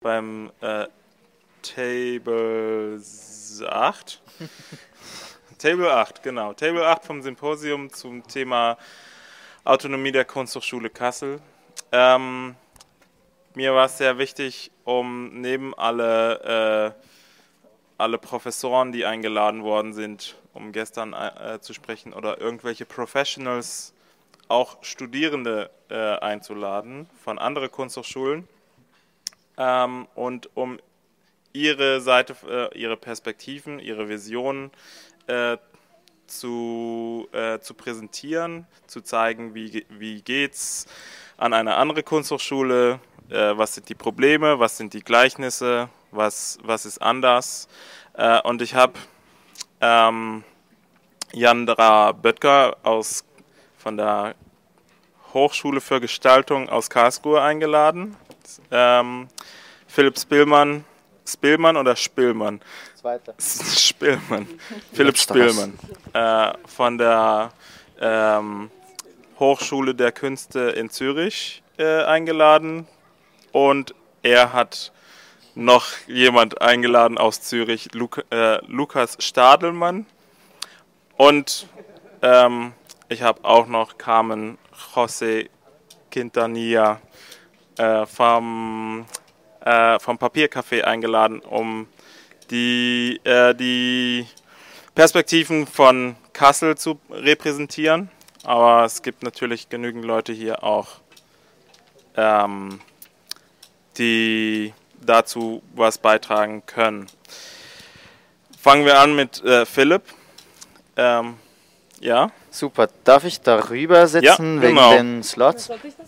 beim Table 8. Table 8, genau. Table 8 vom Symposium zum Thema Autonomie der Kunsthochschule Kassel. Mir war es sehr wichtig, um neben alle Professoren, die eingeladen worden sind, um gestern zu sprechen, oder irgendwelche Professionals, auch Studierende einzuladen von anderen Kunsthochschulen und um ihre Seite, ihre Perspektiven, ihre Visionen zu präsentieren, zu zeigen, wie geht's an eine andere Kunsthochschule, was sind die Probleme, was sind die Gleichnisse, was ist anders. Und ich habe Jandra Böttger von der Hochschule für Gestaltung aus Karlsruhe eingeladen. Philipp Spillmann oder Spillmann? Zweiter. Spillmann. Philipp Spillmann von der Hochschule der Künste in Zürich eingeladen. Und er hat noch jemand eingeladen aus Zürich, Lukas Stadelmann. Und ich habe auch noch Carmen José Quintanilla vom Papiercafé eingeladen, um die Perspektiven von Kassel zu repräsentieren. Aber es gibt natürlich genügend Leute hier auch, die dazu was beitragen können. Fangen wir an mit Philipp. Ja. Super. Darf ich darüber sitzen, ja, wegen genau. den Slots?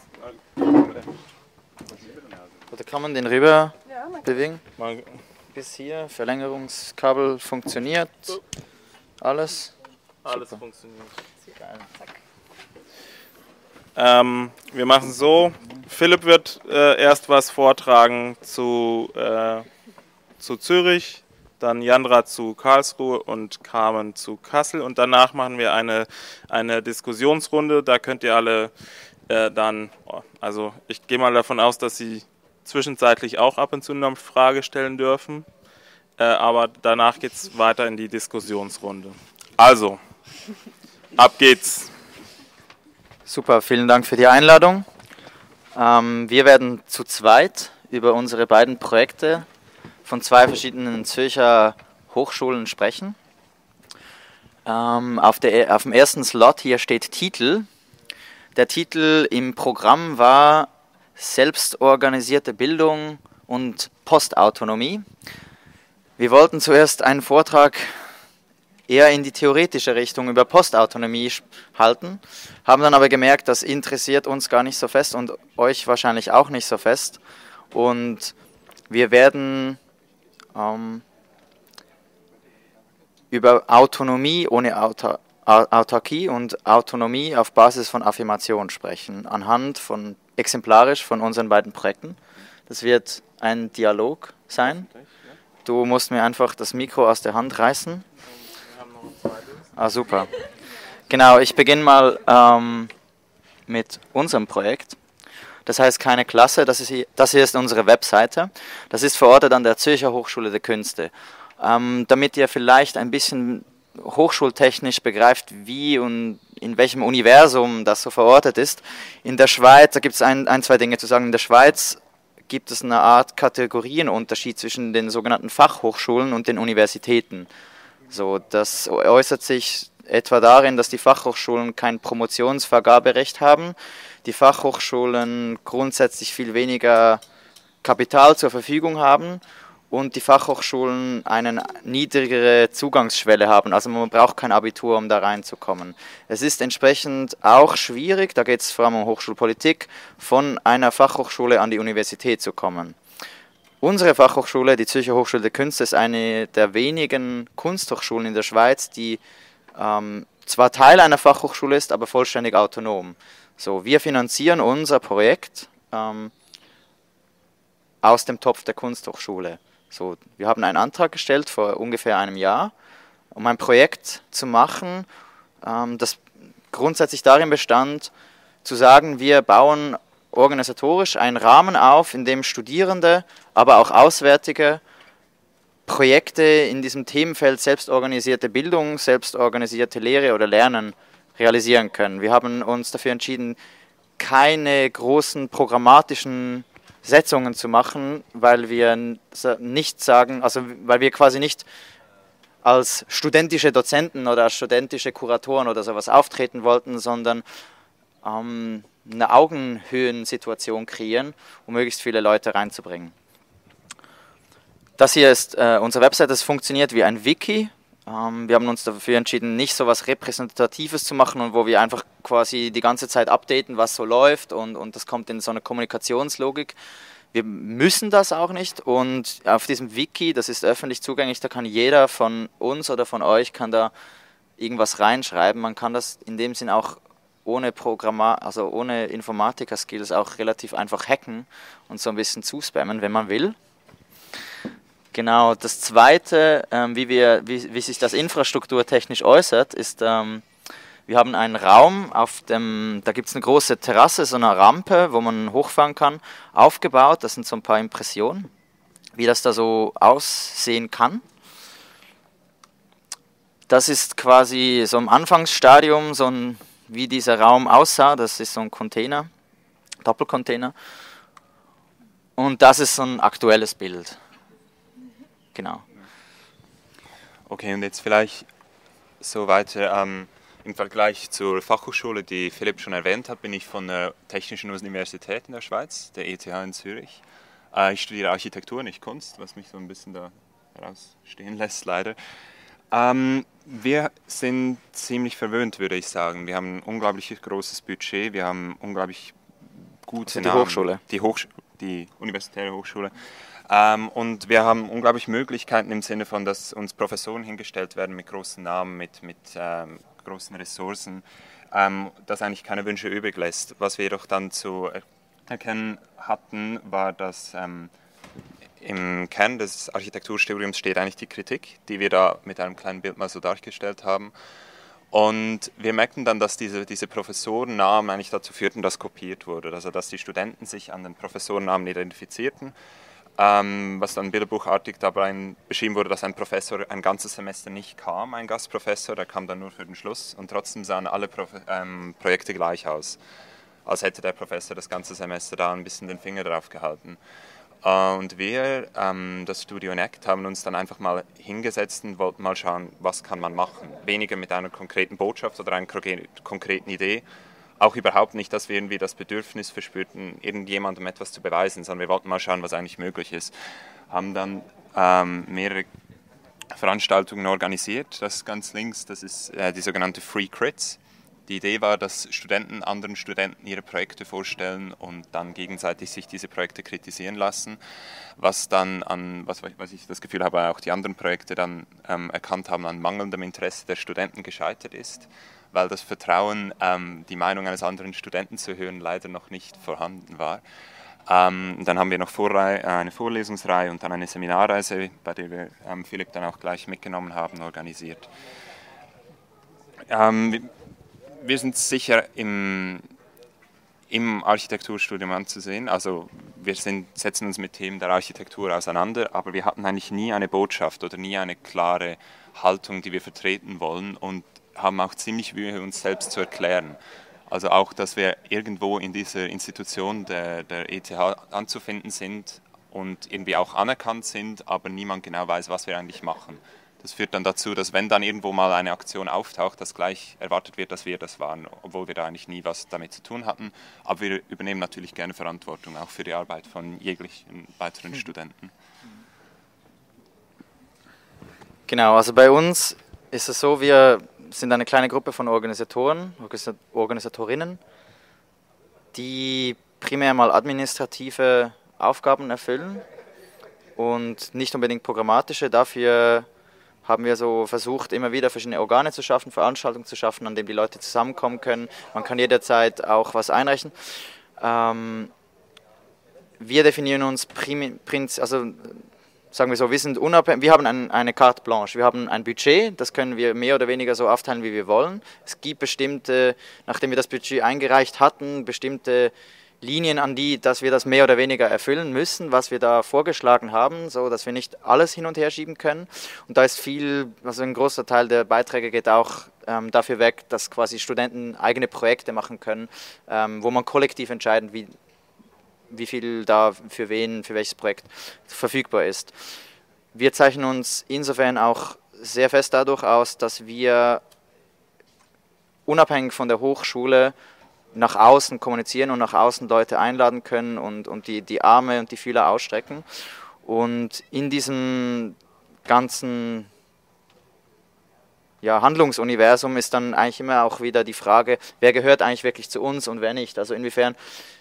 Oder kann man den rüber bewegen? Bis hier, Verlängerungskabel funktioniert. Alles? Alles Super. funktioniert. Geil. Zack. Wir machen es so, Philipp wird erst was vortragen zu Zürich, dann Jandra zu Karlsruhe und Carmen zu Kassel und danach machen wir eine Diskussionsrunde, da könnt ihr alle also ich gehe mal davon aus, dass Sie zwischenzeitlich auch ab und zu eine Frage stellen dürfen, aber danach geht es weiter in die Diskussionsrunde. Also, ab geht's. Super, vielen Dank für die Einladung. Wir werden zu zweit über unsere beiden Projekte von zwei verschiedenen Zürcher Hochschulen sprechen. Auf dem ersten Slot hier steht Titel. Der Titel im Programm war Selbstorganisierte Bildung und Postautonomie. Wir wollten zuerst einen Vortrag eher in die theoretische Richtung über Postautonomie halten, haben dann aber gemerkt, das interessiert uns gar nicht so fest und euch wahrscheinlich auch nicht so fest. Und wir werden über Autonomie ohne Autarkie und Autonomie auf Basis von Affirmation sprechen, exemplarisch von unseren beiden Projekten. Das wird ein Dialog sein. Du musst mir einfach das Mikro aus der Hand reißen. Ah, super. Genau, ich beginne mal mit unserem Projekt. Das heißt keine Klasse, das hier ist unsere Webseite. Das ist verortet an der Zürcher Hochschule der Künste. Damit ihr vielleicht ein bisschen hochschultechnisch begreift, wie und in welchem Universum das so verortet ist. In der Schweiz, da gibt es zwei Dinge zu sagen. In der Schweiz gibt es eine Art Kategorienunterschied zwischen den sogenannten Fachhochschulen und den Universitäten. So, das äußert sich etwa darin, dass die Fachhochschulen kein Promotionsvergaberecht haben, die Fachhochschulen grundsätzlich viel weniger Kapital zur Verfügung haben und die Fachhochschulen eine niedrigere Zugangsschwelle haben. Also man braucht kein Abitur, um da reinzukommen. Es ist entsprechend auch schwierig, da geht es vor allem um Hochschulpolitik, von einer Fachhochschule an die Universität zu kommen. Unsere Fachhochschule, die Zürcher Hochschule der Künste, ist eine der wenigen Kunsthochschulen in der Schweiz, die zwar Teil einer Fachhochschule ist, aber vollständig autonom. So, wir finanzieren unser Projekt aus dem Topf der Kunsthochschule. So, wir haben einen Antrag gestellt vor ungefähr einem Jahr, um ein Projekt zu machen, das grundsätzlich darin bestand, zu sagen, wir bauen organisatorisch einen Rahmen auf, in dem Studierende, aber auch Auswärtige Projekte in diesem Themenfeld selbstorganisierte Bildung, selbstorganisierte Lehre oder Lernen realisieren können. Wir haben uns dafür entschieden, keine großen programmatischen Setzungen zu machen, weil wir nicht sagen, also weil wir quasi nicht als studentische Dozenten oder als studentische Kuratoren oder sowas auftreten wollten, sondern eine Augenhöhensituation kreieren, um möglichst viele Leute reinzubringen. Das hier ist unsere Website, das funktioniert wie ein Wiki. Wir haben uns dafür entschieden, nicht so etwas Repräsentatives zu machen und wo wir einfach quasi die ganze Zeit updaten, was so läuft und das kommt in so eine Kommunikationslogik. Wir müssen das auch nicht und auf diesem Wiki, das ist öffentlich zugänglich, da kann jeder von uns oder von euch kann da irgendwas reinschreiben. Man kann das in dem Sinn auch ohne ohne Informatiker-Skills auch relativ einfach hacken und so ein bisschen zuspammen, wenn man will. Genau, das Zweite, wie sich das infrastrukturtechnisch äußert, ist, wir haben einen Raum, da gibt es eine große Terrasse, so eine Rampe, wo man hochfahren kann, aufgebaut. Das sind so ein paar Impressionen, wie das da so aussehen kann. Das ist quasi so im Anfangsstadium, wie dieser Raum aussah. Das ist so ein Container, Doppelcontainer. Und das ist so ein aktuelles Bild. Genau. Okay, und jetzt vielleicht so weiter. Im Vergleich zur Fachhochschule, die Philipp schon erwähnt hat, bin ich von der Technischen Universität in der Schweiz, der ETH in Zürich. Ich studiere Architektur, nicht Kunst, was mich so ein bisschen da herausstehen lässt, leider. Wir sind ziemlich verwöhnt, würde ich sagen. Wir haben ein unglaublich großes Budget, wir haben unglaublich gute die Hochschule. Die universitäre Hochschule. Und wir haben unglaublich Möglichkeiten im Sinne von, dass uns Professoren hingestellt werden mit großen Namen, mit großen Ressourcen, das eigentlich keine Wünsche übrig lässt. Was wir jedoch dann zu erkennen hatten, war, dass im Kern des Architekturstudiums steht eigentlich die Kritik, die wir da mit einem kleinen Bild mal so dargestellt haben. Und wir merkten dann, dass diese Professorennamen eigentlich dazu führten, dass kopiert wurde. Also dass die Studenten sich an den Professorennamen identifizierten, was dann bilderbuchartig dabei beschrieben wurde, dass ein Professor ein ganzes Semester nicht kam, ein Gastprofessor, der kam dann nur für den Schluss und trotzdem sahen alle Projekte gleich aus, als hätte der Professor das ganze Semester da ein bisschen den Finger drauf gehalten. Und wir, das Studio Enact, haben uns dann einfach mal hingesetzt und wollten mal schauen, was kann man machen. Weniger mit einer konkreten Botschaft oder einer konkreten Idee, auch überhaupt nicht, dass wir irgendwie das Bedürfnis verspürten, irgendjemandem etwas zu beweisen, sondern wir wollten mal schauen, was eigentlich möglich ist. Haben dann mehrere Veranstaltungen organisiert. Das ganz links, das ist die sogenannte Free Crits. Die Idee war, dass Studenten anderen Studenten ihre Projekte vorstellen und dann gegenseitig sich diese Projekte kritisieren lassen, was dann was ich das Gefühl habe, auch die anderen Projekte dann erkannt haben, an mangelndem Interesse der Studenten gescheitert ist, weil das Vertrauen, die Meinung eines anderen Studenten zu hören, leider noch nicht vorhanden war. Dann haben wir noch eine Vorlesungsreihe und dann eine Seminarreise, bei der wir Philipp dann auch gleich mitgenommen haben, organisiert. Wir sind sicher im Architekturstudium anzusehen, also wir setzen uns mit Themen der Architektur auseinander, aber wir hatten eigentlich nie eine Botschaft oder nie eine klare Haltung, die wir vertreten wollen und haben auch ziemlich Mühe, uns selbst zu erklären. Also auch, dass wir irgendwo in dieser Institution der ETH anzufinden sind und irgendwie auch anerkannt sind, aber niemand genau weiß, was wir eigentlich machen. Das führt dann dazu, dass wenn dann irgendwo mal eine Aktion auftaucht, dass gleich erwartet wird, dass wir das waren, obwohl wir da eigentlich nie was damit zu tun hatten. Aber wir übernehmen natürlich gerne Verantwortung, auch für die Arbeit von jeglichen weiteren Studenten. Genau, also bei uns ist es so, wir sind eine kleine Gruppe von Organisatorinnen, die primär mal administrative Aufgaben erfüllen und nicht unbedingt programmatische. Dafür haben wir so versucht, immer wieder verschiedene Organe zu schaffen, Veranstaltungen zu schaffen, an denen die Leute zusammenkommen können. Man kann jederzeit auch was einreichen. Wir definieren uns sagen wir so, wir sind unabhängig, wir haben eine carte blanche, wir haben ein Budget, das können wir mehr oder weniger so aufteilen, wie wir wollen. Es gibt bestimmte, nachdem wir das Budget eingereicht hatten, bestimmte Linien, dass wir das mehr oder weniger erfüllen müssen, was wir da vorgeschlagen haben, so dass wir nicht alles hin und her schieben können. Und da ist also ein großer Teil der Beiträge geht auch dafür weg, dass quasi Studenten eigene Projekte machen können, wo man kollektiv entscheiden, wie viel da für wen, für welches Projekt verfügbar ist. Wir zeichnen uns insofern auch sehr fest dadurch aus, dass wir unabhängig von der Hochschule nach außen kommunizieren und nach außen Leute einladen können und die Arme und die Fühler ausstrecken. Und in diesem ganzen Handlungsuniversum ist dann eigentlich immer auch wieder die Frage, wer gehört eigentlich wirklich zu uns und wer nicht. Also inwiefern,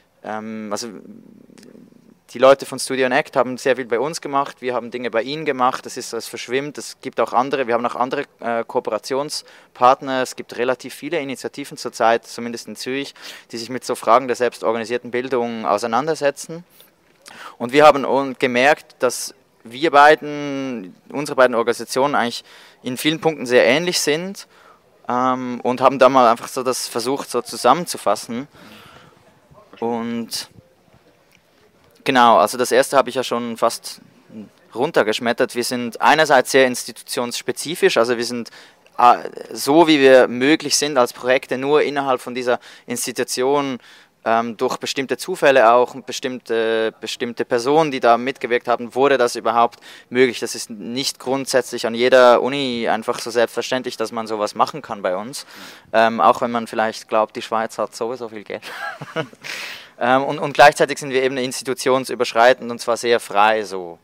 die Leute von Studio and Act haben sehr viel bei uns gemacht, wir haben Dinge bei ihnen gemacht, es verschwimmt, es gibt auch andere, wir haben auch andere Kooperationspartner, es gibt relativ viele Initiativen zurzeit, zumindest in Zürich, die sich mit so Fragen der selbstorganisierten Bildung auseinandersetzen. Und wir haben gemerkt, dass unsere beiden Organisationen eigentlich in vielen Punkten sehr ähnlich sind und haben da mal einfach so das versucht so zusammenzufassen. Und genau, also das erste habe ich ja schon fast runtergeschmettert. Wir sind einerseits sehr institutionsspezifisch, also wir sind so, wie wir möglich sind als Projekte, nur innerhalb von dieser Institution durch bestimmte Zufälle auch und bestimmte Personen, die da mitgewirkt haben, wurde das überhaupt möglich. Das ist nicht grundsätzlich an jeder Uni einfach so selbstverständlich, dass man sowas machen kann bei uns, auch wenn man vielleicht glaubt, die Schweiz hat sowieso viel Geld. Und gleichzeitig sind wir eben institutionsüberschreitend und zwar sehr frei so.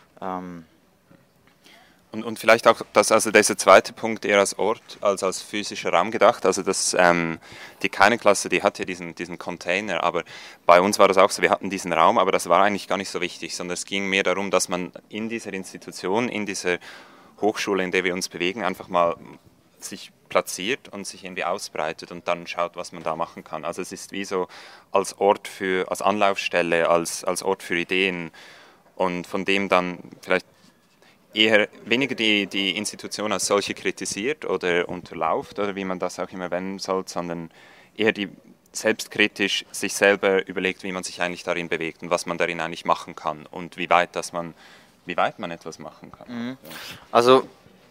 Und vielleicht auch dieser zweite Punkt eher als Ort als physischer Raum gedacht. Also die Keine-Klasse, die hat ja diesen Container, aber bei uns war das auch so, wir hatten diesen Raum, aber das war eigentlich gar nicht so wichtig, sondern es ging mehr darum, dass man in dieser Institution, in dieser Hochschule, in der wir uns bewegen, einfach mal sich platziert und sich irgendwie ausbreitet und dann schaut, was man da machen kann. Also es ist wie so als Ort als Anlaufstelle, als Ort für Ideen und von dem dann vielleicht eher weniger die Institution als solche kritisiert oder unterlauft oder wie man das auch immer nennen soll, sondern eher die selbstkritisch sich selber überlegt, wie man sich eigentlich darin bewegt und was man darin eigentlich machen kann und wie weit man etwas machen kann. Mhm. Also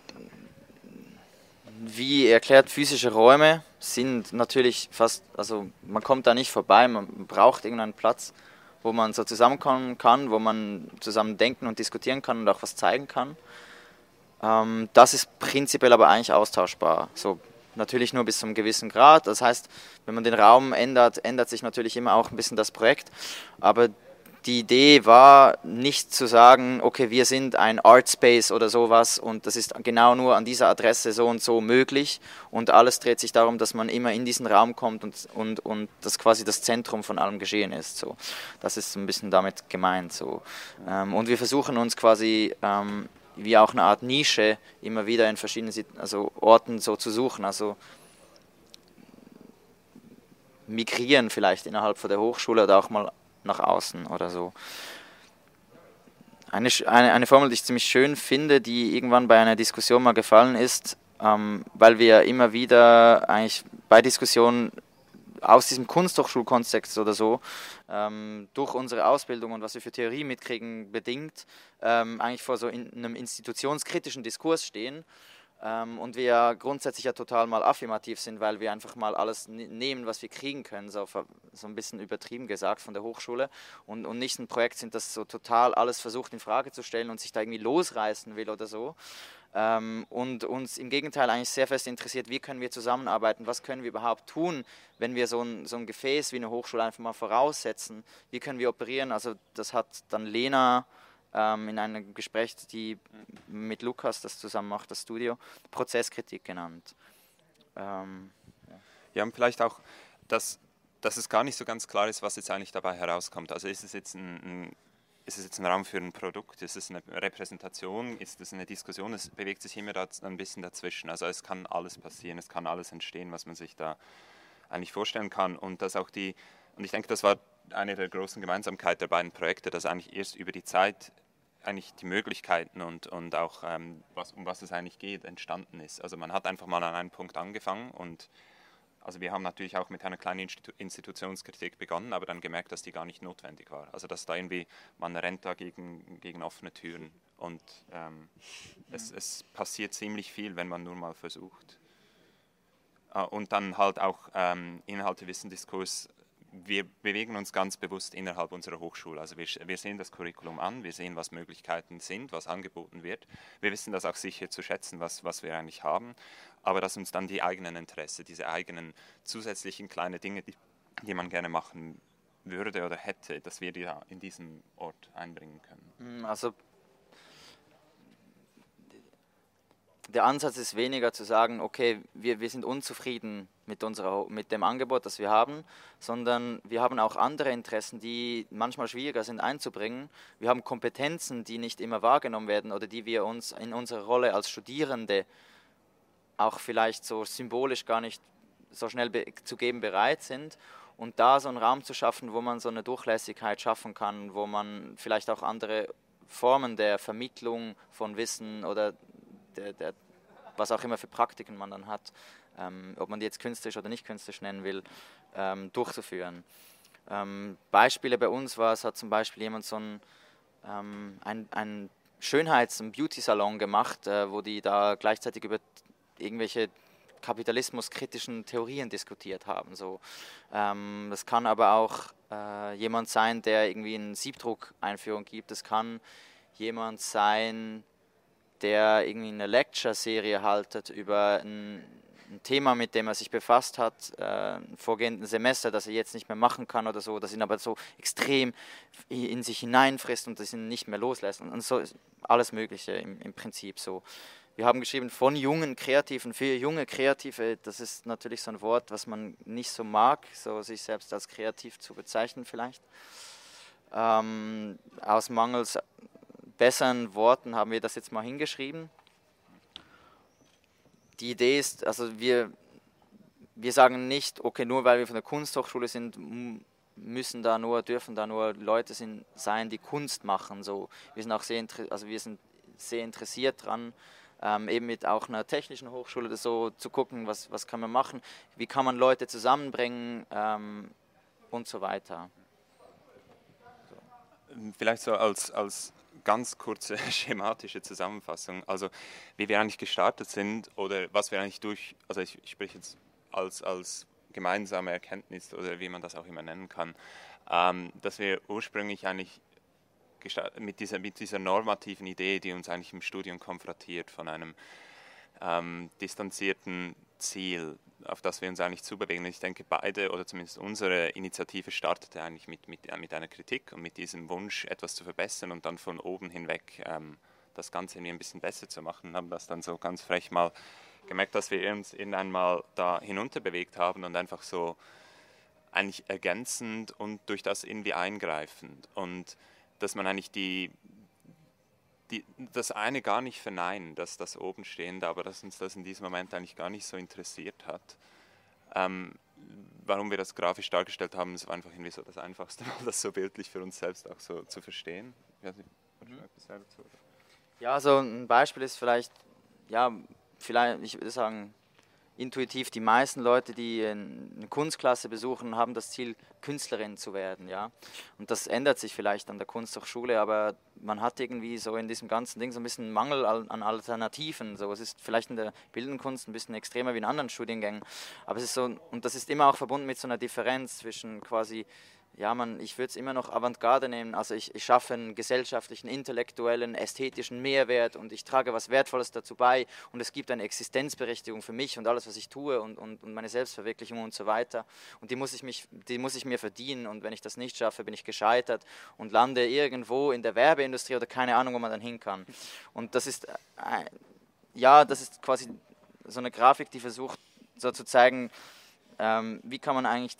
wie erklärt, physische Räume sind natürlich also man kommt da nicht vorbei, man braucht irgendeinen Platz, wo man so zusammenkommen kann, wo man zusammen denken und diskutieren kann und auch was zeigen kann. Das ist prinzipiell aber eigentlich austauschbar. So, natürlich nur bis zu einem gewissen Grad. Das heißt, wenn man den Raum ändert, ändert sich natürlich immer auch ein bisschen das Projekt. Aber die Idee war nicht zu sagen, okay, wir sind ein Art Space oder sowas und das ist genau nur an dieser Adresse so und so möglich und alles dreht sich darum, dass man immer in diesen Raum kommt und das quasi das Zentrum von allem Geschehen ist. So. Das ist ein bisschen damit gemeint. So. Und wir versuchen uns quasi wie auch eine Art Nische immer wieder in verschiedenen Orten so zu suchen, also migrieren vielleicht innerhalb von der Hochschule oder auch mal nach außen oder so. Eine Formel, die ich ziemlich schön finde, die irgendwann bei einer Diskussion mal gefallen ist, weil wir immer wieder eigentlich bei Diskussionen aus diesem Kunsthochschulkontext oder so, durch unsere Ausbildung und was wir für Theorie mitkriegen, bedingt, eigentlich vor so einem institutionskritischen Diskurs stehen. Und wir ja grundsätzlich ja total mal affirmativ sind, weil wir einfach mal alles nehmen, was wir kriegen können, so ein bisschen übertrieben gesagt von der Hochschule und nicht ein Projekt sind, das so total alles versucht in Frage zu stellen und sich da irgendwie losreißen will oder so. Und uns im Gegenteil eigentlich sehr fest interessiert, wie können wir zusammenarbeiten, was können wir überhaupt tun, wenn wir so ein Gefäß wie eine Hochschule einfach mal voraussetzen, wie können wir operieren, also das hat dann Lena in einem Gespräch, die mit Lukas das zusammen macht, das Studio, Prozesskritik genannt. Ja, und vielleicht auch, dass es gar nicht so ganz klar ist, was jetzt eigentlich dabei herauskommt. Also ist es jetzt ein Raum für ein Produkt, ist es eine Repräsentation, ist es eine Diskussion, es bewegt sich immer ein bisschen dazwischen. Also es kann alles passieren, es kann alles entstehen, was man sich da eigentlich vorstellen kann. Und ich denke, das war eine der großen Gemeinsamkeiten der beiden Projekte, dass eigentlich erst über die Zeit eigentlich die Möglichkeiten und auch um was es eigentlich geht, entstanden ist. Also man hat einfach mal an einem Punkt angefangen und Also wir haben natürlich auch mit einer kleinen Institutionskritik begonnen, aber dann gemerkt, dass die gar nicht notwendig war. Also dass da irgendwie, man rennt da gegen offene Türen und es passiert ziemlich viel, wenn man nur mal versucht. Und dann halt auch Inhalte, Wissen, Diskurs. Wir bewegen uns ganz bewusst innerhalb unserer Hochschule. Also wir sehen das Curriculum an, wir sehen, was Möglichkeiten sind, was angeboten wird. Wir wissen das auch sicher zu schätzen, was wir eigentlich haben. Aber dass uns dann die eigenen Interessen, diese eigenen zusätzlichen kleinen Dinge, die man gerne machen würde oder hätte, dass wir die da in diesem Ort einbringen können. Also der Ansatz ist weniger zu sagen, okay, wir sind unzufrieden mit dem Angebot, das wir haben, sondern wir haben auch andere Interessen, die manchmal schwieriger sind einzubringen. Wir haben Kompetenzen, die nicht immer wahrgenommen werden oder die wir uns in unserer Rolle als Studierende auch vielleicht so symbolisch gar nicht so schnell zu geben bereit sind. Und da so einen Raum zu schaffen, wo man so eine Durchlässigkeit schaffen kann, wo man vielleicht auch andere Formen der Vermittlung von Wissen oder was auch immer für Praktiken man dann hat, ob man die jetzt künstlerisch oder nicht künstlerisch nennen will, durchzuführen. Beispiele bei uns hat zum Beispiel jemand so ein Schönheits- und Beauty-Salon gemacht, wo die da gleichzeitig über irgendwelche kapitalismuskritischen Theorien diskutiert haben. So. Das kann aber auch jemand sein, der irgendwie eine Siebdruck-Einführung gibt. Das kann jemand sein, der irgendwie eine Lecture-Serie haltet über ein Thema, mit dem er sich befasst hat, im vorgehenden Semester, das er jetzt nicht mehr machen kann oder so, das ihn aber so extrem in sich hineinfrisst und das ihn nicht mehr loslässt. Und so ist alles Mögliche im Prinzip so. Wir haben geschrieben, von jungen Kreativen, für junge Kreative, das ist natürlich so ein Wort, was man nicht so mag, so sich selbst als kreativ zu bezeichnen vielleicht. Aus mangels besseren Worten haben wir das jetzt mal hingeschrieben. Die Idee ist, also wir sagen nicht, okay, nur weil wir von der Kunsthochschule sind, dürfen da nur Leute sein, die Kunst machen. So, wir sind auch sehr interessiert daran, eben mit auch einer technischen Hochschule so zu gucken, was kann man machen, wie kann man Leute zusammenbringen und so weiter. So. Vielleicht so als ganz kurze schematische Zusammenfassung, also wie wir eigentlich gestartet sind oder was wir eigentlich also ich spreche jetzt als gemeinsame Erkenntnis oder wie man das auch immer nennen kann, dass wir ursprünglich eigentlich mit dieser normativen Idee, die uns eigentlich im Studium konfrontiert, von einem distanzierten Ziel, auf das wir uns eigentlich zubewegen. Ich denke, beide oder zumindest unsere Initiative startete eigentlich mit einer Kritik und mit diesem Wunsch, etwas zu verbessern und dann von oben hinweg das Ganze irgendwie ein bisschen besser zu machen. Und haben das dann so ganz frech mal gemerkt, dass wir uns irgendwann mal da hinunter bewegt haben und einfach so eigentlich ergänzend und durch das irgendwie eingreifend. Und dass man eigentlich das eine gar nicht verneinen, dass das oben stehende, aber dass uns das in diesem Moment eigentlich gar nicht so interessiert hat. Warum wir das grafisch dargestellt haben, ist einfach irgendwie so das Einfachste, das so bildlich für uns selbst auch so zu verstehen. Ja, so ein Beispiel ist vielleicht, ich würde sagen, intuitiv, die meisten Leute, die eine Kunstklasse besuchen, haben das Ziel, Künstlerin zu werden, ja. Und das ändert sich vielleicht an der Kunsthochschule, aber man hat irgendwie so in diesem ganzen Ding so ein bisschen Mangel an Alternativen. So, es ist vielleicht in der bildenden Kunst ein bisschen extremer wie in anderen Studiengängen, aber es ist so, und das ist immer auch verbunden mit so einer Differenz zwischen quasi, ich würde es immer noch Avantgarde nehmen, also ich schaffe einen gesellschaftlichen, intellektuellen, ästhetischen Mehrwert und ich trage was Wertvolles dazu bei und es gibt eine Existenzberechtigung für mich und alles, was ich tue und meine Selbstverwirklichung und so weiter und die muss ich mir verdienen und wenn ich das nicht schaffe, bin ich gescheitert und lande irgendwo in der Werbeindustrie oder keine Ahnung, wo man dann hin kann. Und das ist quasi so eine Grafik, die versucht so zu zeigen, wie kann man eigentlich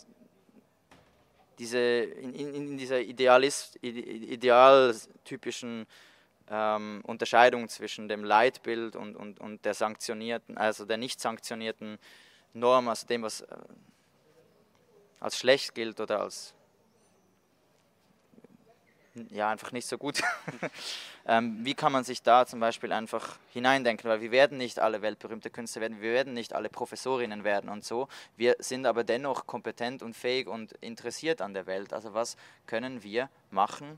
in dieser idealtypischen Unterscheidung zwischen dem Leitbild und der sanktionierten, also der nicht sanktionierten Norm, also dem, was als schlecht gilt oder als ja, einfach nicht so gut. Wie kann man sich da zum Beispiel einfach hineindenken, weil wir werden nicht alle weltberühmte Künstler werden, wir werden nicht alle Professorinnen werden und so, wir sind aber dennoch kompetent und fähig und interessiert an der Welt, also was können wir machen,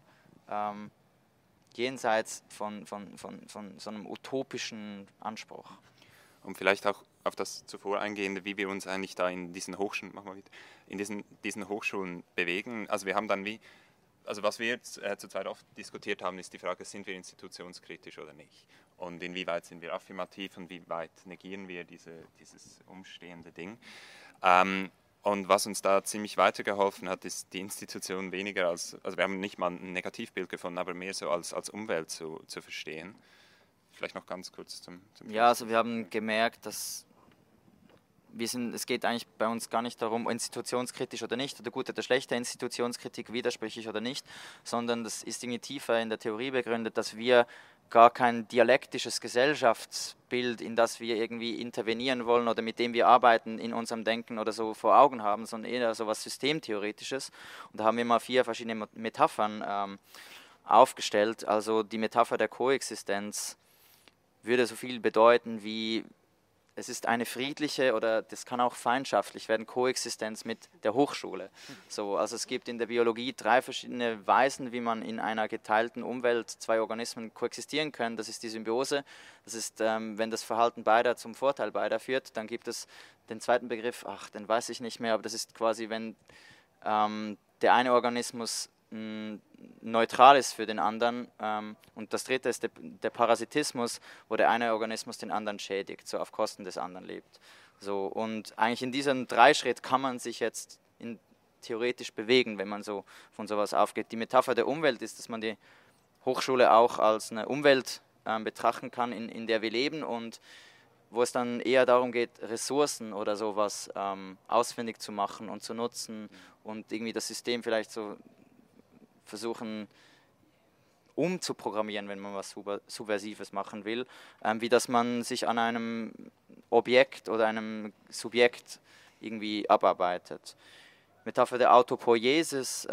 jenseits von so einem utopischen Anspruch. Und vielleicht auch auf das zuvor eingehende, wie wir uns eigentlich da in diesen Hochschulen, diesen Hochschulen bewegen. Also wir haben dann also was wir jetzt zu zweit oft diskutiert haben, ist die Frage, sind wir institutionskritisch oder nicht? Und inwieweit sind wir affirmativ und wie weit negieren wir dieses umstehende Ding? Und was uns da ziemlich weitergeholfen hat, ist die Institution weniger also wir haben nicht mal ein Negativbild gefunden, aber mehr so als Umwelt zu verstehen. Vielleicht noch ganz kurz zum Ja, also wir haben gemerkt, dass es geht eigentlich bei uns gar nicht darum, institutionskritisch oder nicht, oder gute oder schlechte Institutionskritik, widersprüchlich oder nicht, sondern das ist irgendwie tiefer in der Theorie begründet, dass wir gar kein dialektisches Gesellschaftsbild, in das wir irgendwie intervenieren wollen oder mit dem wir arbeiten in unserem Denken oder so vor Augen haben, sondern eher so was Systemtheoretisches. Und da haben wir mal 4 verschiedene Metaphern aufgestellt. Also die Metapher der Koexistenz würde so viel bedeuten wie, es ist eine friedliche oder das kann auch feindschaftlich werden, Koexistenz mit der Hochschule. So, also es gibt in der Biologie 3 verschiedene Weisen, wie man in einer geteilten Umwelt 2 Organismen koexistieren können. Das ist die Symbiose, das ist, wenn das Verhalten beider zum Vorteil beider führt. Dann gibt es den zweiten Begriff, den weiß ich nicht mehr, aber das ist quasi, wenn der eine Organismus neutral ist für den anderen. Und das dritte ist der Parasitismus, wo der eine Organismus den anderen schädigt, so auf Kosten des anderen lebt. So, und eigentlich in diesem 3-Schritt kann man sich jetzt theoretisch bewegen, wenn man so von sowas aufgeht. Die Metapher der Umwelt ist, dass man die Hochschule auch als eine Umwelt betrachten kann, in der wir leben und wo es dann eher darum geht, Ressourcen oder sowas ausfindig zu machen und zu nutzen und irgendwie das System vielleicht so versuchen umzuprogrammieren, wenn man was Subversives machen will, wie dass man sich an einem Objekt oder einem Subjekt irgendwie abarbeitet. Metapher der Autopoiesis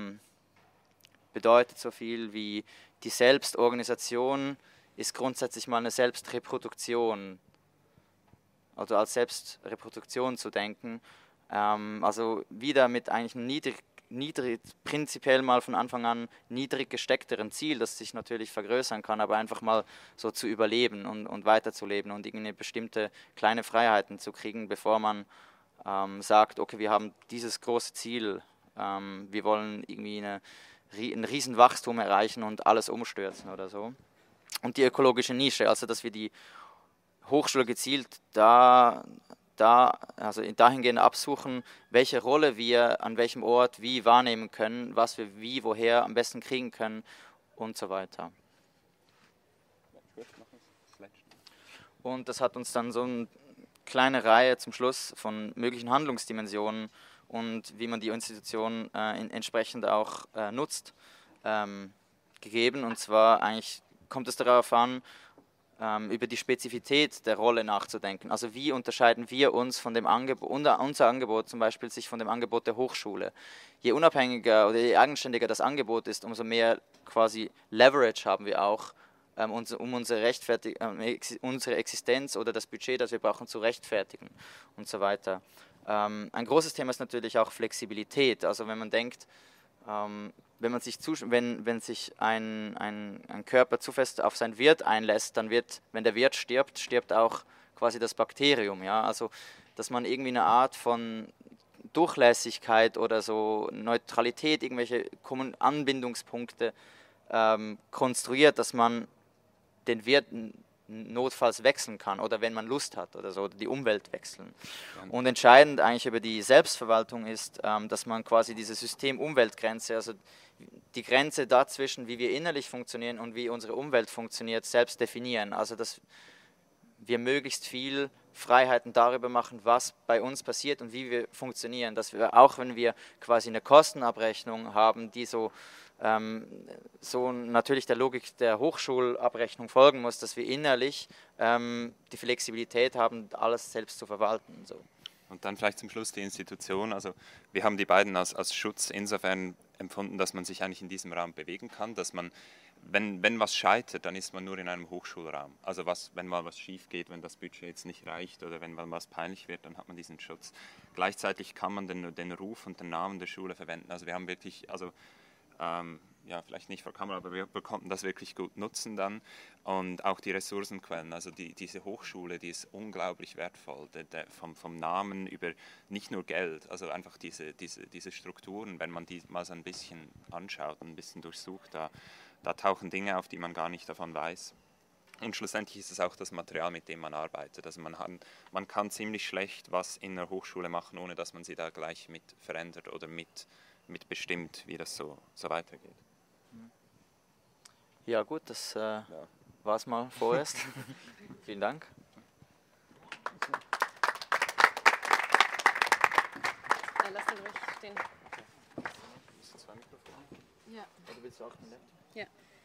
bedeutet so viel wie die Selbstorganisation ist grundsätzlich mal eine Selbstreproduktion, also als Selbstreproduktion zu denken, also wieder mit eigentlich einem prinzipiell mal von Anfang an niedrig gesteckteren Ziel, das sich natürlich vergrößern kann, aber einfach mal so zu überleben und weiterzuleben und irgendeine bestimmte kleine Freiheiten zu kriegen, bevor man sagt, okay, wir haben dieses große Ziel, wir wollen irgendwie ein Riesenwachstum erreichen und alles umstürzen oder so. Und die ökologische Nische, also dass wir die Hochschule gezielt also dahingehend absuchen, welche Rolle wir an welchem Ort wie wahrnehmen können, was wir wie, woher am besten kriegen können und so weiter. Und das hat uns dann so eine kleine Reihe zum Schluss von möglichen Handlungsdimensionen und wie man die Institution entsprechend auch nutzt, gegeben. Und zwar eigentlich kommt es darauf an, über die Spezifität der Rolle nachzudenken. Also wie unterscheiden wir uns von dem Angebot, unser Angebot zum Beispiel sich von dem Angebot der Hochschule. Je unabhängiger oder je eigenständiger das Angebot ist, umso mehr quasi Leverage haben wir auch, um unsere Existenz oder das Budget, das wir brauchen, zu rechtfertigen und so weiter. Ein großes Thema ist natürlich auch Flexibilität. Also wenn man denkt, wenn sich ein Körper zu fest auf sein Wirt einlässt, dann wenn der Wirt stirbt auch quasi das Bakterium. Ja? Also, dass man irgendwie eine Art von Durchlässigkeit oder so Neutralität, irgendwelche Anbindungspunkte konstruiert, dass man den Wirt notfalls wechseln kann oder wenn man Lust hat oder so, oder die Umwelt wechseln. Und entscheidend eigentlich über die Selbstverwaltung ist, dass man quasi diese System-Umwelt-Grenze, also die Grenze dazwischen, wie wir innerlich funktionieren und wie unsere Umwelt funktioniert, selbst definieren. Also dass wir möglichst viel Freiheiten darüber machen, was bei uns passiert und wie wir funktionieren. Dass wir, auch wenn wir quasi eine Kostenabrechnung haben, die so natürlich der Logik der Hochschulabrechnung folgen muss, dass wir innerlich die Flexibilität haben, alles selbst zu verwalten. So. Und dann vielleicht zum Schluss die Institution. Also wir haben die beiden als Schutz insofern empfunden, dass man sich eigentlich in diesem Raum bewegen kann, dass man, wenn was scheitert, dann ist man nur in einem Hochschulraum. Also wenn mal was schief geht, wenn das Budget jetzt nicht reicht oder wenn mal was peinlich wird, dann hat man diesen Schutz. Gleichzeitig kann man den Ruf und den Namen der Schule verwenden. Also wir haben wirklich, ja, vielleicht nicht vor Kamera, aber wir konnten das wirklich gut nutzen dann. Und auch die Ressourcenquellen, also diese Hochschule, die ist unglaublich wertvoll, vom Namen über nicht nur Geld, also einfach diese Strukturen, wenn man die mal so ein bisschen anschaut, ein bisschen durchsucht, da tauchen Dinge auf, die man gar nicht davon weiß. Und schlussendlich ist es auch das Material, mit dem man arbeitet. Also man kann ziemlich schlecht was in einer Hochschule machen, ohne dass man sie da gleich mit verändert oder mit bestimmt, wie das so weitergeht. Ja gut, das war es mal vorerst. Vielen Dank. Lass ihn ruhig stehen. Zwei Mikrofone? Ja. Oder willst du auch den Laptop? Ja.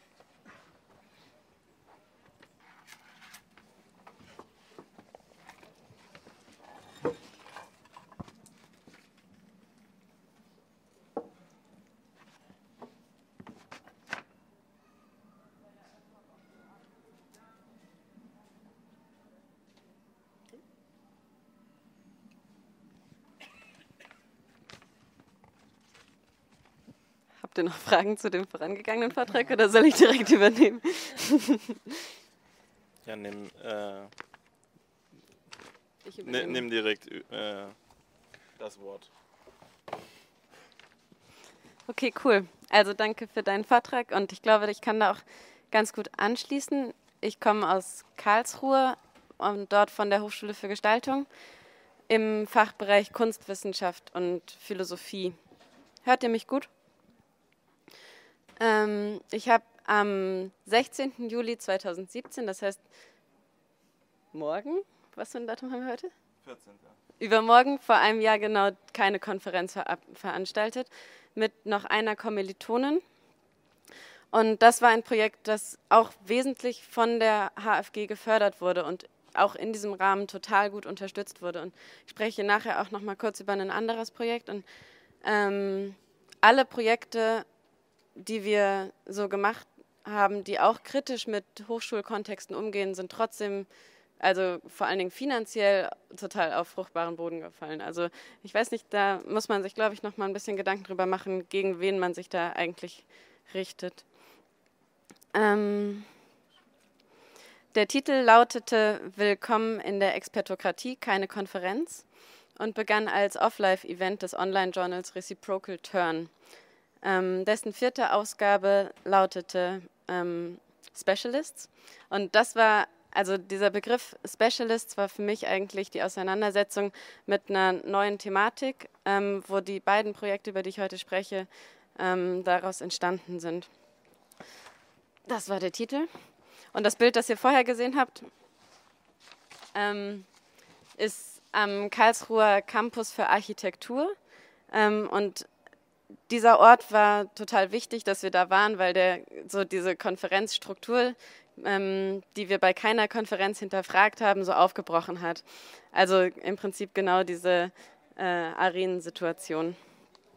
Habt ihr noch Fragen zu dem vorangegangenen Vortrag oder soll ich direkt übernehmen? Ja, Ich übernehme. nimm direkt das Wort. Okay, cool. Also danke für deinen Vortrag und ich glaube, ich kann da auch ganz gut anschließen. Ich komme aus Karlsruhe und dort von der Hochschule für Gestaltung im Fachbereich Kunstwissenschaft und Philosophie. Hört ihr mich gut? Ich habe am 16. Juli 2017, das heißt morgen, was für ein Datum haben wir heute? 14. Übermorgen, vor einem Jahr genau, keine Konferenz veranstaltet mit noch einer Kommilitonin. Und das war ein Projekt, das auch wesentlich von der HFG gefördert wurde und auch in diesem Rahmen total gut unterstützt wurde. Und ich spreche nachher auch noch mal kurz über ein anderes Projekt. Und alle Projekte, die wir so gemacht haben, die auch kritisch mit Hochschulkontexten umgehen, sind trotzdem, also vor allen Dingen finanziell, total auf fruchtbaren Boden gefallen. Also ich weiß nicht, da muss man sich, glaube ich, noch mal ein bisschen Gedanken drüber machen, gegen wen man sich da eigentlich richtet. Der Titel lautete Willkommen in der Expertokratie, keine Konferenz und begann als Off-Live-Event des Online-Journals Reciprocal Turn. Dessen 4. Ausgabe lautete Specialists. Und das war, also dieser Begriff Specialists war für mich eigentlich die Auseinandersetzung mit einer neuen Thematik, wo die beiden Projekte, über die ich heute spreche, daraus entstanden sind. Das war der Titel. Und das Bild, das ihr vorher gesehen habt, ist am Karlsruher Campus für Architektur. Und dieser Ort war total wichtig, dass wir da waren, weil diese Konferenzstruktur, die wir bei keiner Konferenz hinterfragt haben, so aufgebrochen hat. Also im Prinzip genau diese Arenensituation.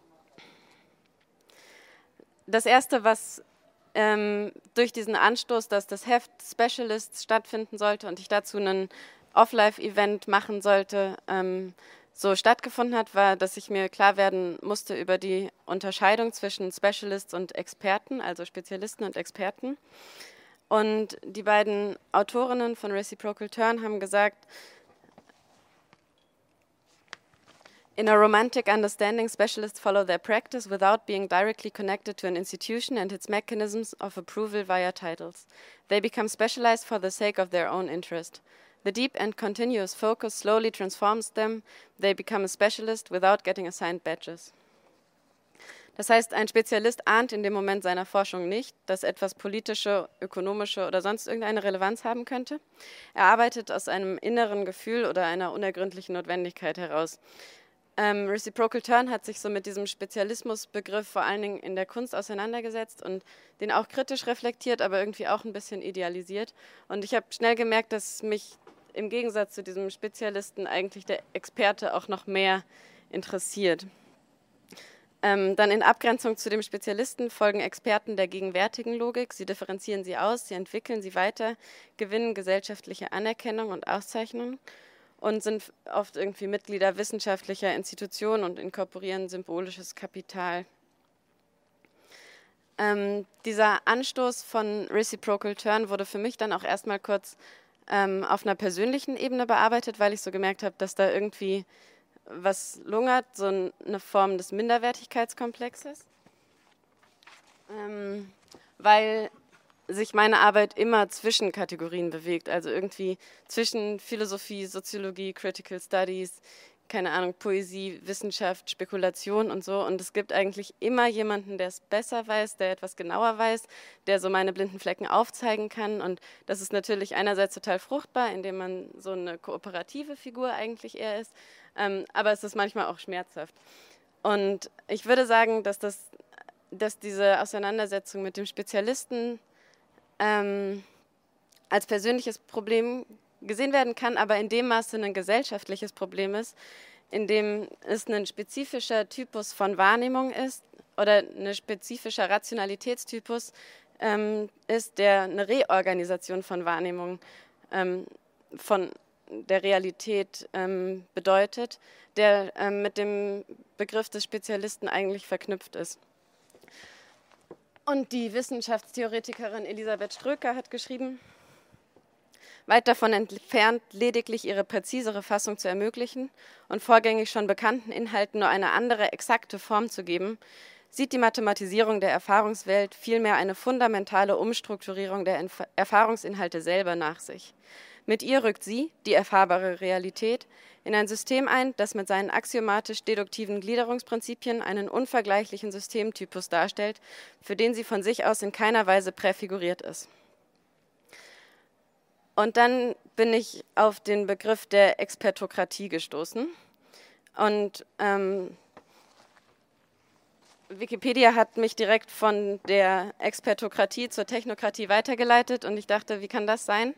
Das Erste, was durch diesen Anstoß, dass das Heft Specialists stattfinden sollte und ich dazu einen Off-Live-Event machen sollte, so stattgefunden hat, war, dass ich mir klar werden musste über die Unterscheidung zwischen Specialists und Experten, also Spezialisten und Experten. Und die beiden Autorinnen von Reciprocal Turn haben gesagt, in a romantic understanding, specialists follow their practice without being directly connected to an institution and its mechanisms of approval via titles. They become specialized for the sake of their own interest. The deep and continuous focus slowly transforms them. They become a specialist without getting assigned badges. Das heißt, ein Spezialist ahnt in dem Moment seiner Forschung nicht, dass etwas politische, ökonomische oder sonst irgendeine Relevanz haben könnte. Er arbeitet aus einem inneren Gefühl oder einer unergründlichen Notwendigkeit heraus. Reciprocal Turn hat sich so mit diesem Spezialismusbegriff vor allen Dingen in der Kunst auseinandergesetzt und den auch kritisch reflektiert, aber irgendwie auch ein bisschen idealisiert. Und ich habe schnell gemerkt, dass mich im Gegensatz zu diesem Spezialisten eigentlich der Experte auch noch mehr interessiert. Dann in Abgrenzung zu dem Spezialisten folgen Experten der gegenwärtigen Logik. Sie differenzieren sie aus, sie entwickeln sie weiter, gewinnen gesellschaftliche Anerkennung und Auszeichnung und sind oft irgendwie Mitglieder wissenschaftlicher Institutionen und inkorporieren symbolisches Kapital. Dieser Anstoß von Reciprocal Turn wurde für mich dann auch erstmal kurz auf einer persönlichen Ebene bearbeitet, weil ich so gemerkt habe, dass da irgendwie was lungert, so eine Form des Minderwertigkeitskomplexes, weil sich meine Arbeit immer zwischen Kategorien bewegt, also irgendwie zwischen Philosophie, Soziologie, Critical Studies, keine Ahnung, Poesie, Wissenschaft, Spekulation und so. Und es gibt eigentlich immer jemanden, der es besser weiß, der etwas genauer weiß, der so meine blinden Flecken aufzeigen kann. Und das ist natürlich einerseits total fruchtbar, indem man so eine kooperative Figur eigentlich eher ist, aber es ist manchmal auch schmerzhaft. Und ich würde sagen, dass diese Auseinandersetzung mit dem Spezialisten als persönliches Problem gesehen werden kann, aber in dem Maße ein gesellschaftliches Problem ist, in dem es ein spezifischer Typus von Wahrnehmung ist oder ein spezifischer Rationalitätstypus ist, der eine Reorganisation von Wahrnehmung von der Realität bedeutet, der mit dem Begriff des Spezialisten eigentlich verknüpft ist. Und die Wissenschaftstheoretikerin Elisabeth Ströker hat geschrieben: Weit davon entfernt, lediglich ihre präzisere Fassung zu ermöglichen und vorgängig schon bekannten Inhalten nur eine andere, exakte Form zu geben, sieht die Mathematisierung der Erfahrungswelt vielmehr eine fundamentale Umstrukturierung der Erfahrungsinhalte selber nach sich. Mit ihr rückt sie, die erfahrbare Realität, in ein System ein, das mit seinen axiomatisch-deduktiven Gliederungsprinzipien einen unvergleichlichen Systemtypus darstellt, für den sie von sich aus in keiner Weise präfiguriert ist. Und dann bin ich auf den Begriff der Expertokratie gestoßen. Und Wikipedia hat mich direkt von der Expertokratie zur Technokratie weitergeleitet und ich dachte, wie kann das sein?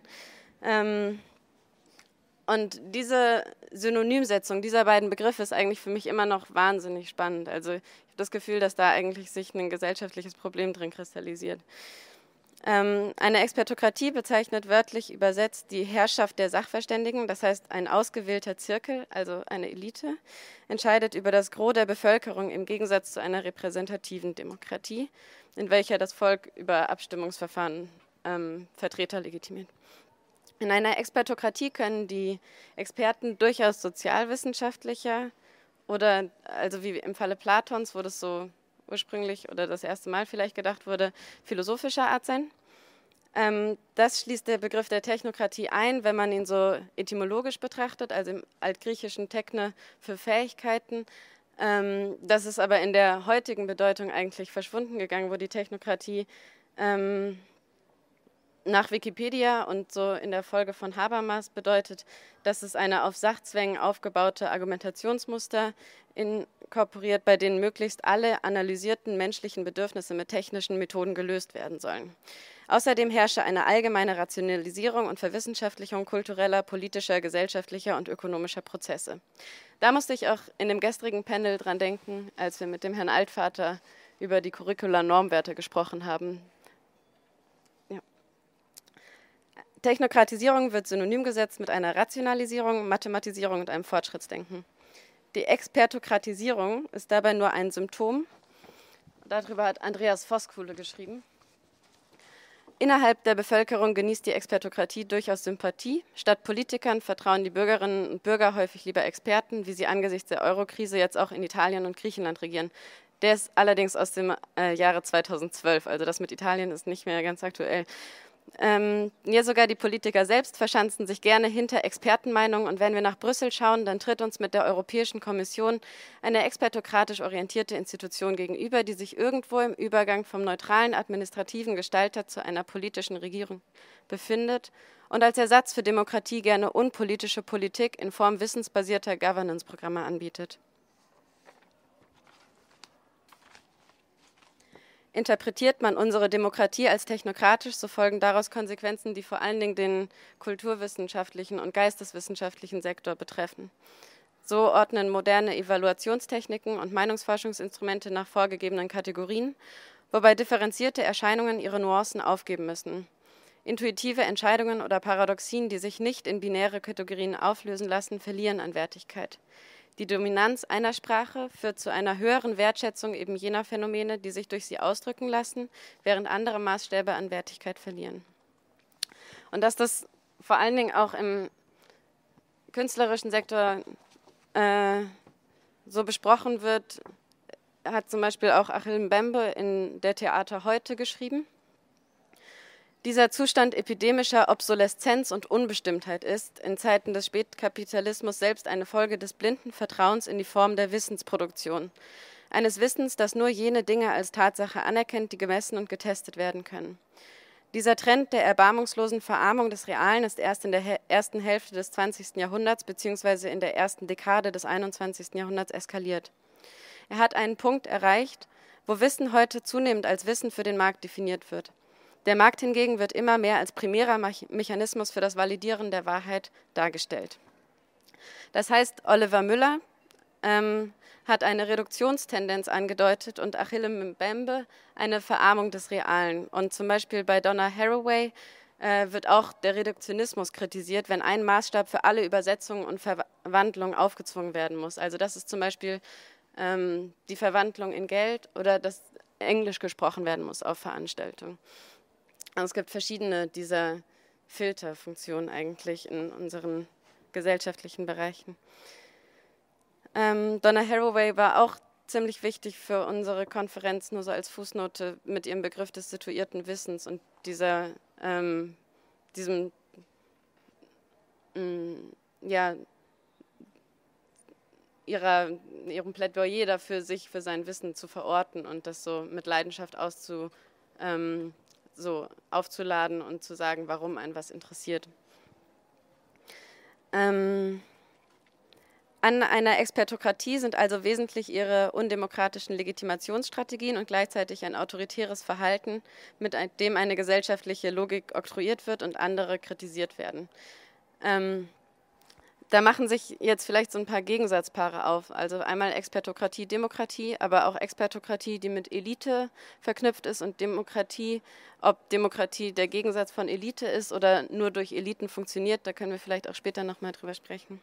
Und diese Synonymsetzung dieser beiden Begriffe ist eigentlich für mich immer noch wahnsinnig spannend. Also ich habe das Gefühl, dass da eigentlich sich ein gesellschaftliches Problem drin kristallisiert. Eine Expertokratie bezeichnet wörtlich übersetzt die Herrschaft der Sachverständigen, das heißt ein ausgewählter Zirkel, also eine Elite, entscheidet über das Gros der Bevölkerung im Gegensatz zu einer repräsentativen Demokratie, in welcher das Volk über Abstimmungsverfahren Vertreter legitimiert. In einer Expertokratie können die Experten durchaus sozialwissenschaftlicher oder, also wie im Falle Platons, wo das so ursprünglich oder das erste Mal vielleicht gedacht wurde, philosophischer Art sein. Das schließt der Begriff der Technokratie ein, wenn man ihn so etymologisch betrachtet, also im altgriechischen Techne für Fähigkeiten. Das ist aber in der heutigen Bedeutung eigentlich verschwunden gegangen, wo die Technokratie nach Wikipedia und so in der Folge von Habermas bedeutet, dass es eine auf Sachzwängen aufgebaute Argumentationsmuster inkorporiert, bei denen möglichst alle analysierten menschlichen Bedürfnisse mit technischen Methoden gelöst werden sollen. Außerdem herrsche eine allgemeine Rationalisierung und Verwissenschaftlichung kultureller, politischer, gesellschaftlicher und ökonomischer Prozesse. Da musste ich auch in dem gestrigen Panel dran denken, als wir mit dem Herrn Altvater über die Curricula-Normwerte gesprochen haben. Technokratisierung wird synonym gesetzt mit einer Rationalisierung, Mathematisierung und einem Fortschrittsdenken. Die Expertokratisierung ist dabei nur ein Symptom. Darüber hat Andreas Voskuhle geschrieben. Innerhalb der Bevölkerung genießt die Expertokratie durchaus Sympathie. Statt Politikern vertrauen die Bürgerinnen und Bürger häufig lieber Experten, wie sie angesichts der Eurokrise jetzt auch in Italien und Griechenland regieren. Der ist allerdings aus dem Jahre 2012, also das mit Italien ist nicht mehr ganz aktuell. Ja, sogar die Politiker selbst verschanzen sich gerne hinter Expertenmeinungen und wenn wir nach Brüssel schauen, dann tritt uns mit der Europäischen Kommission eine expertokratisch orientierte Institution gegenüber, die sich irgendwo im Übergang vom neutralen administrativen Gestalter zu einer politischen Regierung befindet und als Ersatz für Demokratie gerne unpolitische Politik in Form wissensbasierter Governance-Programme anbietet. Interpretiert man unsere Demokratie als technokratisch, so folgen daraus Konsequenzen, die vor allen Dingen den kulturwissenschaftlichen und geisteswissenschaftlichen Sektor betreffen. So ordnen moderne Evaluationstechniken und Meinungsforschungsinstrumente nach vorgegebenen Kategorien, wobei differenzierte Erscheinungen ihre Nuancen aufgeben müssen. Intuitive Entscheidungen oder Paradoxien, die sich nicht in binäre Kategorien auflösen lassen, verlieren an Wertigkeit. Die Dominanz einer Sprache führt zu einer höheren Wertschätzung eben jener Phänomene, die sich durch sie ausdrücken lassen, während andere Maßstäbe an Wertigkeit verlieren. Und dass das vor allen Dingen auch im künstlerischen Sektor so besprochen wird, hat zum Beispiel auch Achille Mbembe in Der Theater heute geschrieben. Dieser Zustand epidemischer Obsoleszenz und Unbestimmtheit ist in Zeiten des Spätkapitalismus selbst eine Folge des blinden Vertrauens in die Form der Wissensproduktion. Eines Wissens, das nur jene Dinge als Tatsache anerkennt, die gemessen und getestet werden können. Dieser Trend der erbarmungslosen Verarmung des Realen ist erst in der ersten Hälfte des 20. Jahrhunderts bzw. in der ersten Dekade des 21. Jahrhunderts eskaliert. Er hat einen Punkt erreicht, wo Wissen heute zunehmend als Wissen für den Markt definiert wird. Der Markt hingegen wird immer mehr als primärer Mechanismus für das Validieren der Wahrheit dargestellt. Das heißt, Oliver Müller hat eine Reduktionstendenz angedeutet und Achille Mbembe eine Verarmung des Realen. Und zum Beispiel bei Donna Haraway wird auch der Reduktionismus kritisiert, wenn ein Maßstab für alle Übersetzungen und Verwandlungen aufgezwungen werden muss. Also das ist zum Beispiel die Verwandlung in Geld oder dass Englisch gesprochen werden muss auf Veranstaltungen. Also es gibt verschiedene dieser Filterfunktionen eigentlich in unseren gesellschaftlichen Bereichen. Donna Haraway war auch ziemlich wichtig für unsere Konferenz, nur so als Fußnote mit ihrem Begriff des situierten Wissens und diesem ihrem Plädoyer dafür, sich für sein Wissen zu verorten und das so mit Leidenschaft aufzuladen und zu sagen, warum einen was interessiert. An einer Expertokratie sind also wesentlich ihre undemokratischen Legitimationsstrategien und gleichzeitig ein autoritäres Verhalten, mit dem eine gesellschaftliche Logik oktroyiert wird und andere kritisiert werden. Da machen sich jetzt vielleicht so ein paar Gegensatzpaare auf. Also einmal Expertokratie, Demokratie, aber auch Expertokratie, die mit Elite verknüpft ist und Demokratie, ob Demokratie der Gegensatz von Elite ist oder nur durch Eliten funktioniert, da können wir vielleicht auch später nochmal drüber sprechen.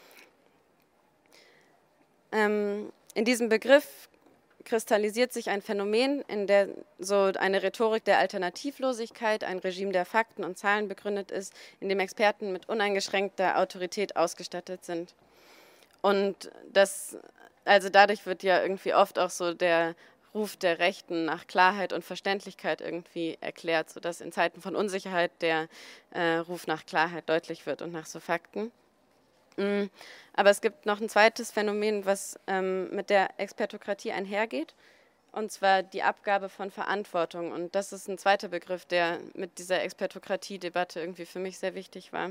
In diesem Begriff kristallisiert sich ein Phänomen, in der so eine Rhetorik der Alternativlosigkeit, ein Regime der Fakten und Zahlen begründet ist, in dem Experten mit uneingeschränkter Autorität ausgestattet sind. Und dadurch wird ja irgendwie oft auch so der Ruf der Rechten nach Klarheit und Verständlichkeit irgendwie erklärt, sodass in Zeiten von Unsicherheit der Ruf nach Klarheit deutlich wird und nach so Fakten. Aber es gibt noch ein zweites Phänomen, was mit der Expertokratie einhergeht, und zwar die Abgabe von Verantwortung. Und das ist ein zweiter Begriff, der mit dieser Expertokratie-Debatte irgendwie für mich sehr wichtig war.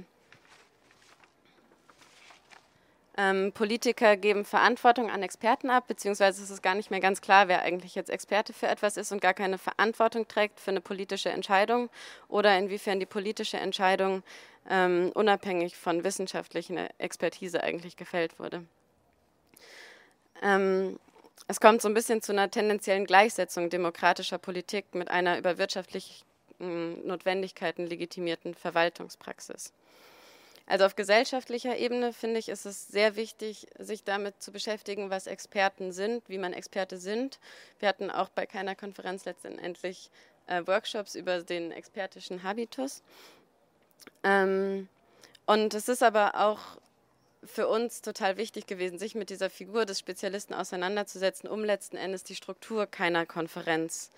Politiker geben Verantwortung an Experten ab, beziehungsweise es ist gar nicht mehr ganz klar, wer eigentlich jetzt Experte für etwas ist und gar keine Verantwortung trägt für eine politische Entscheidung oder inwiefern die politische Entscheidung unabhängig von wissenschaftlicher Expertise eigentlich gefällt wurde. Es kommt so ein bisschen zu einer tendenziellen Gleichsetzung demokratischer Politik mit einer über wirtschaftlichen Notwendigkeiten legitimierten Verwaltungspraxis. Also auf gesellschaftlicher Ebene, finde ich, ist es sehr wichtig, sich damit zu beschäftigen, was Experten sind, wie man Experte sind. Wir hatten auch bei keiner Konferenz letztendlich Workshops über den expertischen Habitus. Und es ist aber auch für uns total wichtig gewesen, sich mit dieser Figur des Spezialisten auseinanderzusetzen, um letzten Endes die Struktur keiner Konferenz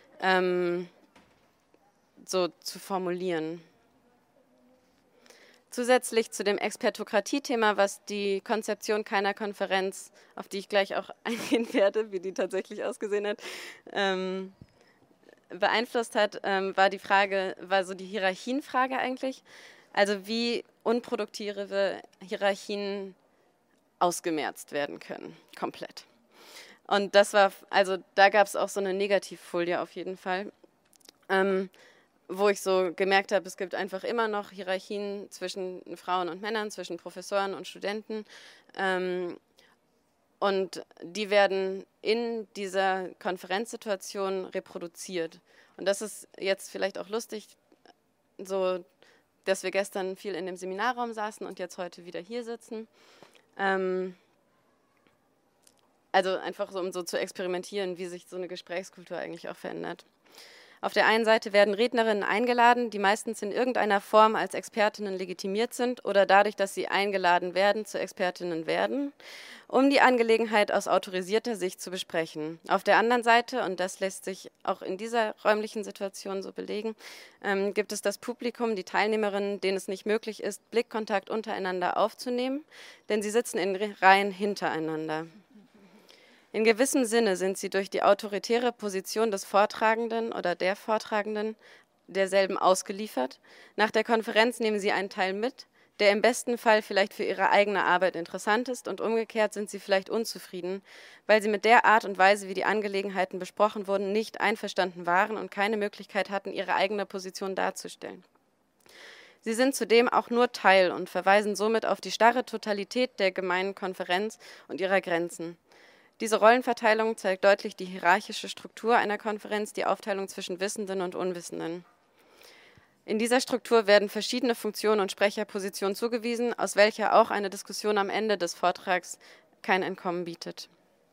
so zu formulieren. Zusätzlich zu dem Expertokratie-Thema, was die Konzeption keiner Konferenz, auf die ich gleich auch eingehen werde, wie die tatsächlich ausgesehen hat, beeinflusst hat, war so die Hierarchienfrage eigentlich. Also wie unproduktive Hierarchien ausgemerzt werden können, komplett. Und das war, also da gab es auch so eine Negativfolie auf jeden Fall, wo ich so gemerkt habe, es gibt einfach immer noch Hierarchien zwischen Frauen und Männern, zwischen Professoren und Studenten. Und die werden in dieser Konferenzsituation reproduziert. Und das ist jetzt vielleicht auch lustig, so dass wir gestern viel in dem Seminarraum saßen und jetzt heute wieder hier sitzen. Also einfach so, um so zu experimentieren, wie sich so eine Gesprächskultur eigentlich auch verändert. Auf der einen Seite werden Rednerinnen eingeladen, die meistens in irgendeiner Form als Expertinnen legitimiert sind oder dadurch, dass sie eingeladen werden, zu Expertinnen werden, um die Angelegenheit aus autorisierter Sicht zu besprechen. Auf der anderen Seite, und das lässt sich auch in dieser räumlichen Situation so belegen, gibt es das Publikum, die Teilnehmerinnen, denen es nicht möglich ist, Blickkontakt untereinander aufzunehmen, denn sie sitzen in Reihen hintereinander. In gewissem Sinne sind sie durch die autoritäre Position des Vortragenden oder der Vortragenden derselben ausgeliefert. Nach der Konferenz nehmen sie einen Teil mit, der im besten Fall vielleicht für ihre eigene Arbeit interessant ist, und umgekehrt sind sie vielleicht unzufrieden, weil sie mit der Art und Weise, wie die Angelegenheiten besprochen wurden, nicht einverstanden waren und keine Möglichkeit hatten, ihre eigene Position darzustellen. Sie sind zudem auch nur Teil und verweisen somit auf die starre Totalität der gemeinen Konferenz und ihrer Grenzen. Diese Rollenverteilung zeigt deutlich die hierarchische Struktur einer Konferenz, die Aufteilung zwischen Wissenden und Unwissenden. In dieser Struktur werden verschiedene Funktionen und Sprecherpositionen zugewiesen, aus welcher auch eine Diskussion am Ende des Vortrags kein Entkommen bietet.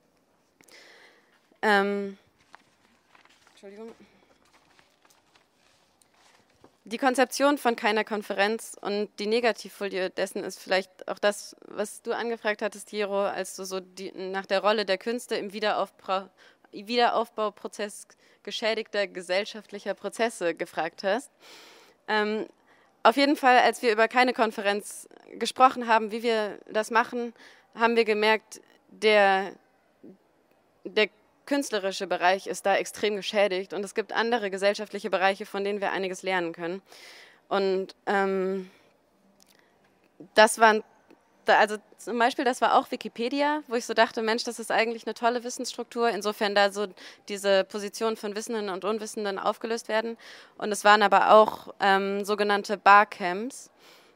Entschuldigung. Die Konzeption von keiner Konferenz und die Negativfolie dessen ist vielleicht auch das, was du angefragt hattest, Jero, als du so nach der Rolle der Künste im Wiederaufbauprozess geschädigter gesellschaftlicher Prozesse gefragt hast. Auf jeden Fall, als wir über keine Konferenz gesprochen haben, wie wir das machen, haben wir gemerkt, der künstlerische Bereich ist da extrem geschädigt und es gibt andere gesellschaftliche Bereiche, von denen wir einiges lernen können. Und das waren, also zum Beispiel, das war auch Wikipedia, wo ich so dachte, Mensch, das ist eigentlich eine tolle Wissensstruktur, insofern da so diese Positionen von Wissenden und Unwissenden aufgelöst werden. Und es waren aber auch sogenannte Barcamps,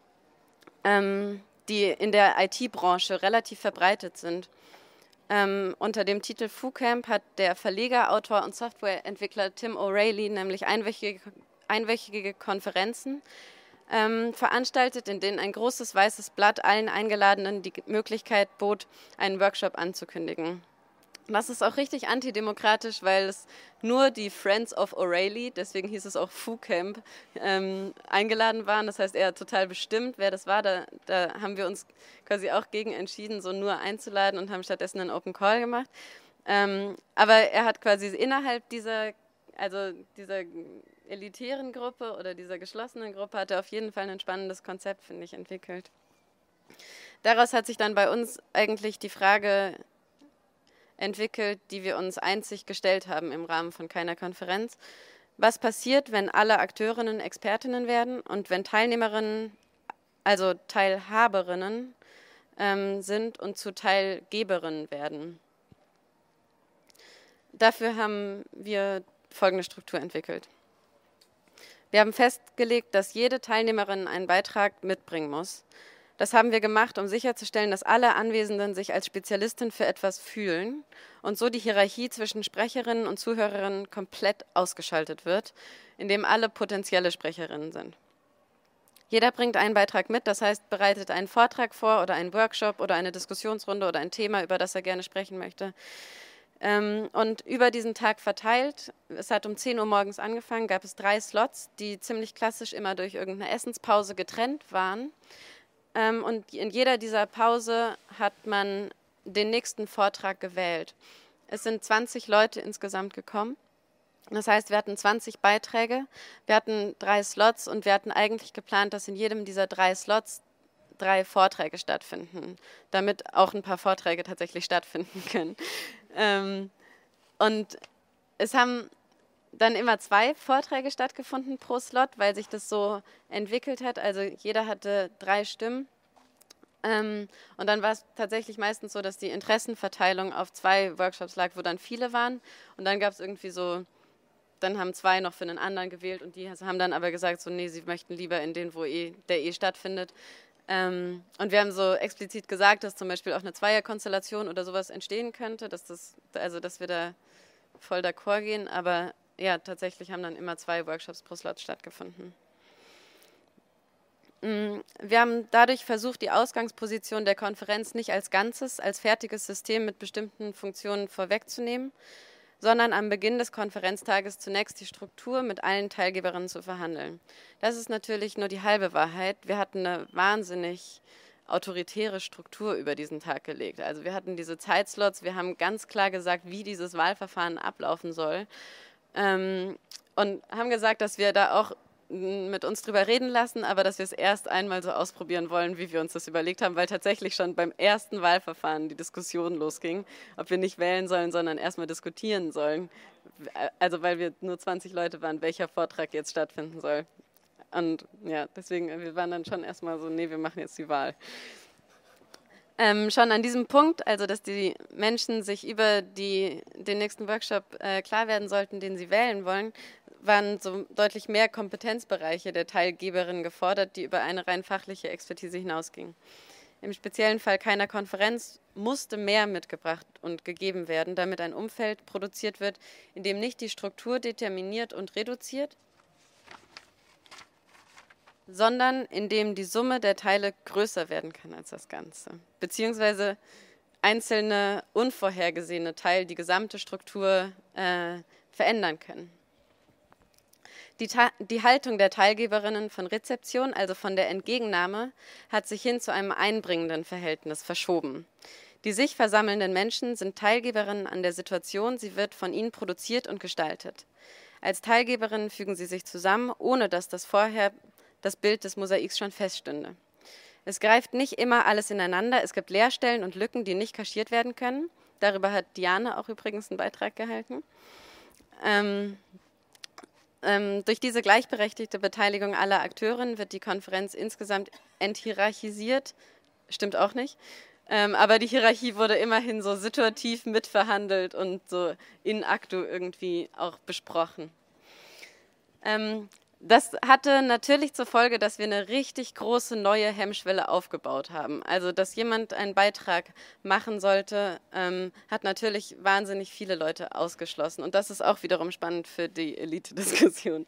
die in der IT-Branche relativ verbreitet sind. Unter dem Titel FooCamp hat der Verleger, Autor und Softwareentwickler Tim O'Reilly nämlich einwöchige Konferenzen veranstaltet, in denen ein großes weißes Blatt allen Eingeladenen die Möglichkeit bot, einen Workshop anzukündigen. Das ist auch richtig antidemokratisch, weil es nur die Friends of O'Reilly, deswegen hieß es auch FooCamp, eingeladen waren. Das heißt, er hat total bestimmt, wer das war. Da haben wir uns quasi auch gegen entschieden, so nur einzuladen und haben stattdessen einen Open Call gemacht. Aber er hat quasi innerhalb dieser elitären Gruppe oder dieser geschlossenen Gruppe hat er auf jeden Fall ein spannendes Konzept, finde ich, entwickelt. Daraus hat sich dann bei uns eigentlich die Frage entwickelt, die wir uns einzig gestellt haben im Rahmen von keiner Konferenz. Was passiert, wenn alle Akteurinnen Expertinnen werden und wenn Teilnehmerinnen, also Teilhaberinnen sind und zu Teilgeberinnen werden? Dafür haben wir folgende Struktur entwickelt. Wir haben festgelegt, dass jede Teilnehmerin einen Beitrag mitbringen muss. Das haben wir gemacht, um sicherzustellen, dass alle Anwesenden sich als Spezialistin für etwas fühlen und so die Hierarchie zwischen Sprecherinnen und Zuhörerinnen komplett ausgeschaltet wird, indem alle potenzielle Sprecherinnen sind. Jeder bringt einen Beitrag mit, das heißt, bereitet einen Vortrag vor oder einen Workshop oder eine Diskussionsrunde oder ein Thema, über das er gerne sprechen möchte. Und über diesen Tag verteilt, es hat um 10 Uhr morgens angefangen, gab es 3 Slots, die ziemlich klassisch immer durch irgendeine Essenspause getrennt waren. Und in jeder dieser Pause hat man den nächsten Vortrag gewählt. Es sind 20 Leute insgesamt gekommen. Das heißt, wir hatten 20 Beiträge, wir hatten 3 Slots und wir hatten eigentlich geplant, dass in jedem dieser 3 Slots 3 Vorträge stattfinden, damit auch ein paar Vorträge tatsächlich stattfinden können. Und es haben dann immer 2 Vorträge stattgefunden pro Slot, weil sich das so entwickelt hat. Also jeder hatte 3 Stimmen Und dann war es tatsächlich meistens so, dass die Interessenverteilung auf 2 Workshops lag, wo dann viele waren. Und dann gab es irgendwie so, dann haben 2 noch für einen anderen gewählt und die haben dann aber gesagt, so nee, sie möchten lieber in den, wo der stattfindet. Und wir haben so explizit gesagt, dass zum Beispiel auch eine Zweierkonstellation oder sowas entstehen könnte, dass wir da voll d'accord gehen. Aber ja, tatsächlich haben dann immer 2 Workshops pro Slot stattgefunden. Wir haben dadurch versucht, die Ausgangsposition der Konferenz nicht als Ganzes, als fertiges System mit bestimmten Funktionen vorwegzunehmen, sondern am Beginn des Konferenztages zunächst die Struktur mit allen Teilgeberinnen zu verhandeln. Das ist natürlich nur die halbe Wahrheit. Wir hatten eine wahnsinnig autoritäre Struktur über diesen Tag gelegt. Also wir hatten diese Zeitslots, wir haben ganz klar gesagt, wie dieses Wahlverfahren ablaufen soll und haben gesagt, dass wir da auch mit uns drüber reden lassen, aber dass wir es erst einmal so ausprobieren wollen, wie wir uns das überlegt haben, weil tatsächlich schon beim ersten Wahlverfahren die Diskussion losging, ob wir nicht wählen sollen, sondern erstmal diskutieren sollen. Also weil wir nur 20 Leute waren, welcher Vortrag jetzt stattfinden soll. Und ja, deswegen, wir waren dann schon erstmal so, nee, wir machen jetzt die Wahl. Schon an diesem Punkt, also dass die Menschen sich über den nächsten Workshop klar werden sollten, den sie wählen wollen, waren so deutlich mehr Kompetenzbereiche der Teilgeberinnen gefordert, die über eine rein fachliche Expertise hinausgingen. Im speziellen Fall keiner Konferenz musste mehr mitgebracht und gegeben werden, damit ein Umfeld produziert wird, in dem nicht die Struktur determiniert und reduziert, sondern in dem die Summe der Teile größer werden kann als das Ganze, beziehungsweise einzelne unvorhergesehene Teile die gesamte Struktur verändern können. Die Haltung der Teilgeberinnen von Rezeption, also von der Entgegennahme, hat sich hin zu einem einbringenden Verhältnis verschoben. Die sich versammelnden Menschen sind Teilgeberinnen an der Situation, sie wird von ihnen produziert und gestaltet. Als Teilgeberinnen fügen sie sich zusammen, ohne dass vorher das Bild des Mosaiks schon feststünde. Es greift nicht immer alles ineinander, es gibt Leerstellen und Lücken, die nicht kaschiert werden können. Darüber hat Diane auch übrigens einen Beitrag gehalten. Durch diese gleichberechtigte Beteiligung aller Akteurinnen wird die Konferenz insgesamt enthierarchisiert, stimmt auch nicht, aber die Hierarchie wurde immerhin so situativ mitverhandelt und so in actu irgendwie auch besprochen. Das hatte natürlich zur Folge, dass wir eine richtig große neue Hemmschwelle aufgebaut haben. Also, dass jemand einen Beitrag machen sollte, hat natürlich wahnsinnig viele Leute ausgeschlossen. Und das ist auch wiederum spannend für die Elite-Diskussion.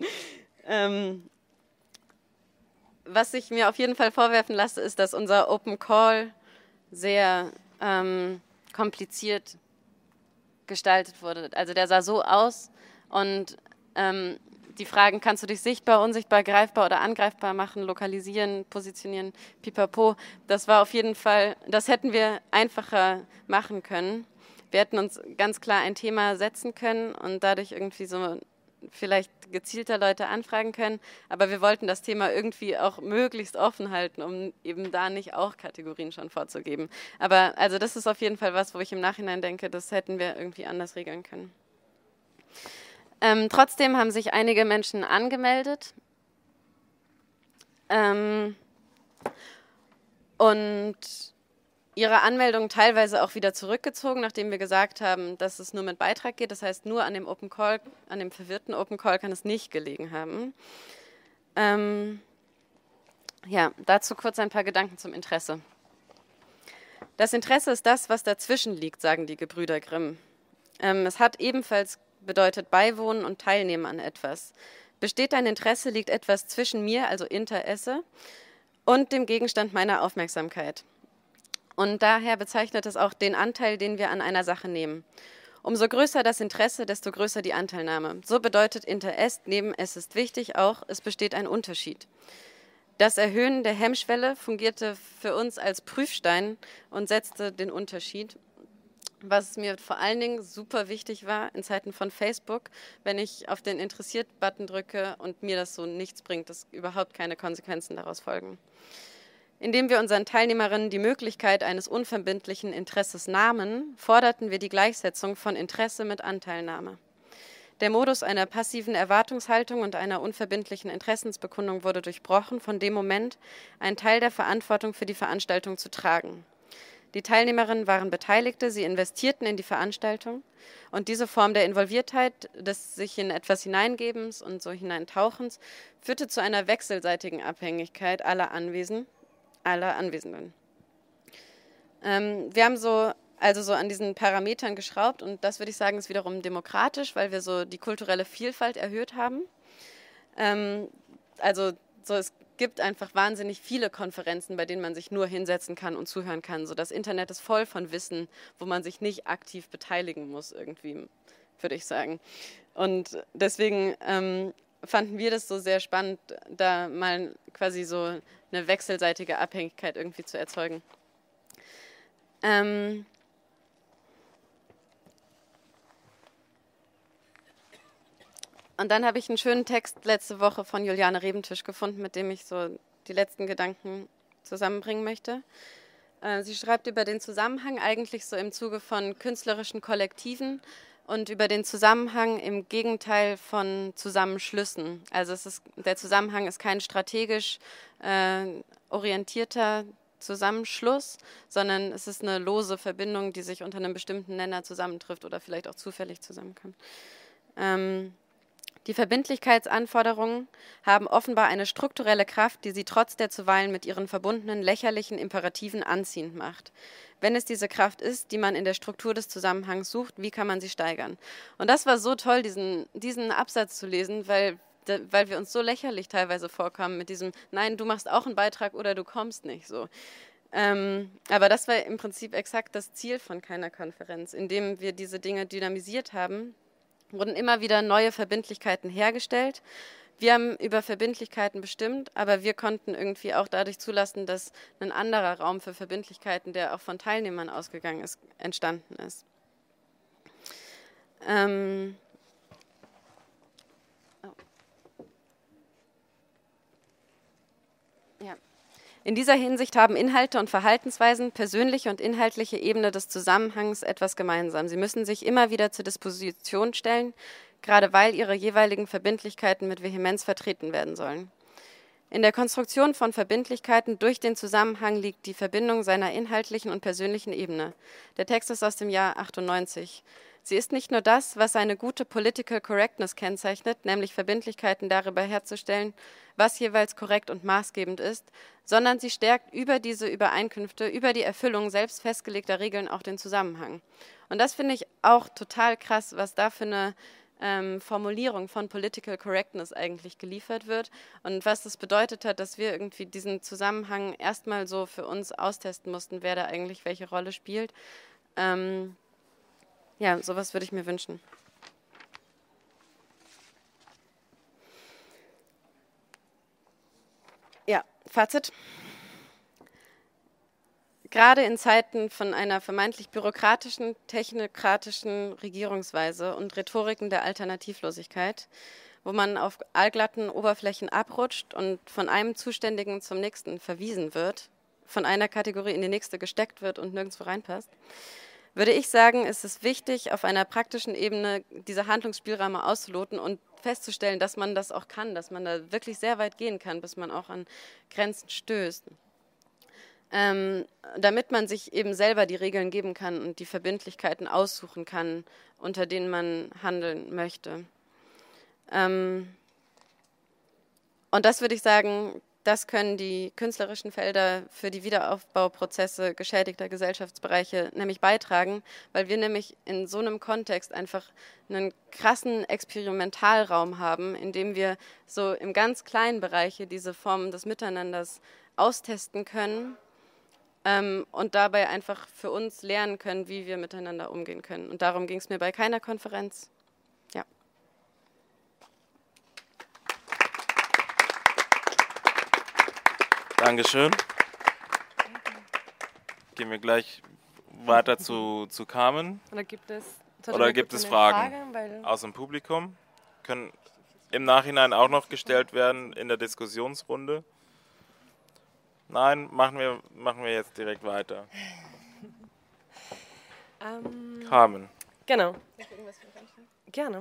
Was ich mir auf jeden Fall vorwerfen lasse, ist, dass unser Open Call sehr kompliziert gestaltet wurde. Also der sah so aus und die Fragen, kannst du dich sichtbar, unsichtbar, greifbar oder angreifbar machen, lokalisieren, positionieren, pipapo, das war auf jeden Fall, das hätten wir einfacher machen können. Wir hätten uns ganz klar ein Thema setzen können und dadurch irgendwie so vielleicht gezielter Leute anfragen können, aber wir wollten das Thema irgendwie auch möglichst offen halten, um eben da nicht auch Kategorien schon vorzugeben. Aber also das ist auf jeden Fall was, wo ich im Nachhinein denke, das hätten wir irgendwie anders regeln können. Trotzdem haben sich einige Menschen angemeldet und ihre Anmeldung teilweise auch wieder zurückgezogen, nachdem wir gesagt haben, dass es nur mit Beitrag geht. Das heißt, nur an dem Open Call, an dem verwirrten Open Call kann es nicht gelegen haben. Ja, dazu kurz ein paar Gedanken zum Interesse. Das Interesse ist das, was dazwischen liegt, sagen die Gebrüder Grimm. Es hat ebenfalls bedeutet Beiwohnen und Teilnehmen an etwas. Besteht ein Interesse, liegt etwas zwischen mir, also Interesse, und dem Gegenstand meiner Aufmerksamkeit. Und daher bezeichnet es auch den Anteil, den wir an einer Sache nehmen. Umso größer das Interesse, desto größer die Anteilnahme. So bedeutet Inter est neben es ist wichtig auch, es besteht ein Unterschied. Das Erhöhen der Hemmschwelle fungierte für uns als Prüfstein und setzte den Unterschied. Was mir vor allen Dingen super wichtig war in Zeiten von Facebook, wenn ich auf den Interessiert-Button drücke und mir das so nichts bringt, dass überhaupt keine Konsequenzen daraus folgen. Indem wir unseren Teilnehmerinnen die Möglichkeit eines unverbindlichen Interesses nahmen, forderten wir die Gleichsetzung von Interesse mit Anteilnahme. Der Modus einer passiven Erwartungshaltung und einer unverbindlichen Interessensbekundung wurde durchbrochen, von dem Moment einen Teil der Verantwortung für die Veranstaltung zu tragen. Die Teilnehmerinnen waren Beteiligte, sie investierten in die Veranstaltung und diese Form der Involviertheit, des sich in etwas hineingebens und so hineintauchens, führte zu einer wechselseitigen Abhängigkeit aller Anwesenden. Wir haben so an diesen Parametern geschraubt und das würde ich sagen ist wiederum demokratisch, weil wir so die kulturelle Vielfalt erhöht haben. Es gibt einfach wahnsinnig viele Konferenzen, bei denen man sich nur hinsetzen kann und zuhören kann. So, das Internet ist voll von Wissen, wo man sich nicht aktiv beteiligen muss, irgendwie, würde ich sagen. Und deswegen fanden wir das so sehr spannend, da mal quasi so eine wechselseitige Abhängigkeit irgendwie zu erzeugen. Und dann habe ich einen schönen Text letzte Woche von Juliane Rebentisch gefunden, mit dem ich so die letzten Gedanken zusammenbringen möchte. Sie schreibt über den Zusammenhang eigentlich so im Zuge von künstlerischen Kollektiven und über den Zusammenhang im Gegenteil von Zusammenschlüssen. Also der Zusammenhang ist kein strategisch orientierter Zusammenschluss, sondern es ist eine lose Verbindung, die sich unter einem bestimmten Nenner zusammentrifft oder vielleicht auch zufällig zusammenkommt. Die Verbindlichkeitsanforderungen haben offenbar eine strukturelle Kraft, die sie trotz der zuweilen mit ihren verbundenen lächerlichen Imperativen anziehend macht. Wenn es diese Kraft ist, die man in der Struktur des Zusammenhangs sucht, wie kann man sie steigern? Und das war so toll, diesen Absatz zu lesen, weil wir uns so lächerlich teilweise vorkommen mit diesem, nein, du machst auch einen Beitrag oder du kommst nicht so. Aber das war im Prinzip exakt das Ziel von keiner Konferenz, indem wir diese Dinge dynamisiert haben, wurden immer wieder neue Verbindlichkeiten hergestellt. Wir haben über Verbindlichkeiten bestimmt, aber wir konnten irgendwie auch dadurch zulassen, dass ein anderer Raum für Verbindlichkeiten, der auch von Teilnehmern ausgegangen ist, entstanden ist. In dieser Hinsicht haben Inhalte und Verhaltensweisen, persönliche und inhaltliche Ebene des Zusammenhangs etwas gemeinsam. Sie müssen sich immer wieder zur Disposition stellen, gerade weil ihre jeweiligen Verbindlichkeiten mit Vehemenz vertreten werden sollen. In der Konstruktion von Verbindlichkeiten durch den Zusammenhang liegt die Verbindung seiner inhaltlichen und persönlichen Ebene. Der Text ist aus dem Jahr 98. Sie ist nicht nur das, was eine gute Political Correctness kennzeichnet, nämlich Verbindlichkeiten darüber herzustellen, was jeweils korrekt und maßgebend ist, sondern sie stärkt über diese Übereinkünfte, über die Erfüllung selbst festgelegter Regeln auch den Zusammenhang. Und das finde ich auch total krass, was da für eine Formulierung von Political Correctness eigentlich geliefert wird und was das bedeutet hat, dass wir irgendwie diesen Zusammenhang erstmal so für uns austesten mussten, wer da eigentlich welche Rolle spielt. Ja, sowas würde ich mir wünschen. Ja, Fazit. Gerade in Zeiten von einer vermeintlich bürokratischen, technokratischen Regierungsweise und Rhetoriken der Alternativlosigkeit, wo man auf allglatten Oberflächen abrutscht und von einem Zuständigen zum nächsten verwiesen wird, von einer Kategorie in die nächste gesteckt wird und nirgendwo reinpasst, würde ich sagen, ist es wichtig, auf einer praktischen Ebene diese Handlungsspielräume auszuloten und festzustellen, dass man das auch kann, dass man da wirklich sehr weit gehen kann, bis man auch an Grenzen stößt. Damit man sich eben selber die Regeln geben kann und die Verbindlichkeiten aussuchen kann, unter denen man handeln möchte. Und das würde ich sagen, das können die künstlerischen Felder für die Wiederaufbauprozesse geschädigter Gesellschaftsbereiche nämlich beitragen, weil wir nämlich in so einem Kontext einfach einen krassen Experimentalraum haben, in dem wir so im ganz kleinen Bereiche diese Formen des Miteinanders austesten können und dabei einfach für uns lernen können, wie wir miteinander umgehen können. Und darum ging es mir bei keiner Konferenz. Ja. Dankeschön. Gehen wir gleich weiter zu Carmen. Oder gibt es Fragen aus dem Publikum? Können im Nachhinein auch noch gestellt werden in der Diskussionsrunde? Nein, machen wir jetzt direkt weiter. Carmen. Genau. Gerne.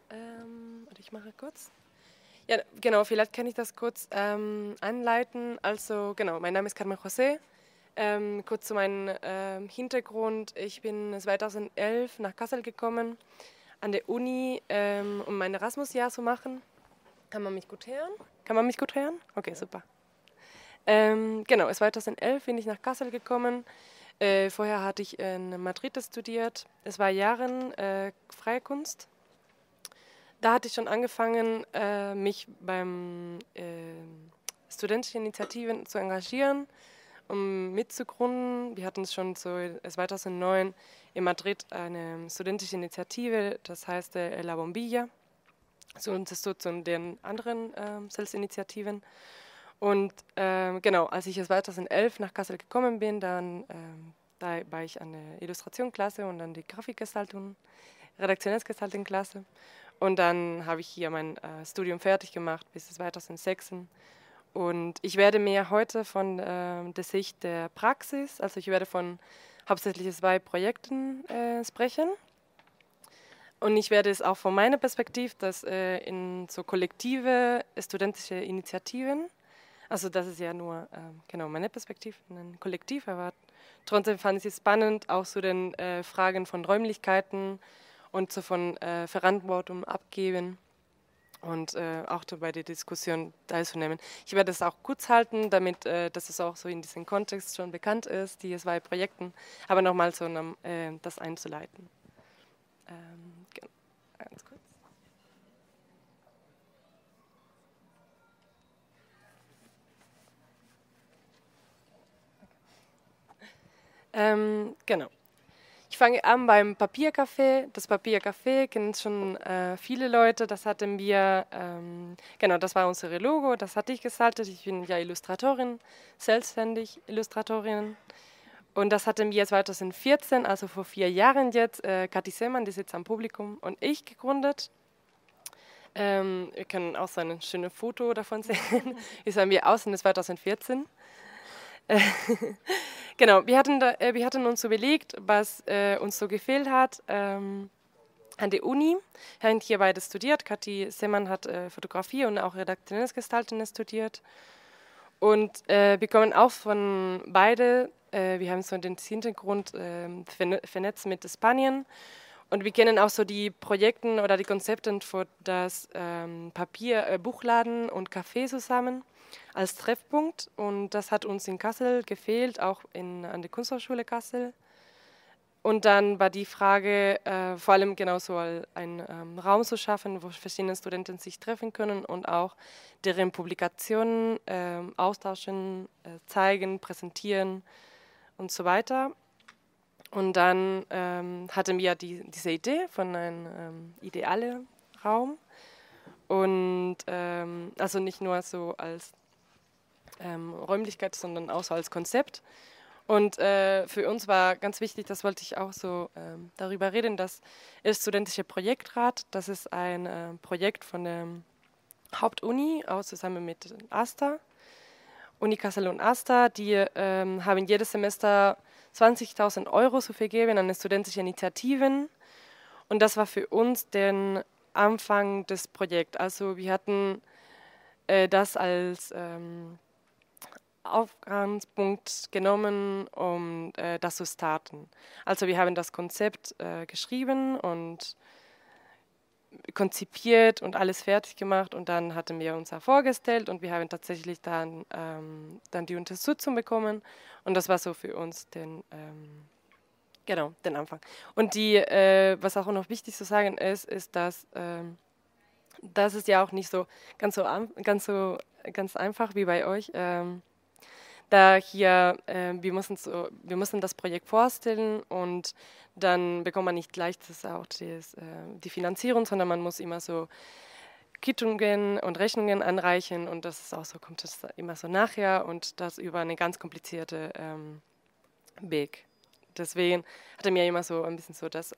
Ich mache kurz. Ja, genau, vielleicht kann ich das kurz anleiten. Also, genau, mein Name ist Carmen José. Kurz zu meinem Hintergrund. Ich bin 2011 nach Kassel gekommen, an der Uni, um mein Erasmus-Jahr zu machen. Kann man mich gut hören? Kann man mich gut hören? Okay, super. Genau, 2011 bin ich nach Kassel gekommen. Vorher hatte ich in Madrid studiert. Es war Jahre freie Kunst. Da hatte ich schon angefangen, mich beim studentischen Initiativen zu engagieren, um mitzugründen. Wir hatten schon 2009 in Madrid eine studentische Initiative, das heißt La Bombilla, zur Unterstützung der anderen Selbstinitiativen. Und genau, als ich 2011 nach Kassel gekommen bin, dann da war ich an der Illustrationsklasse und dann die Grafikgestaltung, Redaktionellgestaltung-Klasse. Und dann habe ich hier mein Studium fertig gemacht bis 2006. Und ich werde mehr heute von der Sicht der Praxis, also ich werde von hauptsächlich 2 Projekten sprechen. Und ich werde es auch von meiner Perspektive, dass in so kollektive studentische Initiativen, also das ist ja nur genau meine Perspektive in einem Kollektiv, aber trotzdem fand ich es spannend, auch zu den Fragen von Räumlichkeiten und so von Verantwortung abgeben und auch bei der Diskussion teilzunehmen. Ich werde es auch kurz halten, damit dass es auch so in diesem Kontext schon bekannt ist, die 2 Projekten, aber nochmal so das einzuleiten. Ganz kurz. Genau. Ich fange an beim Papiercafé. Das Papiercafé kennen schon viele Leute. Das hatten wir, genau, das war unser Logo, das hatte ich gestaltet. Ich bin ja Illustratorin, selbstständig Illustratorin. Und das hatten wir 2014, also vor 4 Jahren jetzt, Kathi Seemann, die sitzt am Publikum, und ich gegründet. Wir können auch so ein schönes Foto davon sehen. Wie sahen wir aus in 2014? Genau, wir hatten uns überlegt, was uns so gefehlt hat an der Uni. Wir haben hier beide studiert. Kathi Seemann hat Fotografie und auch redaktionelles Gestalten studiert. Und wir kommen auch von beide, wir haben so den Hintergrund vernetzt mit Spanien. Und wir kennen auch so die Projekte oder die Konzepte für das Buchladen und Café zusammen als Treffpunkt. Und das hat uns in Kassel gefehlt, auch an der Kunsthochschule Kassel. Und dann war die Frage, vor allem genauso einen Raum zu schaffen, wo verschiedene Studenten sich treffen können und auch deren Publikationen austauschen, zeigen, präsentieren und so weiter. Und dann hatten wir diese Idee von einem idealen Raum. Und also nicht nur so als Räumlichkeit, sondern auch so als Konzept. Und für uns war ganz wichtig, das wollte ich auch so darüber reden, das ist Studentische Projektrat. Das ist ein Projekt von der Hauptuni, auch zusammen mit AStA, Uni Kassel und AStA. Die haben jedes Semester 20.000 € zu vergeben an studentische Initiativen. Und das war für uns der Anfang des Projekts. Also wir hatten das als Ausgangspunkt genommen, um das zu starten. Also wir haben das Konzept geschrieben und konzipiert und alles fertig gemacht, und dann hatten wir uns vorgestellt und wir haben tatsächlich dann die Unterstützung bekommen, und das war so für uns den Anfang. Und was auch noch wichtig zu sagen ist, dass das ist ja auch nicht so ganz einfach wie bei euch. Da hier, wir mussten das Projekt vorstellen, und dann bekommt man nicht gleich die Finanzierung, sondern man muss immer so Quittungen und Rechnungen anreichen, und das ist auch so, kommt das immer so nachher, und das über eine ganz komplizierte Weg. Deswegen hat er mir immer so ein bisschen so das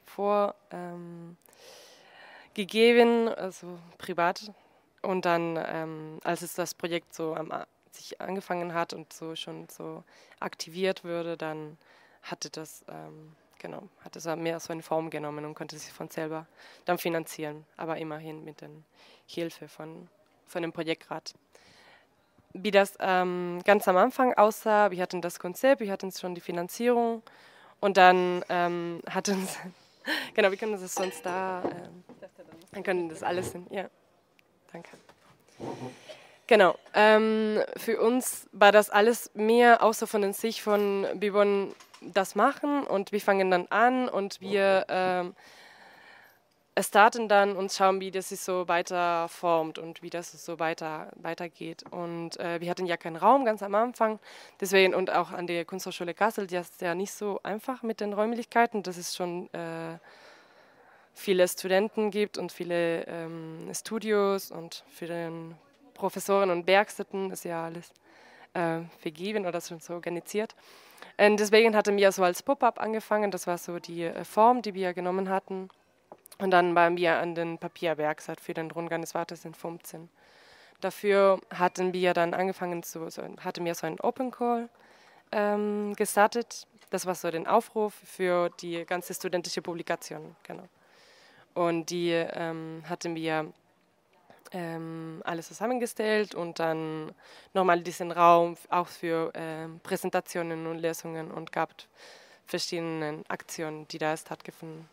vorgegeben, also privat, und dann, als es das Projekt so sich angefangen hat und so schon so aktiviert würde, dann hatte das genau, hat es mehr so eine Form genommen und konnte sich von selber dann finanzieren, aber immerhin mit der Hilfe von dem Projektrat. Wie das ganz am Anfang aussah, wir hatten das Konzept, wir hatten schon die Finanzierung und dann hatten es, genau, wie können das sonst da, dann können das alles sind, ja, danke. Genau, für uns war das alles mehr auch so von der Sicht von, wir wollen das machen und wir fangen dann an und wir starten dann und schauen, wie das sich so weiter formt und wie das so weitergeht. Und wir hatten ja keinen Raum ganz am Anfang, deswegen und auch an der Kunsthochschule Kassel, das ist ja nicht so einfach mit den Räumlichkeiten, dass es schon viele Studenten gibt und viele Studios und viele Professoren und Werkstätten, ist ja alles vergeben oder schon so organisiert. Und deswegen hatten wir so als Pop-up angefangen, das war so die Form, die wir genommen hatten. Und dann waren wir an den Papierwerkstatt für den Rundgang des 2015. Dafür hatten wir dann angefangen, hatten wir so einen Open Call gestartet. Das war so den Aufruf für die ganze studentische Publikation. Genau. Und die hatten wir alles zusammengestellt und dann nochmal diesen Raum auch für Präsentationen und Lesungen und gab verschiedene Aktionen, die da stattfanden.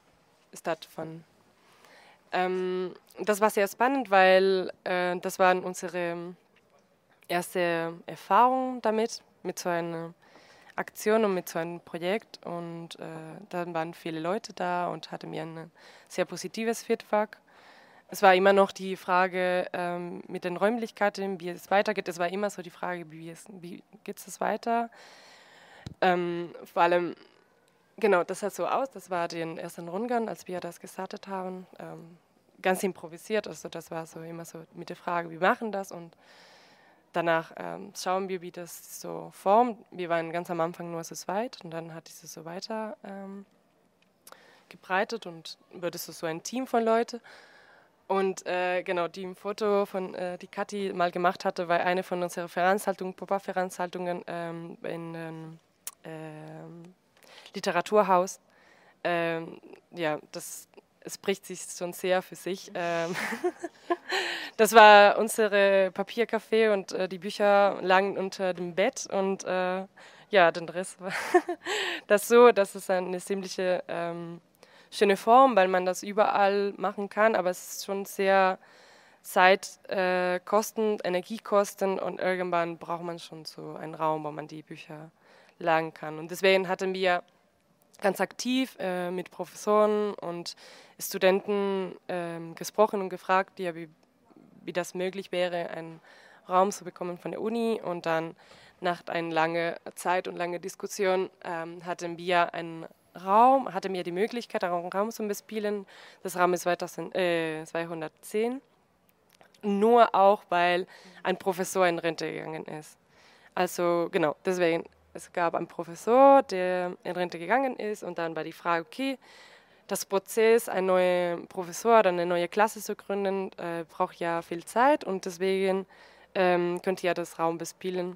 Das war sehr spannend, weil das waren unsere erste Erfahrungen damit, mit so einer Aktion und mit so einem Projekt. Und dann waren viele Leute da und hatten mir ein sehr positives Feedback. Es war immer noch die Frage mit den Räumlichkeiten, wie es weitergeht. Es war immer so die Frage, wie geht es weiter? Vor allem, genau, das sah so aus. Das war den ersten Rundgang, als wir das gestartet haben. Ganz improvisiert, also das war so immer so mit der Frage, wie machen das und danach schauen wir, wie das so formt. Wir waren ganz am Anfang nur so zweit und dann hat es so weiter gebreitet und wurde so ein Team von Leuten. Und genau, die im Foto von die Kathi mal gemacht hatte, war eine von unseren Veranstaltungen, Pop-up-Veranstaltungen in Literaturhaus. Ja, es spricht sich schon sehr für sich. Das war unsere Papiercafé und die Bücher lagen unter dem Bett und ja, den Rest war das so. Das ist eine ziemliche schöne Form, weil man das überall machen kann, aber es ist schon sehr Zeitkosten, Energiekosten und irgendwann braucht man schon so einen Raum, wo man die Bücher lagern kann. Und deswegen hatten wir ganz aktiv mit Professoren und Studenten gesprochen und gefragt, ja, wie das möglich wäre, einen Raum zu bekommen von der Uni. Und dann nach einer langen Zeit und lange Diskussion hatten wir die Möglichkeit, einen Raum zu bespielen. Das Raum ist 210. Nur auch, weil ein Professor in Rente gegangen ist. Also genau, deswegen. Es gab einen Professor, der in Rente gegangen ist und dann war die Frage, okay, das Prozess, einen neuen Professor oder eine neue Klasse zu gründen, braucht ja viel Zeit und deswegen könnt ihr das Raum bespielen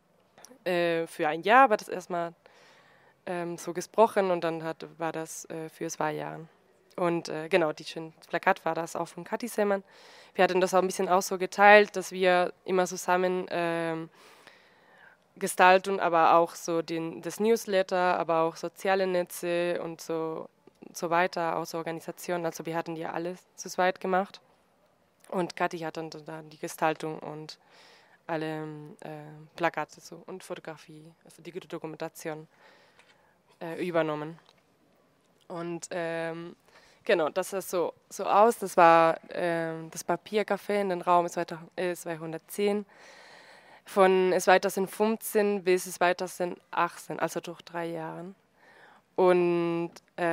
für ein Jahr, war das erstmal so gesprochen und dann war das für 2 Jahre. Und genau, das Plakat war das auch von Kathi Semmann. Wir hatten das auch ein bisschen auch so geteilt, dass wir immer zusammen gestalten, aber auch so das Newsletter, aber auch soziale Netze und so weiter, auch so Organisationen. Also wir hatten ja alles zu zweit gemacht und Kathi hat dann die Gestaltung und alle Plakate so und Fotografie, also die Dokumentation übernommen. Und genau, das sah so aus. Das war das Papiercafé in den Raum 210. Von 2015 bis 2018, also durch 3 Jahre. Und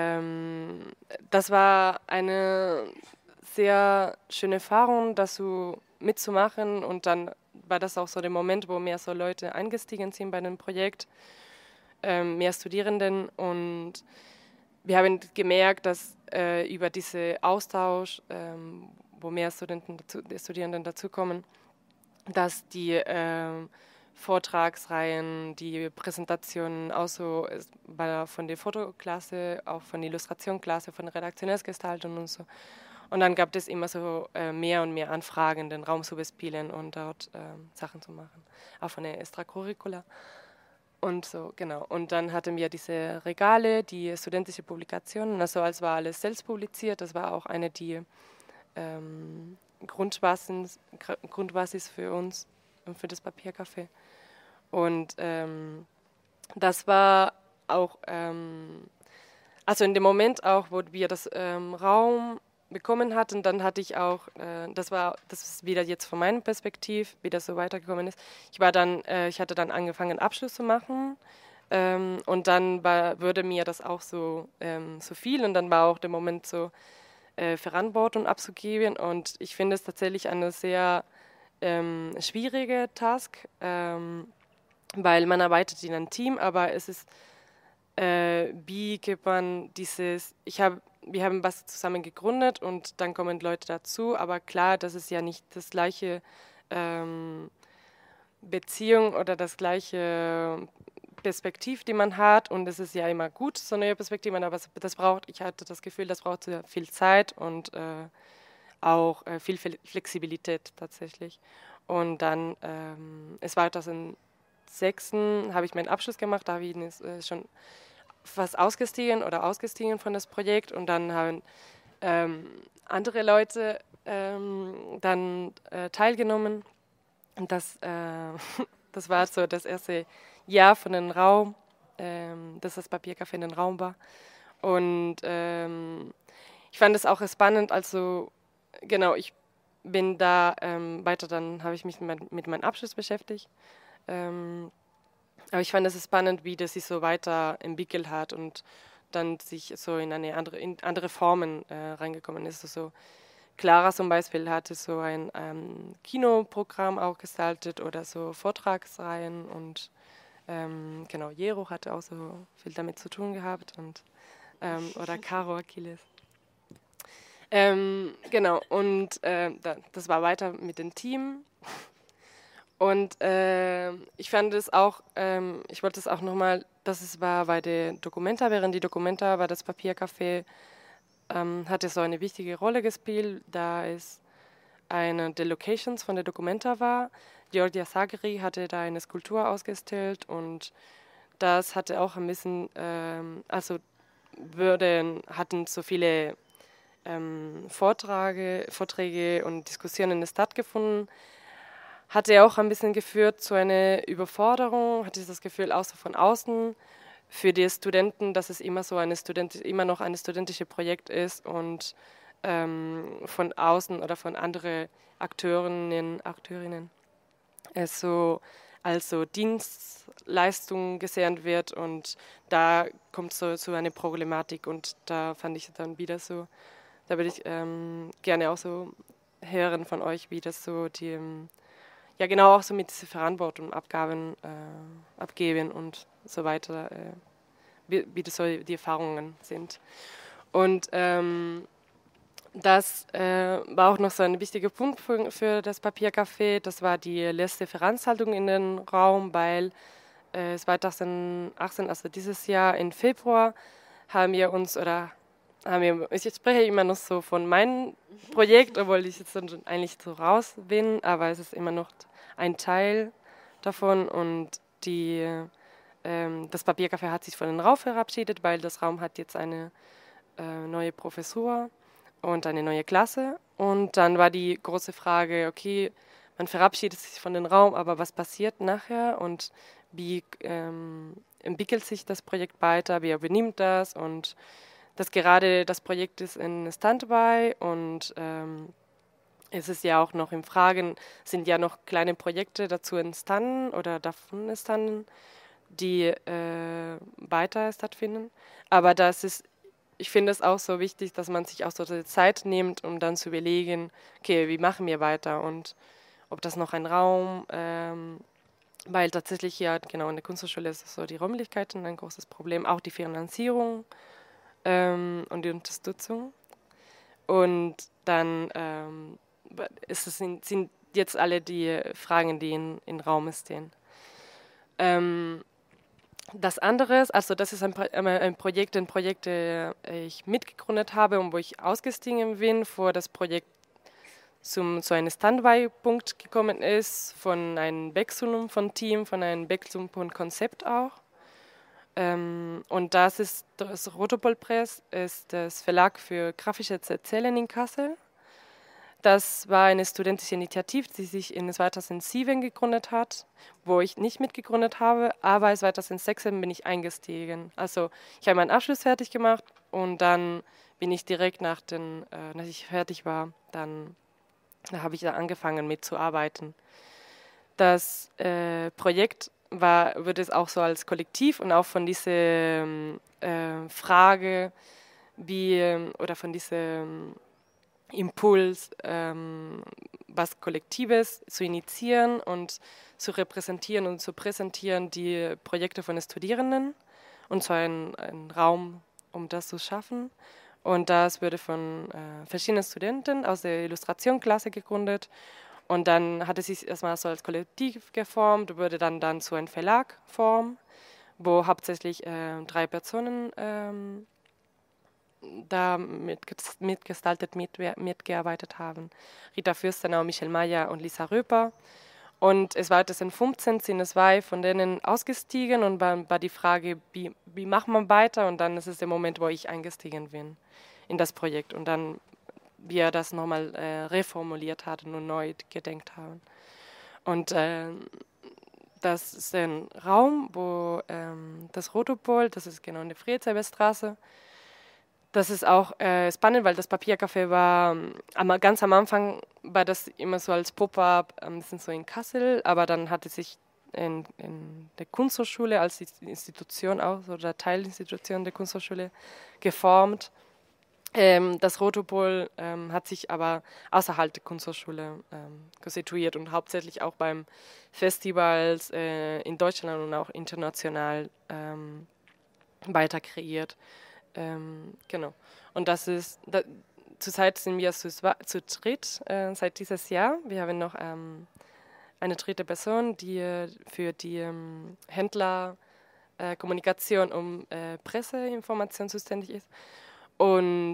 das war eine sehr schöne Erfahrung, das so mitzumachen. Und dann war das auch so der Moment, wo mehr so Leute eingestiegen sind bei dem Projekt, mehr Studierenden. Und wir haben gemerkt, dass über diesen Austausch, wo mehr Studierenden dazukommen, dass die Vortragsreihen, die Präsentationen, auch so von der Fotoklasse, auch von der Illustrationklasse, von der Redaktionellgestaltung und so. Und dann gab es immer so mehr und mehr Anfragen, den Raum zu bespielen und dort Sachen zu machen, auch von der Extracurricula. Und so, genau. Und dann hatten wir diese Regale, die studentische Publikationen, also es war alles selbst publiziert, das war auch eine die Grundbasis für uns und für das Papiercafé. Und das war auch, also in dem Moment auch, wo wir das Raum bekommen hatten, dann hatte ich auch, das ist wieder jetzt von meiner Perspektive, wie das so weitergekommen ist. Ich hatte dann angefangen, Abschluss zu machen und dann würde mir das auch so viel und dann war auch der Moment so, Verantwortung abzugeben und ich finde es tatsächlich eine sehr schwierige Task, weil man arbeitet in einem Team, aber es ist, wie gibt man wir haben was zusammen gegründet und dann kommen Leute dazu, aber klar, das ist ja nicht das gleiche Beziehung oder das gleiche Perspektiv, die man hat und es ist ja immer gut, so eine Perspektive, aber ich hatte das Gefühl, das braucht sehr viel Zeit und auch viel Flexibilität tatsächlich. Und dann, es war 2006, habe ich meinen Abschluss gemacht, da habe ich schon fast ausgestiegen von das Projekt und dann haben andere Leute dann teilgenommen und das war so das erste Jahr von dem Raum, dass das Papiercafé in den Raum war und ich fand es auch spannend, also genau, ich bin da weiter, dann habe ich mich mit meinem Abschluss beschäftigt. Aber ich fand es spannend, wie das sich so weiterentwickelt hat und dann sich so in andere Formen reingekommen ist. Also Clara zum Beispiel hatte so ein Kinoprogramm auch gestaltet oder so Vortragsreihen und genau, Jero hatte auch so viel damit zu tun gehabt und oder Caro Achilles. Genau, und das war weiter mit dem Team. Und ich fand es auch, ich wollte es auch nochmal, war bei der Documenta, während die Documenta war das Papiercafé, hatte so eine wichtige Rolle gespielt, da es eine der Locations von der Documenta war. Georgia Sagri hatte da eine Skulptur ausgestellt und das hatte auch ein bisschen, hatten so viele Vorträge und Diskussionen stattgefunden, hatte auch ein bisschen geführt zu einer Überforderung, hatte ich das Gefühl, auch so von außen für die Studenten, dass es immer noch ein studentisches Projekt ist und von außen oder von anderen Akteurinnen es so also Dienstleistung gesehen wird und da kommt so zu einer Problematik und da fand ich dann wieder so, da würde ich gerne auch so hören von euch, wie das so ja genau auch so mit dieser Verantwortung abgeben und so weiter, wie das so die Erfahrungen sind. Und das war auch noch so ein wichtiger Punkt für das Papiercafé. Das war die letzte Veranstaltung in den Raum, weil 2018, also dieses Jahr im Februar, ich spreche immer noch so von meinem Projekt, obwohl ich jetzt eigentlich so raus bin, aber es ist immer noch ein Teil davon und das Papiercafé hat sich von dem Raum verabschiedet, weil das Raum hat jetzt eine neue Professur und eine neue Klasse. Und dann war die große Frage, okay, man verabschiedet sich von dem Raum, aber was passiert nachher und wie entwickelt sich das Projekt weiter, wer übernimmt das und das Projekt ist in Standby und es ist ja auch noch in Fragen, sind ja noch kleine Projekte dazu entstanden oder davon entstanden, die weiter stattfinden. Aber ich finde es auch so wichtig, dass man sich auch so die Zeit nimmt, um dann zu überlegen, okay, wie machen wir weiter und ob das noch ein Raum, weil tatsächlich ja genau in der Kunsthochschule ist so die Räumlichkeiten ein großes Problem, auch die Finanzierung und die Unterstützung. Und dann sind jetzt alle die Fragen, die in Raum stehen. Das andere, also das ist ein Projekt, das ich mitgegründet habe und wo ich ausgestiegen bin, vor das Projekt zu einem Standby-Punkt gekommen ist, von einem Wechsel von Team, von einem Wechsel von Konzept auch. Und das ist das Rotopol Press, ist das Verlag für grafisches Erzählen in Kassel. Das war eine studentische Initiative, die sich in 2007 gegründet hat, wo ich nicht mitgegründet habe, aber 2006 bin ich eingestiegen. Also ich habe meinen Abschluss fertig gemacht und dann bin ich direkt nach ich fertig war, dann habe ich da angefangen mitzuarbeiten. Das Projekt wurde es auch so als Kollektiv und auch von dieser Frage, oder von diesem Impuls, was Kollektives zu initiieren und zu repräsentieren und zu präsentieren, die Projekte von den Studierenden und so einen Raum, um das zu schaffen. Und das wurde von verschiedenen Studenten aus der Illustrationklasse gegründet. Und dann hat es sich erstmal so als Kollektiv geformt, wurde dann zu einem Verlagform, wo hauptsächlich 3 Personen da mitgearbeitet haben. Rita Fürstenau, Michel Mayer und Lisa Röper. Und es war 2015, sind 2 von denen ausgestiegen und war die Frage, wie macht man weiter? Und dann ist es der Moment, wo ich eingestiegen bin in das Projekt und dann wir das nochmal reformuliert hatten und neu gedenkt haben. Und das ist ein Raum, wo das Rotopol, das ist genau in der Friedrichshaberstraße. Das ist auch spannend, weil das Papiercafé war, ganz am Anfang war das immer so als Pop-up, ein bisschen so in Kassel, aber dann hat es sich in der Kunsthochschule als Institution auch, oder Teilinstitution der Kunsthochschule geformt. Das Rotopol hat sich aber außerhalb der Kunsthochschule konstituiert und hauptsächlich auch beim Festivals in Deutschland und auch international weiter kreiert. Genau. Und das ist, zurzeit sind wir zu dritt seit dieses Jahr. Wir haben noch eine dritte Person, die für die Händlerkommunikation und Presseinformation zuständig ist. Und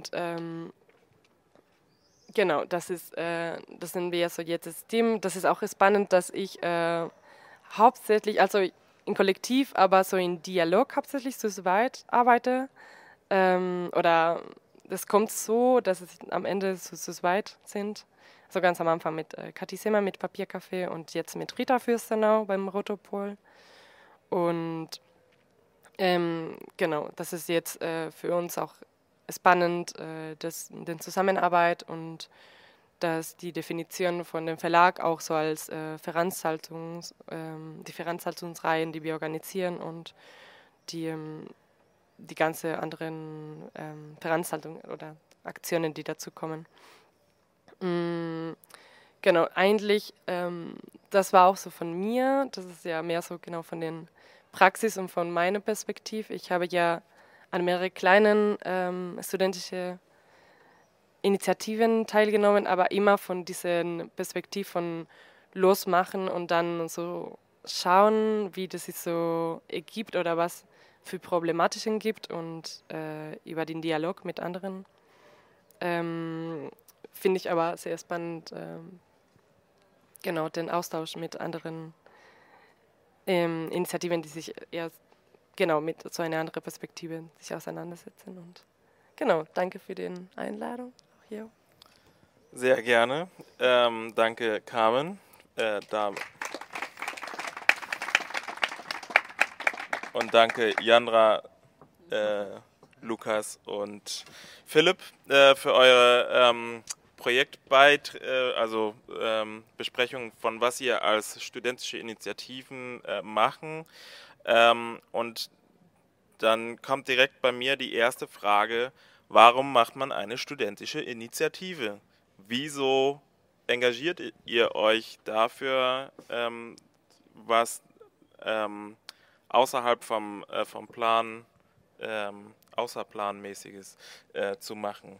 genau, das sind wir so jetzt das Team. Das ist auch spannend, dass ich hauptsächlich, also im Kollektiv, aber so in Dialog hauptsächlich zu zweit arbeite. Oder das kommt so, dass es am Ende zu zweit sind. So ganz am Anfang mit Kathi Simmer mit Papiercafé und jetzt mit Rita Fürstenau beim Rotopol. Und genau, das ist jetzt für uns auch spannend, die Zusammenarbeit und dass die Definition von dem Verlag auch so als die Veranstaltungsreihen, die wir organisieren und die ganze anderen Veranstaltungen oder Aktionen, die dazu kommen. Genau, eigentlich, das war auch so von mir, das ist ja mehr so genau von den Praxis und von meiner Perspektive. Ich habe ja an mehreren kleinen studentischen Initiativen teilgenommen, aber immer von diesen Perspektiven von losmachen und dann so schauen, wie das sich so ergibt oder was für Problematiken gibt und über den Dialog mit anderen. Finde ich aber sehr spannend, genau, den Austausch mit anderen Initiativen, die sich eher genau mit so einer anderen Perspektive sich auseinandersetzen. Und genau, danke für die Einladung. Auch hier. Sehr gerne. Danke, Carmen. Und danke Jandra, Lukas und Philipp für eure Besprechung von was ihr als studentische Initiativen machen. Und dann kommt direkt bei mir die erste Frage, warum macht man eine studentische Initiative? Wieso engagiert ihr euch dafür, was außerhalb vom Plan, Außerplanmäßiges zu machen?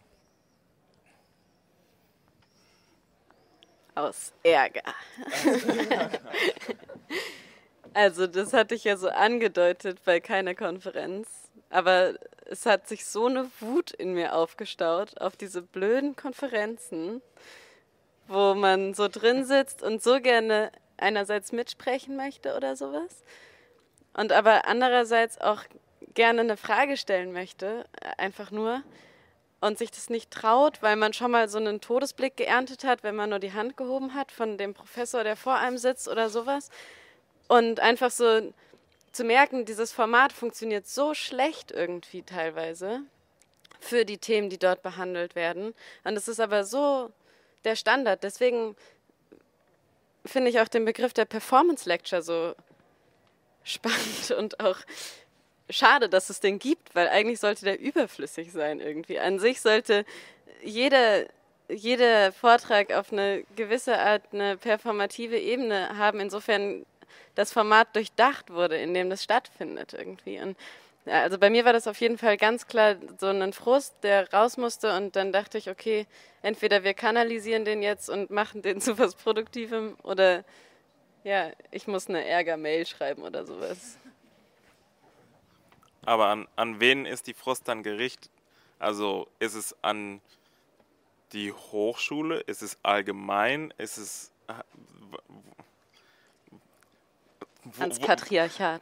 Aus Ärger. Also das hatte ich ja so angedeutet bei keiner Konferenz, aber es hat sich so eine Wut in mir aufgestaut auf diese blöden Konferenzen, wo man so drin sitzt und so gerne einerseits mitsprechen möchte oder sowas und aber andererseits auch gerne eine Frage stellen möchte, einfach nur und sich das nicht traut, weil man schon mal so einen Todesblick geerntet hat, wenn man nur die Hand gehoben hat von dem Professor, der vor einem sitzt oder sowas. Und einfach so zu merken, dieses Format funktioniert so schlecht irgendwie teilweise für die Themen, die dort behandelt werden. Und es ist aber so der Standard. Deswegen finde ich auch den Begriff der Performance Lecture so spannend und auch schade, dass es den gibt, weil eigentlich sollte der überflüssig sein irgendwie. An sich sollte jeder Vortrag auf eine gewisse Art eine performative Ebene haben, insofern das Format durchdacht wurde, in dem das stattfindet irgendwie. Und ja, also bei mir war das auf jeden Fall ganz klar so ein Frust, der raus musste und dann dachte ich, okay, entweder wir kanalisieren den jetzt und machen den zu was Produktivem oder ja, ich muss eine Ärger-Mail schreiben oder sowas. Aber an wen ist die Frust dann gerichtet? Also ist es an die Hochschule? Ist es allgemein? Ist es ans Patriarchat.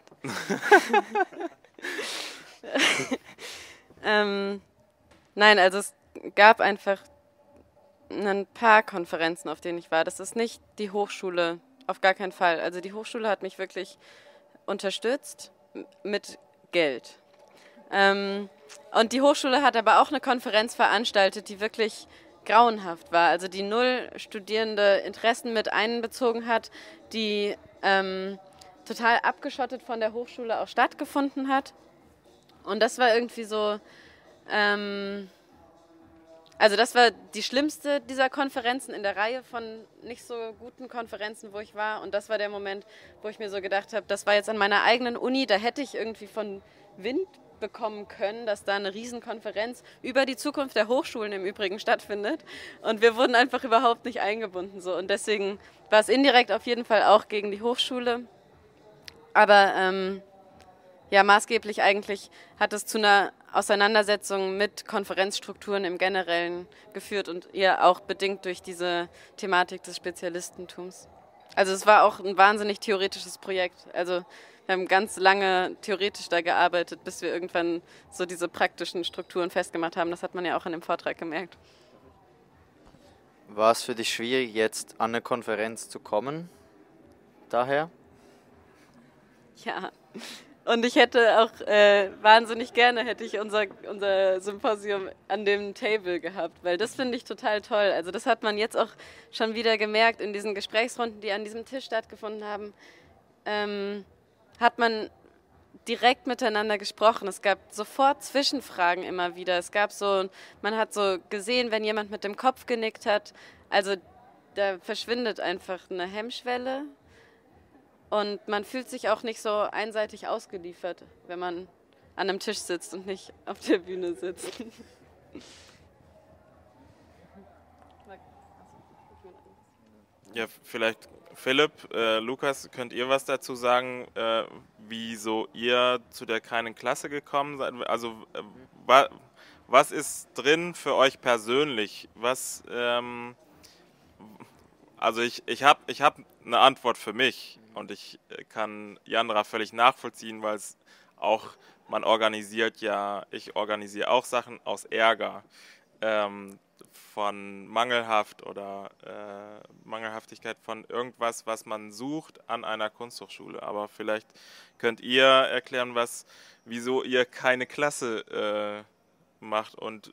Nein, also es gab einfach ein paar Konferenzen, auf denen ich war. Das ist nicht die Hochschule, auf gar keinen Fall. Also die Hochschule hat mich wirklich unterstützt mit Geld. Und die Hochschule hat aber auch eine Konferenz veranstaltet, die wirklich grauenhaft war. Also die null Studierende Interessen mit einbezogen hat, die total abgeschottet von der Hochschule auch stattgefunden hat. Und das war irgendwie so, also das war die schlimmste dieser Konferenzen in der Reihe von nicht so guten Konferenzen, wo ich war. Und das war der Moment, wo ich mir so gedacht habe, das war jetzt an meiner eigenen Uni, da hätte ich irgendwie von Wind bekommen können, dass da eine Riesenkonferenz über die Zukunft der Hochschulen im Übrigen stattfindet. Und wir wurden einfach überhaupt nicht eingebunden. So. Und deswegen war es indirekt auf jeden Fall auch gegen die Hochschule. Aber ja, maßgeblich eigentlich hat es zu einer Auseinandersetzung mit Konferenzstrukturen im Generellen geführt und eher auch bedingt durch diese Thematik des Spezialistentums. Also es war auch ein wahnsinnig theoretisches Projekt. Also wir haben ganz lange theoretisch da gearbeitet, bis wir irgendwann so diese praktischen Strukturen festgemacht haben. Das hat man ja auch in dem Vortrag gemerkt. War es für dich schwierig, jetzt an eine Konferenz zu kommen? Daher? Ja, und ich hätte auch wahnsinnig gerne, hätte ich unser Symposium an dem Table gehabt, weil das finde ich total toll. Also das hat man jetzt auch schon wieder gemerkt in diesen Gesprächsrunden, die an diesem Tisch stattgefunden haben, hat man direkt miteinander gesprochen. Es gab sofort Zwischenfragen immer wieder. Es gab so, man hat so gesehen, wenn jemand mit dem Kopf genickt hat, also da verschwindet einfach eine Hemmschwelle. Und man fühlt sich auch nicht so einseitig ausgeliefert, wenn man an einem Tisch sitzt und nicht auf der Bühne sitzt. Ja, vielleicht Philipp, Lukas, könnt ihr was dazu sagen, wieso ihr zu der kleinen Klasse gekommen seid? Also was ist drin für euch persönlich? Also ich hab eine Antwort für mich und ich kann Jandra völlig nachvollziehen, weil es auch, ich organisiere auch Sachen aus Ärger, von Mangelhaftigkeit von irgendwas, was man sucht an einer Kunsthochschule. Aber vielleicht könnt ihr erklären, wieso ihr keine Klasse macht und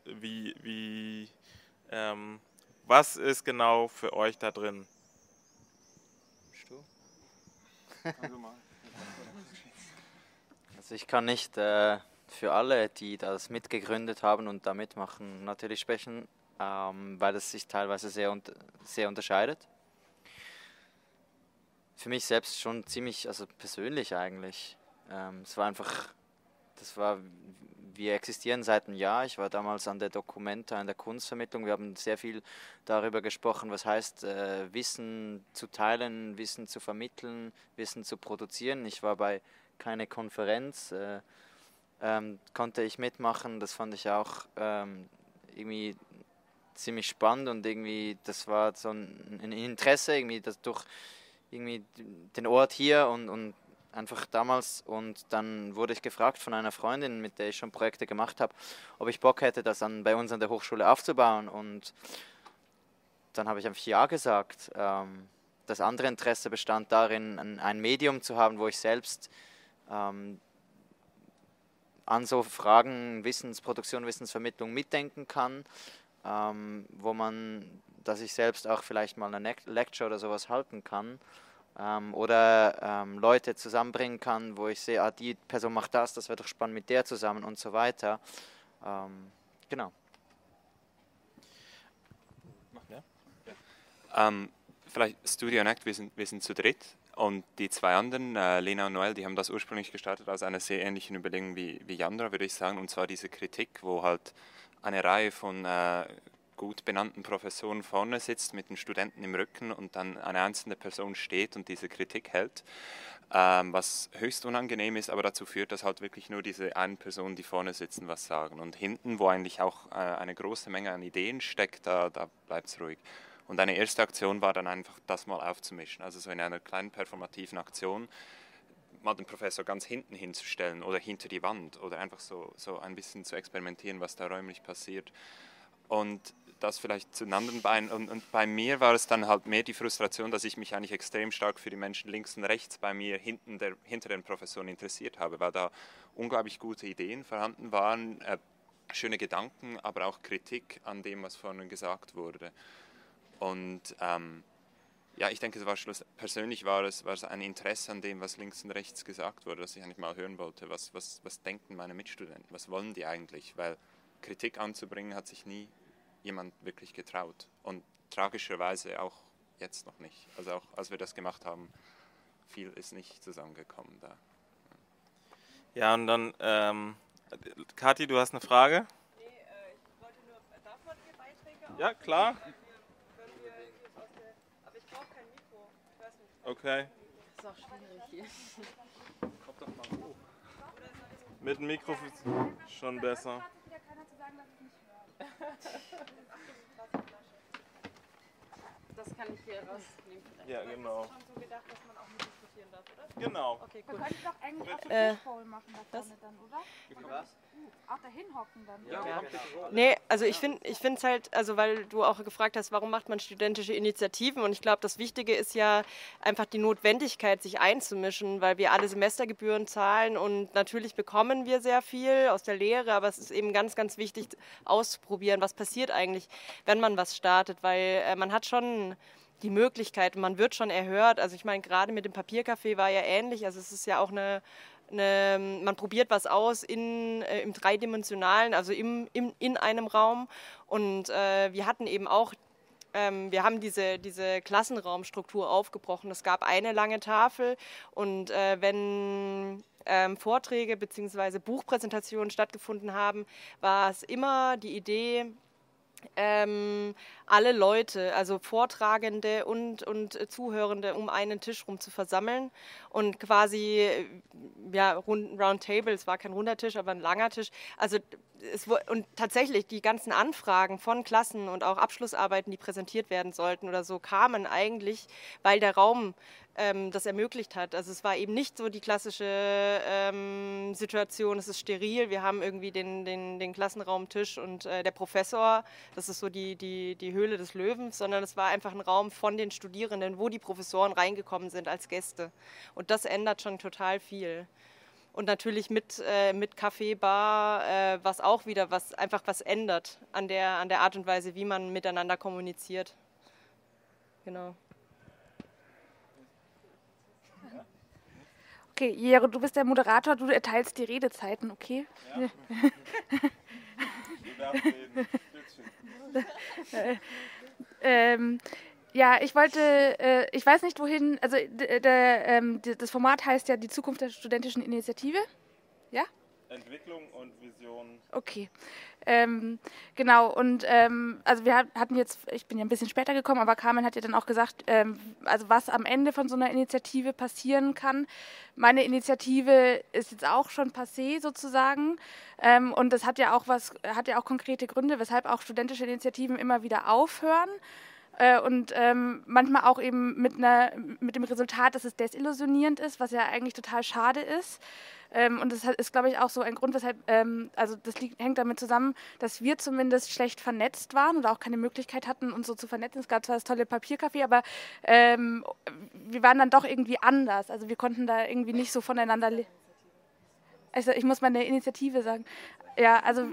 was ist genau für euch da drin? Also ich kann nicht für alle, die das mitgegründet haben und da mitmachen, natürlich sprechen, weil es sich teilweise sehr unterscheidet. Für mich selbst schon ziemlich, also persönlich eigentlich. Es war einfach wir existieren seit einem Jahr. Ich war damals an der Documenta in der Kunstvermittlung. Wir haben sehr viel darüber gesprochen, was heißt Wissen zu teilen, Wissen zu vermitteln, Wissen zu produzieren. Ich war bei keine Konferenz, konnte ich mitmachen. Das fand ich auch irgendwie ziemlich spannend und irgendwie, das war so ein Interesse, irgendwie das durch irgendwie den Ort hier und einfach damals, und dann wurde ich gefragt von einer Freundin, mit der ich schon Projekte gemacht habe, ob ich Bock hätte, das bei uns an der Hochschule aufzubauen, und dann habe ich einfach ja gesagt. Das andere Interesse bestand darin, ein Medium zu haben, wo ich selbst an so Fragen Wissensproduktion, Wissensvermittlung mitdenken kann, dass ich selbst auch vielleicht mal eine Lecture oder sowas halten kann. Oder Leute zusammenbringen kann, wo ich sehe, die Person macht das wäre doch spannend mit der zusammen und so weiter. Genau. Vielleicht Studio Act, wir sind zu dritt, und die zwei anderen, Lena und Noel, die haben das ursprünglich gestartet aus einer sehr ähnlichen Überlegung wie Yandra, würde ich sagen, und zwar diese Kritik, wo halt eine Reihe von gut benannten Professoren vorne sitzt mit den Studenten im Rücken und dann eine einzelne Person steht und diese Kritik hält, was höchst unangenehm ist, aber dazu führt, dass halt wirklich nur diese einen Person, die vorne sitzen, was sagen, und hinten, wo eigentlich auch eine große Menge an Ideen steckt, da bleibt es ruhig. Und eine erste Aktion war dann einfach, das mal aufzumischen, also so in einer kleinen performativen Aktion mal den Professor ganz hinten hinzustellen oder hinter die Wand oder einfach so ein bisschen zu experimentieren, was da räumlich passiert. Und das vielleicht zu den anderen beiden. Und bei mir war es dann halt mehr die Frustration, dass ich mich eigentlich extrem stark für die Menschen links und rechts bei mir hinter den Professoren interessiert habe, weil da unglaublich gute Ideen vorhanden waren, schöne Gedanken, aber auch Kritik an dem, was vorhin gesagt wurde. Und ja, ich denke, persönlich war es ein Interesse an dem, was links und rechts gesagt wurde, dass ich eigentlich mal hören wollte, was denken meine Mitstudenten, was wollen die eigentlich, weil Kritik anzubringen hat sich nie jemand wirklich getraut, und tragischerweise auch jetzt noch nicht. Also auch als wir das gemacht haben, viel ist nicht zusammengekommen da. Ja, und dann, Kathi, du hast eine Frage? Nee, ich wollte nur, darf man hier Beiträge? Ja, klar. Aber ich brauche kein Mikro. Ich weiß nicht. Okay. Das ist auch schwierig hier. Kommt doch mal hoch. Mit dem Mikro ist schon besser. Das kann ich hier rausnehmen. Ja, genau. Schon so gedacht, dass man auch mit diskutieren darf, oder? Genau. Okay, Wir gut. könnten doch eigentlich auf den Fishbowl machen da vorne dann, oder? Was? Auch dahin hocken dann. Ja. Nee, also ich finde es halt, also weil du auch gefragt hast, warum macht man studentische Initiativen, und ich glaube, das Wichtige ist ja einfach die Notwendigkeit, sich einzumischen, weil wir alle Semestergebühren zahlen und natürlich bekommen wir sehr viel aus der Lehre, aber es ist eben ganz, ganz wichtig auszuprobieren, was passiert eigentlich, wenn man was startet, weil man hat schon die Möglichkeit, man wird schon erhört, also ich meine, gerade mit dem Papiercafé war ja ähnlich, also es ist ja auch man probiert was aus im Dreidimensionalen, also in einem Raum, und wir hatten eben auch, wir haben diese Klassenraumstruktur aufgebrochen. Es gab eine lange Tafel, und wenn Vorträge bzw. Buchpräsentationen stattgefunden haben, war es immer die Idee, alle Leute, also Vortragende und Zuhörende um einen Tisch rum zu versammeln und quasi, ja, Round Table, es war kein runder Tisch, aber ein langer Tisch. Also und tatsächlich die ganzen Anfragen von Klassen und auch Abschlussarbeiten, die präsentiert werden sollten oder so, kamen eigentlich, weil der Raum das ermöglicht hat. Also es war eben nicht so die klassische Situation, es ist steril, wir haben irgendwie den Klassenraumtisch und der Professor, das ist so die Höhle des Löwens, sondern es war einfach ein Raum von den Studierenden, wo die Professoren reingekommen sind als Gäste. Und das ändert schon total viel. Und natürlich mit Café, Bar, was auch wieder einfach was ändert an der Art und Weise, wie man miteinander kommuniziert. Genau. Okay, Jero, du bist der Moderator, du erteilst die Redezeiten, okay? Ja. Du darfst reden. Ja, ich wollte, ich weiß nicht wohin, also das Format heißt ja die Zukunft der studentischen Initiative, ja? Entwicklung und Vision. Okay, genau, und also wir hatten jetzt, ich bin ja ein bisschen später gekommen, aber Carmen hat ja dann auch gesagt, also was am Ende von so einer Initiative passieren kann. Meine Initiative ist jetzt auch schon passé sozusagen, und das hat ja auch konkrete Gründe, weshalb auch studentische Initiativen immer wieder aufhören. Und manchmal auch eben mit dem Resultat, dass es desillusionierend ist, was ja eigentlich total schade ist. Und das ist, glaube ich, auch so ein Grund, weshalb, also das hängt damit zusammen, dass wir zumindest schlecht vernetzt waren oder auch keine Möglichkeit hatten, uns so zu vernetzen. Es gab zwar das tolle Papiercafé, aber wir waren dann doch irgendwie anders. Also wir konnten da irgendwie nicht so voneinander Also ich muss meine Initiative sagen. Ja, also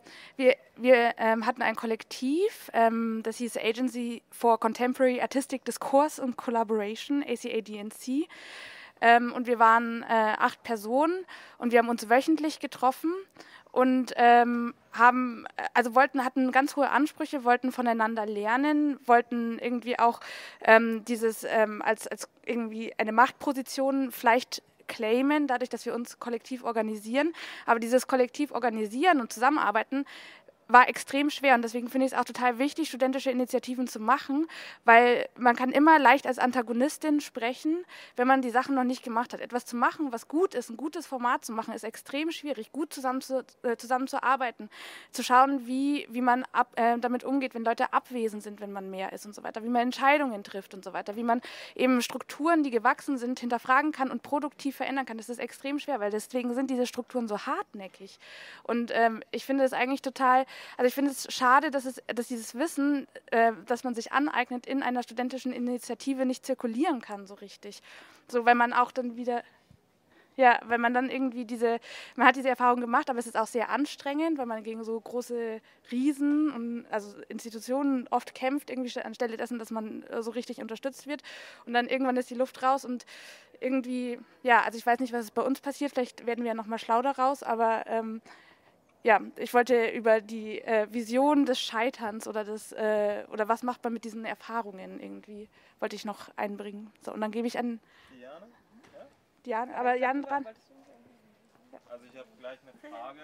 wir hatten ein Kollektiv, das hieß Agency for Contemporary Artistic Discourse and Collaboration, ACADNC. Und wir waren 8 Personen und wir haben uns wöchentlich getroffen und hatten ganz hohe Ansprüche, wollten voneinander lernen, wollten irgendwie auch dieses als irgendwie eine Machtposition vielleicht claimen, dadurch, dass wir uns kollektiv organisieren. Aber dieses kollektiv organisieren und zusammenarbeiten war extrem schwer und deswegen finde ich es auch total wichtig, studentische Initiativen zu machen, weil man kann immer leicht als Antagonistin sprechen, wenn man die Sachen noch nicht gemacht hat. Etwas zu machen, was gut ist, ein gutes Format zu machen, ist extrem schwierig, gut zusammenzuarbeiten, zu schauen, wie man damit umgeht, wenn Leute abwesend sind, wenn man mehr ist und so weiter, wie man Entscheidungen trifft und so weiter, wie man eben Strukturen, die gewachsen sind, hinterfragen kann und produktiv verändern kann. Das ist extrem schwer, weil deswegen sind diese Strukturen so hartnäckig. Und ich finde es eigentlich also ich finde es schade, dass dieses Wissen, das man sich aneignet, in einer studentischen Initiative nicht zirkulieren kann so richtig. So, weil man auch dann wieder, ja, weil man dann irgendwie man hat diese Erfahrung gemacht, aber es ist auch sehr anstrengend, weil man gegen so große Riesen und also Institutionen oft kämpft, irgendwie anstelle dessen, dass man so richtig unterstützt wird. Und dann irgendwann ist die Luft raus und irgendwie, ja, also ich weiß nicht, was bei uns passiert, vielleicht werden wir ja nochmal schlau daraus, aber ja, ich wollte über die Vision des Scheiterns oder was macht man mit diesen Erfahrungen irgendwie, wollte ich noch einbringen. So, und dann gebe ich an Diane? Ja? Diane, aber Jan dran. Also ich habe gleich eine Frage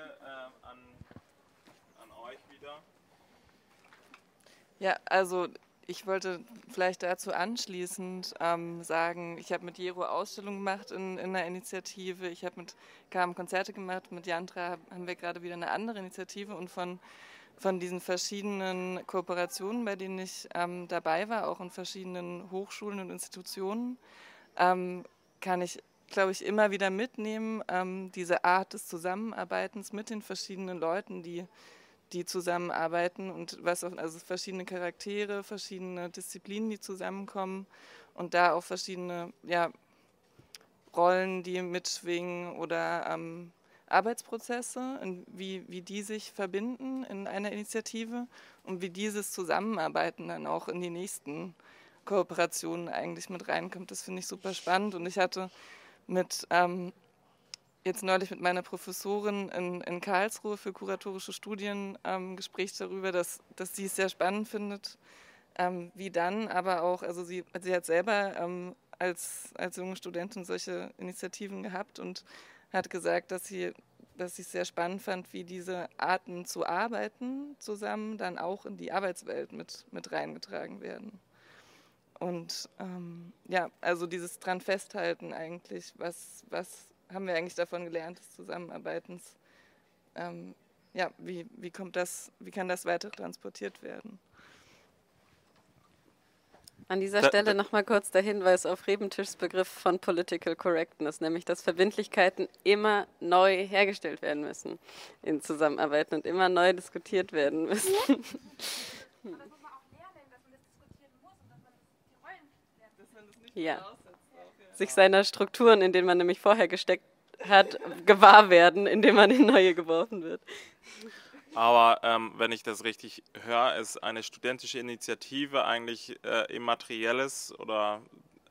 an euch wieder. Ja, also ich wollte vielleicht dazu anschließend sagen, ich habe mit Jero Ausstellungen gemacht in einer Initiative, ich habe mit Carmen Konzerte gemacht, mit Jantra haben wir gerade wieder eine andere Initiative und von diesen verschiedenen Kooperationen, bei denen ich dabei war, auch in verschiedenen Hochschulen und Institutionen, kann ich, glaube ich, immer wieder mitnehmen, diese Art des Zusammenarbeitens mit den verschiedenen Leuten, die zusammenarbeiten und also verschiedene Charaktere, verschiedene Disziplinen, die zusammenkommen und da auch verschiedene Rollen, die mitschwingen oder Arbeitsprozesse, wie die sich verbinden in einer Initiative und wie dieses Zusammenarbeiten dann auch in die nächsten Kooperationen eigentlich mit reinkommt. Das finde ich super spannend und ich hatte jetzt neulich mit meiner Professorin in Karlsruhe für kuratorische Studien Gespräch darüber, dass sie es sehr spannend findet, wie dann aber auch, also sie hat selber als junge Studentin solche Initiativen gehabt und hat gesagt, dass sie es sehr spannend fand, wie diese Arten zu arbeiten zusammen dann auch in die Arbeitswelt mit reingetragen werden. Und ja, also dieses dran festhalten eigentlich, was haben wir eigentlich davon gelernt, des Zusammenarbeitens? Ja, wie kann das weiter transportiert werden? An dieser Stelle nochmal kurz der Hinweis auf Rebentischs Begriff von Political Correctness, nämlich dass Verbindlichkeiten immer neu hergestellt werden müssen in Zusammenarbeiten und immer neu diskutiert werden müssen. Aber das muss man auch lernen, dass man das diskutieren muss und dass man die Rollen lernt. Dass man das nicht ja. Sich seiner Strukturen, in denen man nämlich vorher gesteckt hat, gewahr werden, indem man in neue geworfen wird. Aber wenn ich das richtig höre, ist eine studentische Initiative eigentlich immaterielles oder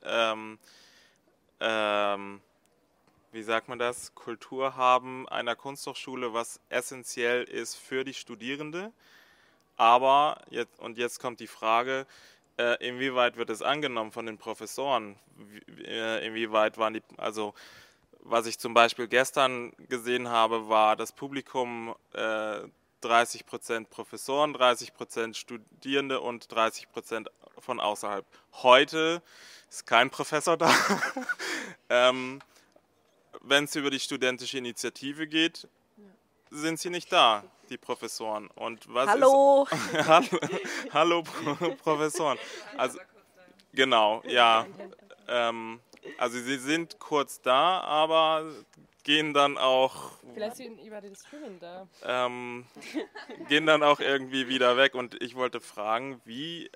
wie sagt man das, Kultur haben einer Kunsthochschule, was essentiell ist für die Studierende. Aber jetzt kommt die Frage, inwieweit wird es angenommen von den Professoren? Inwieweit waren was ich zum Beispiel gestern gesehen habe, war das Publikum 30% Professoren, 30% Studierende und 30% von außerhalb. Heute ist kein Professor da. Wenn es über die studentische Initiative geht, sind sie nicht da, die Professoren. Und was Hallo! Hallo, Professoren. Also, genau, ja. Also sie sind kurz da, aber gehen dann auch... Vielleicht sind über den Streaming da. Gehen dann auch irgendwie wieder weg. Und ich wollte fragen, wie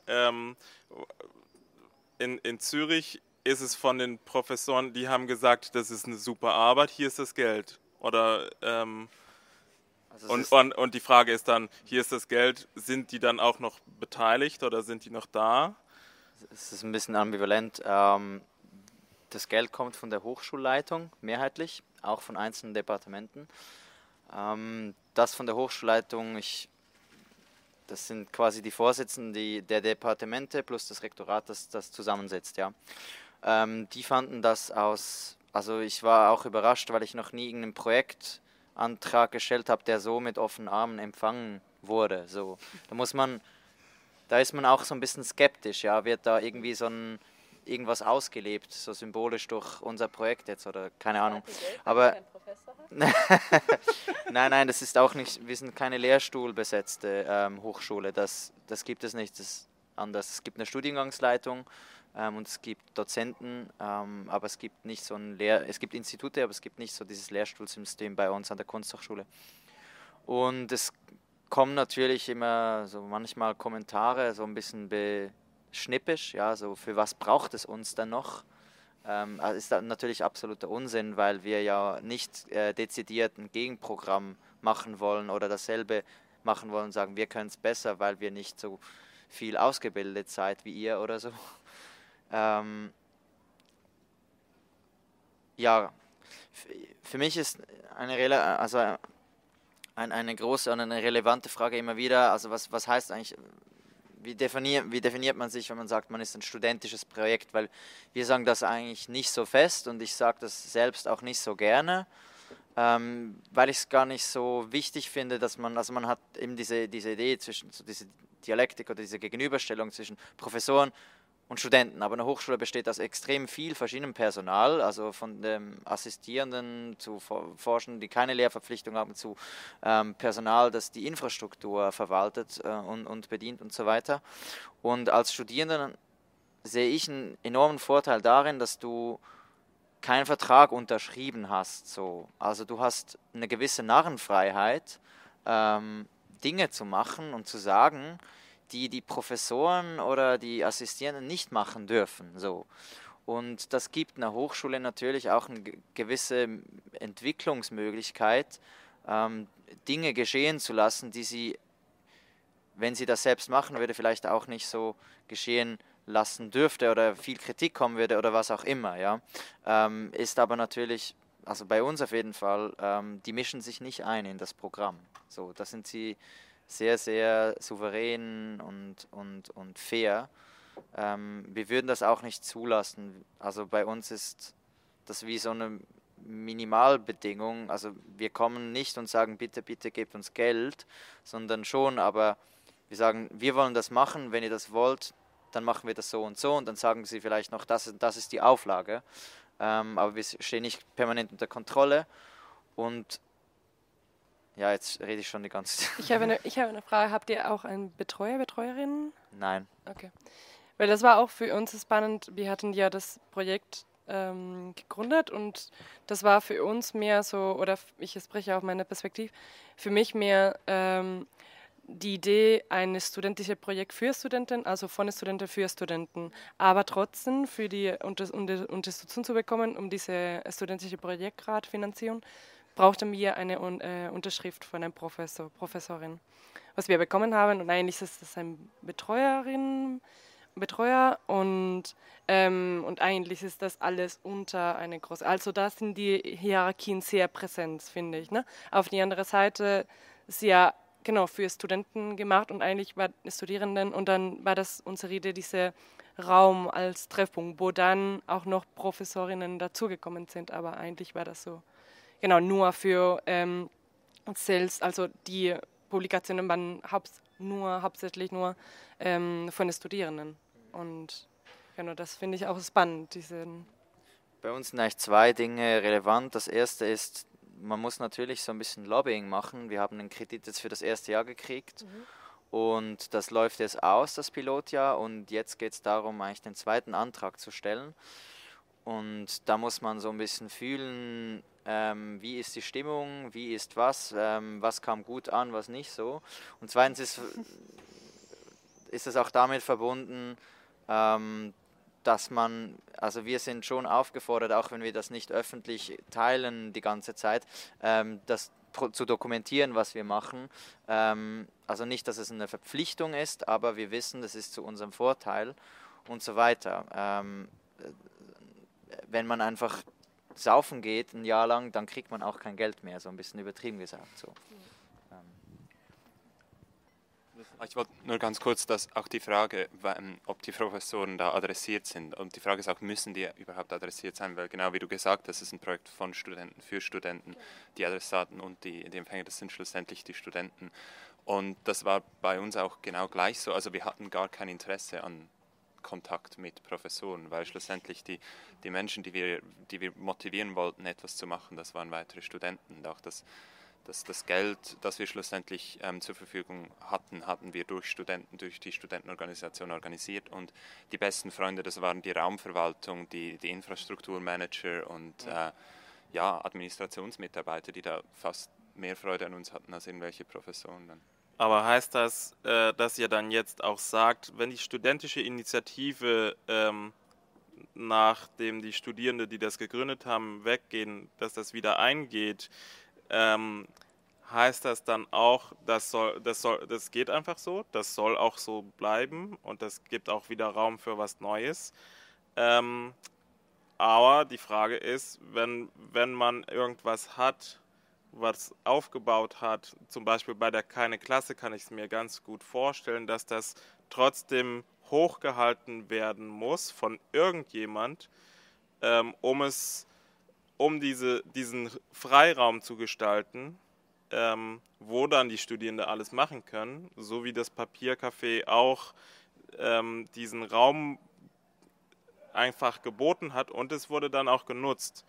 in Zürich ist es von den Professoren, die haben gesagt, das ist eine super Arbeit, hier ist das Geld. Oder und die Frage ist dann, hier ist das Geld, sind die dann auch noch beteiligt oder sind die noch da? Es ist ein bisschen ambivalent. Das Geld kommt von der Hochschulleitung mehrheitlich, auch von einzelnen Departementen. Das von der Hochschulleitung, das sind quasi die Vorsitzenden der Departemente plus das Rektorat, das zusammensetzt. Ja. Die fanden das also ich war auch überrascht, weil ich noch nie irgendeinen Projektantrag gestellt habe, der so mit offenen Armen empfangen wurde. So, da ist man auch so ein bisschen skeptisch, ja, wird da irgendwie irgendwas ausgelebt, so symbolisch durch unser Projekt jetzt oder keine Ahnung. Aber nein, das ist auch nicht, wir sind keine lehrstuhlbesetzte Hochschule, das gibt es nicht, das ist anders. Es gibt eine Studiengangsleitung und es gibt Dozenten, aber es gibt nicht es gibt Institute, aber es gibt nicht so dieses Lehrstuhlsystem bei uns an der Kunsthochschule. Und es kommen natürlich immer so manchmal Kommentare, so ein bisschen schnippisch, ja, so für was braucht es uns dann noch? Ist natürlich absoluter Unsinn, weil wir ja nicht dezidiert ein Gegenprogramm machen wollen oder dasselbe machen wollen und sagen, wir können es besser, weil wir nicht so viel ausgebildet seid wie ihr oder so. Ja, für mich ist eine große und eine relevante Frage immer wieder, also was heißt eigentlich, wie definiert man sich, wenn man sagt, man ist ein studentisches Projekt, weil wir sagen das eigentlich nicht so fest und ich sage das selbst auch nicht so gerne, weil ich es gar nicht so wichtig finde, dass man hat eben diese Idee zwischen, so diese Dialektik oder diese Gegenüberstellung zwischen Professoren und Studenten, aber eine Hochschule besteht aus extrem viel verschiedenem Personal, also von dem Assistierenden zu Forschenden, die keine Lehrverpflichtung haben, zu Personal, das die Infrastruktur verwaltet und bedient und so weiter. Und als Studierenden sehe ich einen enormen Vorteil darin, dass du keinen Vertrag unterschrieben hast. So. Also du hast eine gewisse Narrenfreiheit, Dinge zu machen und zu sagen, die Professoren oder die Assistierenden nicht machen dürfen. So. Und das gibt einer Hochschule natürlich auch eine gewisse Entwicklungsmöglichkeit, Dinge geschehen zu lassen, die sie, wenn sie das selbst machen würde, vielleicht auch nicht so geschehen lassen dürfte oder viel Kritik kommen würde oder was auch immer. Ja. Ist aber natürlich, also bei uns auf jeden Fall, die mischen sich nicht ein in das Programm. So, da sind sie sehr, sehr souverän und fair. Wir würden das auch nicht zulassen. Also bei uns ist das wie so eine Minimalbedingung. Also wir kommen nicht und sagen, bitte, bitte gebt uns Geld, sondern schon, aber wir sagen, wir wollen das machen, wenn ihr das wollt, dann machen wir das so und so und dann sagen sie vielleicht noch, das ist die Auflage. Aber wir stehen nicht permanent unter Kontrolle und ja, jetzt rede ich schon die ganze Zeit. Ich habe eine Frage. Habt ihr auch einen Betreuer, Betreuerinnen? Nein. Okay. Weil das war auch für uns spannend. Wir hatten ja das Projekt gegründet und das war für uns mehr so, oder ich spreche auch meine Perspektive, für mich mehr die Idee, ein studentisches Projekt für Studenten, also von Studenten für Studenten, aber trotzdem für die Unterstützung zu bekommen, um diese studentische Projektratfinanzierung, brauchten wir eine Unterschrift von einem Professorin, was wir bekommen haben. Und eigentlich ist das ein Betreuer und eigentlich ist das alles unter eine große. Also da sind die Hierarchien sehr präsent, finde ich. Ne? Auf die andere Seite ist ja genau für Studenten gemacht und eigentlich war Studierenden und dann war das unsere Idee, diese Raum als Treffpunkt, wo dann auch noch Professorinnen dazugekommen sind, aber eigentlich war das so, genau, nur für selbst, also die Publikationen waren hauptsächlich nur von den Studierenden und genau, das finde ich auch spannend, Bei uns sind eigentlich zwei Dinge relevant. Das erste ist, man muss natürlich so ein bisschen Lobbying machen. Wir haben einen Kredit jetzt für das erste Jahr gekriegt und das läuft jetzt aus, das Pilotjahr, und jetzt geht es darum, eigentlich den zweiten Antrag zu stellen. Und da muss man so ein bisschen fühlen, wie ist die Stimmung, wie ist was kam gut an, was nicht so. Und zweitens ist es auch damit verbunden, dass also wir sind schon aufgefordert, auch wenn wir das nicht öffentlich teilen die ganze Zeit, das zu dokumentieren, was wir machen. Also nicht, dass es eine Verpflichtung ist, aber wir wissen, das ist zu unserem Vorteil und so weiter. Wenn man einfach saufen geht ein Jahr lang, dann kriegt man auch kein Geld mehr, so ein bisschen übertrieben gesagt. So. Ich wollte nur ganz kurz, dass auch die Frage, ob die Professoren da adressiert sind, und die Frage ist auch, müssen die überhaupt adressiert sein, weil genau wie du gesagt hast, es ist ein Projekt von Studenten für Studenten, die Adressaten und die Empfänger, das sind schlussendlich die Studenten. Und das war bei uns auch genau gleich so, also wir hatten gar kein Interesse an Kontakt mit Professoren, weil schlussendlich die Menschen, die wir motivieren wollten, etwas zu machen, das waren weitere Studenten. Und auch das Geld, das wir schlussendlich zur Verfügung hatten wir durch die Studentenorganisation organisiert, und die besten Freunde, das waren die Raumverwaltung, die Infrastrukturmanager und Administrationsmitarbeiter, die da fast mehr Freude an uns hatten als irgendwelche Professoren dann. Aber heißt das, dass ihr dann jetzt auch sagt, wenn die studentische Initiative, nachdem die Studierenden, die das gegründet haben, weggehen, dass das wieder eingeht, heißt das dann auch, das geht einfach so, das soll auch so bleiben und das gibt auch wieder Raum für was Neues. Aber die Frage ist, wenn man irgendwas hat, was aufgebaut hat, zum Beispiel bei der Keine Klasse, kann ich es mir ganz gut vorstellen, dass das trotzdem hochgehalten werden muss von irgendjemand, um diesen Freiraum zu gestalten, wo dann die Studierenden alles machen können, so wie das Papiercafé auch diesen Raum einfach geboten hat und es wurde dann auch genutzt.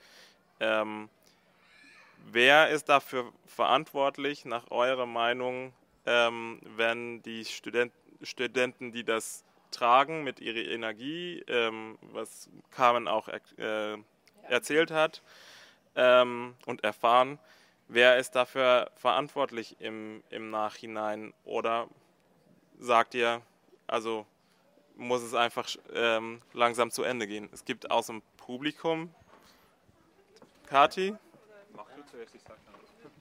Wer ist dafür verantwortlich, nach eurer Meinung, wenn die Studenten, die das tragen mit ihrer Energie, was Carmen auch erzählt hat und erfahren, wer ist dafür verantwortlich im Nachhinein? Oder sagt ihr, also muss es einfach langsam zu Ende gehen? Es gibt aus dem Publikum, Kathi? Mach du zuerst, ich sag dann.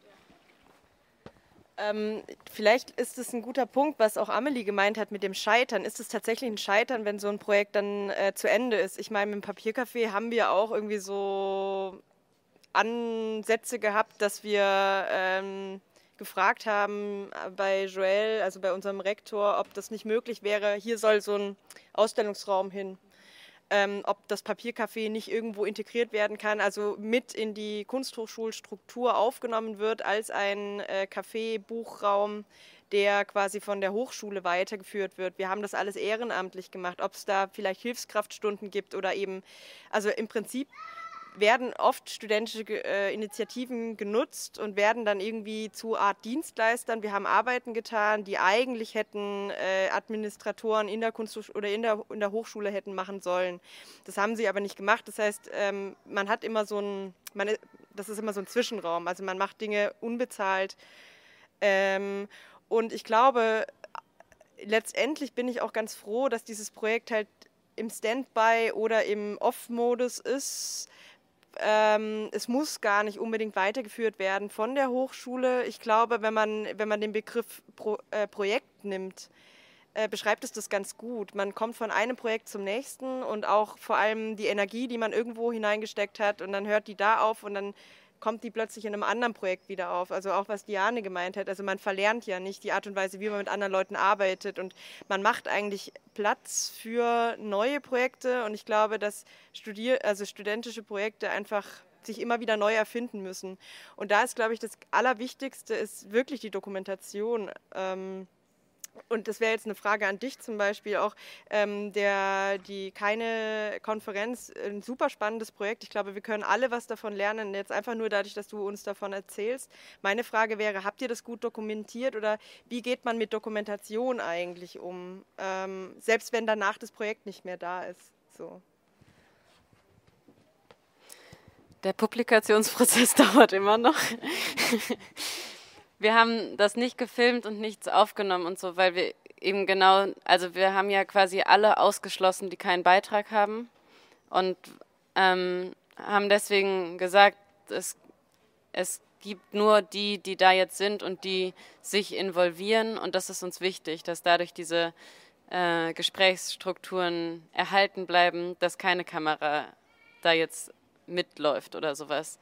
Vielleicht ist es ein guter Punkt, was auch Amelie gemeint hat mit dem Scheitern. Ist es tatsächlich ein Scheitern, wenn so ein Projekt dann zu Ende ist? Ich meine, im Papiercafé haben wir auch irgendwie so Ansätze gehabt, dass wir gefragt haben bei Joel, also bei unserem Rektor, ob das nicht möglich wäre, hier soll so ein Ausstellungsraum hin. Ob das Papiercafé nicht irgendwo integriert werden kann, also mit in die Kunsthochschulstruktur aufgenommen wird als ein Café-Buchraum, der quasi von der Hochschule weitergeführt wird. Wir haben das alles ehrenamtlich gemacht, ob es da vielleicht Hilfskraftstunden gibt oder eben, also im Prinzip werden oft studentische Initiativen genutzt und werden dann irgendwie zu Art Dienstleistern. Wir haben Arbeiten getan, die eigentlich hätten Administratoren in der Kunsthochschule oder in der Hochschule hätten machen sollen. Das haben sie aber nicht gemacht. Das heißt, man hat immer das ist immer so ein Zwischenraum. Also man macht Dinge unbezahlt. Und ich glaube, letztendlich bin ich auch ganz froh, dass dieses Projekt halt im Standby oder im Off-Modus ist. Es muss gar nicht unbedingt weitergeführt werden von der Hochschule. Ich glaube, wenn man den Begriff Projekt nimmt, beschreibt es das ganz gut. Man kommt von einem Projekt zum nächsten und auch vor allem die Energie, die man irgendwo hineingesteckt hat, und dann hört die da auf und dann kommt die plötzlich in einem anderen Projekt wieder auf. Also auch was Diane gemeint hat, also man verlernt ja nicht die Art und Weise, wie man mit anderen Leuten arbeitet und man macht eigentlich Platz für neue Projekte und ich glaube, dass studentische Projekte einfach sich immer wieder neu erfinden müssen. Und da ist, glaube ich, das Allerwichtigste ist wirklich die Dokumentation. Und das wäre jetzt eine Frage an dich zum Beispiel auch, keine Konferenz, ein super spannendes Projekt. Ich glaube, wir können alle was davon lernen, jetzt einfach nur dadurch, dass du uns davon erzählst. Meine Frage wäre, habt ihr das gut dokumentiert oder wie geht man mit Dokumentation eigentlich um, selbst wenn danach das Projekt nicht mehr da ist? So. Der Publikationsprozess dauert immer noch. Wir haben das nicht gefilmt und nichts aufgenommen und so, weil wir eben genau, also wir haben ja quasi alle ausgeschlossen, die keinen Beitrag haben und haben deswegen gesagt, es gibt nur die da jetzt sind und die sich involvieren und das ist uns wichtig, dass dadurch diese Gesprächsstrukturen erhalten bleiben, dass keine Kamera da jetzt mitläuft oder sowas.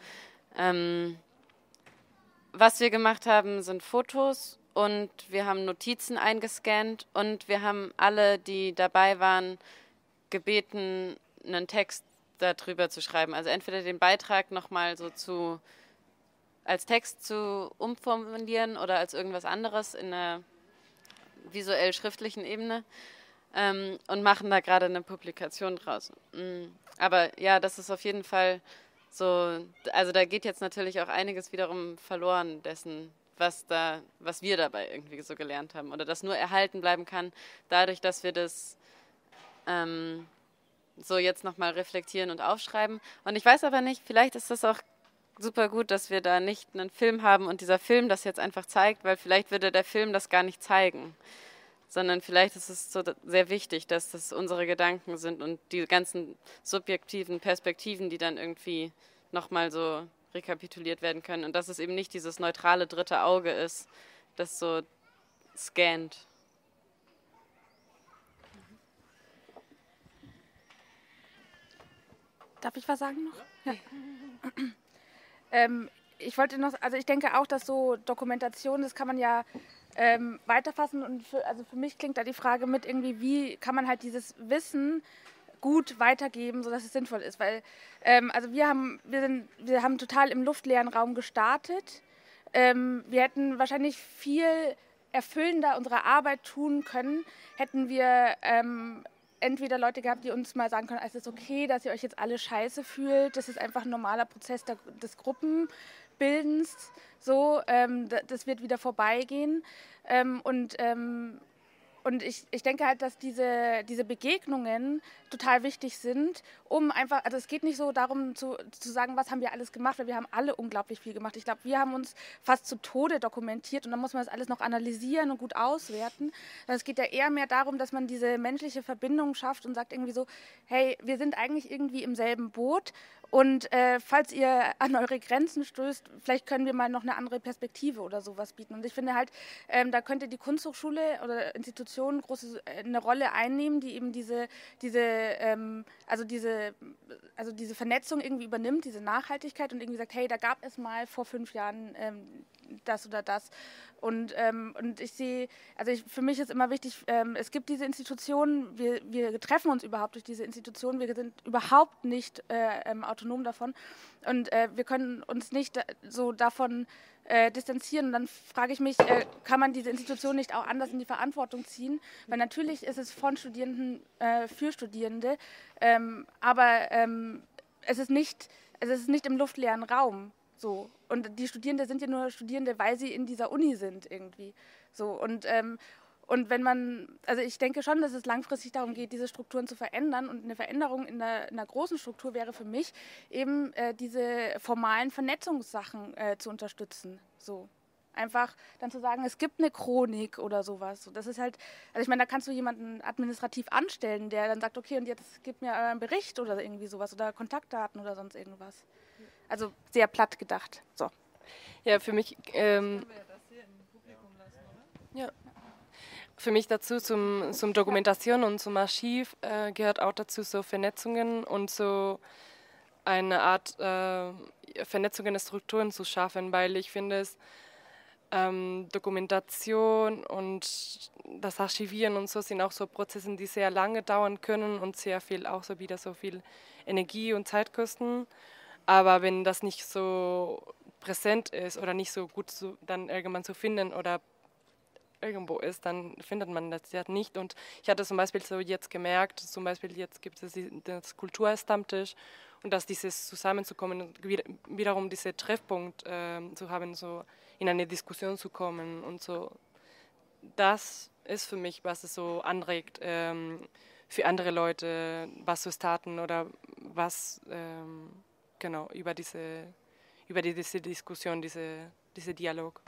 Was wir gemacht haben, sind Fotos und wir haben Notizen eingescannt und wir haben alle, die dabei waren, gebeten, einen Text darüber zu schreiben. Also entweder den Beitrag nochmal so als Text zu umformulieren oder als irgendwas anderes in einer visuell-schriftlichen Ebene und machen da gerade eine Publikation draus. Aber ja, das ist auf jeden Fall so, also da geht jetzt natürlich auch einiges wiederum verloren dessen, was wir dabei irgendwie so gelernt haben oder das nur erhalten bleiben kann, dadurch, dass wir das so jetzt nochmal reflektieren und aufschreiben. Und ich weiß aber nicht, vielleicht ist das auch super gut, dass wir da nicht einen Film haben und dieser Film das jetzt einfach zeigt, weil vielleicht würde der Film das gar nicht zeigen, sondern vielleicht ist es so sehr wichtig, dass das unsere Gedanken sind und die ganzen subjektiven Perspektiven, die dann irgendwie nochmal so rekapituliert werden können und dass es eben nicht dieses neutrale dritte Auge ist, das so scannt. Darf ich was sagen noch? Ja. Ich wollte noch, also ich denke auch, dass so Dokumentation, das kann man ja weiterfassen und für mich klingt da die Frage mit irgendwie, wie kann man halt dieses Wissen gut weitergeben, sodass es sinnvoll ist, weil also wir haben total im luftleeren Raum gestartet. Wir hätten wahrscheinlich viel erfüllender unsere Arbeit tun können, hätten wir entweder Leute gehabt, die uns mal sagen können, es ist okay, dass ihr euch jetzt alle scheiße fühlt, das ist einfach ein normaler Prozess des Gruppenbildens, so, das wird wieder vorbeigehen und ich denke halt, dass diese Begegnungen total wichtig sind, um einfach, also es geht nicht so darum zu sagen, was haben wir alles gemacht, weil wir haben alle unglaublich viel gemacht. Ich glaube, wir haben uns fast zu Tode dokumentiert und dann muss man das alles noch analysieren und gut auswerten. Es geht ja eher mehr darum, dass man diese menschliche Verbindung schafft und sagt irgendwie so, hey, wir sind eigentlich irgendwie im selben Boot und falls ihr an eure Grenzen stößt, vielleicht können wir mal noch eine andere Perspektive oder sowas bieten. Und ich finde halt, da könnte die Kunsthochschule oder Institution eine Rolle einnehmen, die eben diese Vernetzung irgendwie übernimmt, diese Nachhaltigkeit und irgendwie sagt, hey, da gab es mal vor 5 Jahren das oder das. Und ich sehe, für mich ist immer wichtig, es gibt diese Institutionen, wir treffen uns überhaupt durch diese Institutionen, wir sind überhaupt nicht autonom davon und wir können uns nicht so davon distanzieren. Und dann frage ich mich, kann man diese Institution nicht auch anders in die Verantwortung ziehen? Weil natürlich ist es von Studierenden für Studierende, aber es ist nicht im luftleeren Raum. So. Und die Studierenden sind ja nur Studierende, weil sie in dieser Uni sind irgendwie. So. Und wenn man, also ich denke schon, dass es langfristig darum geht, diese Strukturen zu verändern und eine Veränderung in einer großen Struktur wäre für mich eben diese formalen Vernetzungssachen zu unterstützen. So. Einfach dann zu sagen, es gibt eine Chronik oder sowas. So, das ist halt, also ich meine, da kannst du jemanden administrativ anstellen, der dann sagt, okay, und jetzt gib mir einen Bericht oder irgendwie sowas oder Kontaktdaten oder sonst irgendwas. Also sehr platt gedacht. So. Ja, für mich für mich dazu zum Dokumentation und zum Archiv gehört auch dazu so Vernetzungen und so eine Art Vernetzungen, Strukturen zu schaffen, weil ich finde es Dokumentation und das Archivieren und so sind auch so Prozesse, die sehr lange dauern können und sehr viel auch so wieder so viel Energie und Zeit kosten. Aber wenn das nicht so präsent ist oder nicht so gut dann irgendwann zu finden oder irgendwo ist, dann findet man das ja nicht. Und ich hatte zum Beispiel so jetzt gemerkt, zum Beispiel jetzt gibt es das Kulturstammtisch und dass dieses Zusammenzukommen und wiederum diese Treffpunkt zu haben, so in eine Diskussion zu kommen und so, das ist für mich, was es so anregt, für andere Leute was zu starten oder was genau über diese Diskussion, diese Dialog.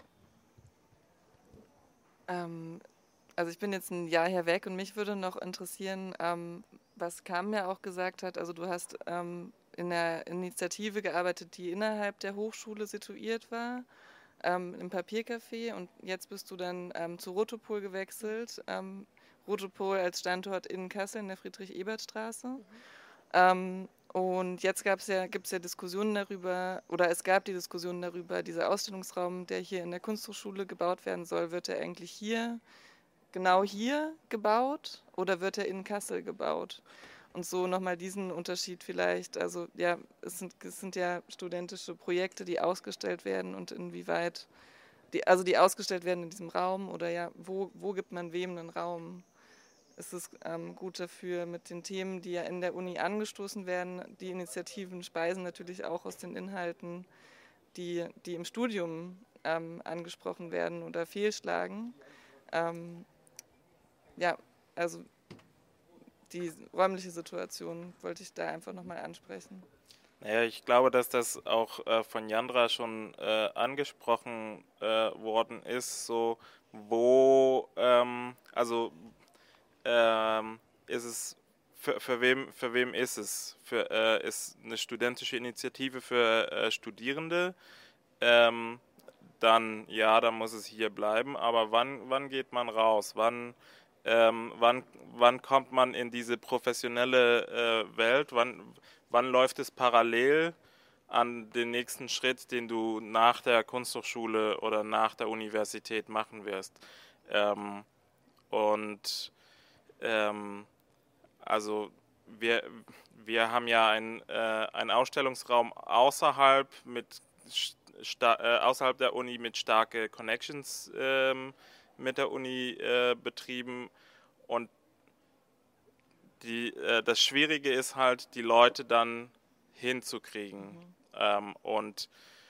Also ich bin jetzt ein Jahr her weg und mich würde noch interessieren, was Carmen ja auch gesagt hat, also du hast in der Initiative gearbeitet, die innerhalb der Hochschule situiert war, im Papiercafé, und jetzt bist du dann zu Rotopol gewechselt. Rotopol als Standort in Kassel in der Friedrich-Ebert-Straße. Und jetzt gibt es ja Diskussionen darüber, oder es gab die Diskussion darüber, dieser Ausstellungsraum, der hier in der Kunsthochschule gebaut werden soll, wird er eigentlich hier, genau hier gebaut oder wird er in Kassel gebaut? Und so nochmal diesen Unterschied vielleicht, also ja, es sind ja studentische Projekte, die ausgestellt werden und inwieweit, die ausgestellt werden in diesem Raum oder ja, wo gibt man wem einen Raum? Ist es gut dafür mit den Themen, die ja in der Uni angestoßen werden, die Initiativen speisen natürlich auch aus den Inhalten, die im Studium angesprochen werden oder fehlschlagen. Ja, also die räumliche Situation wollte ich da einfach nochmal ansprechen. Naja, ich glaube, dass das auch von Jandra schon angesprochen worden ist, so wo, ist es, für wem ist es? Ist eine studentische Initiative für Studierende? Dann muss es hier bleiben, aber wann geht man raus? Wann kommt man in diese professionelle Welt? Wann läuft es parallel an den nächsten Schritt, den du nach der Kunsthochschule oder nach der Universität machen wirst? Also wir haben ja einen Ausstellungsraum außerhalb der Uni mit starke Connections mit der Uni betrieben, und das Schwierige ist halt, die Leute dann hinzukriegen. Und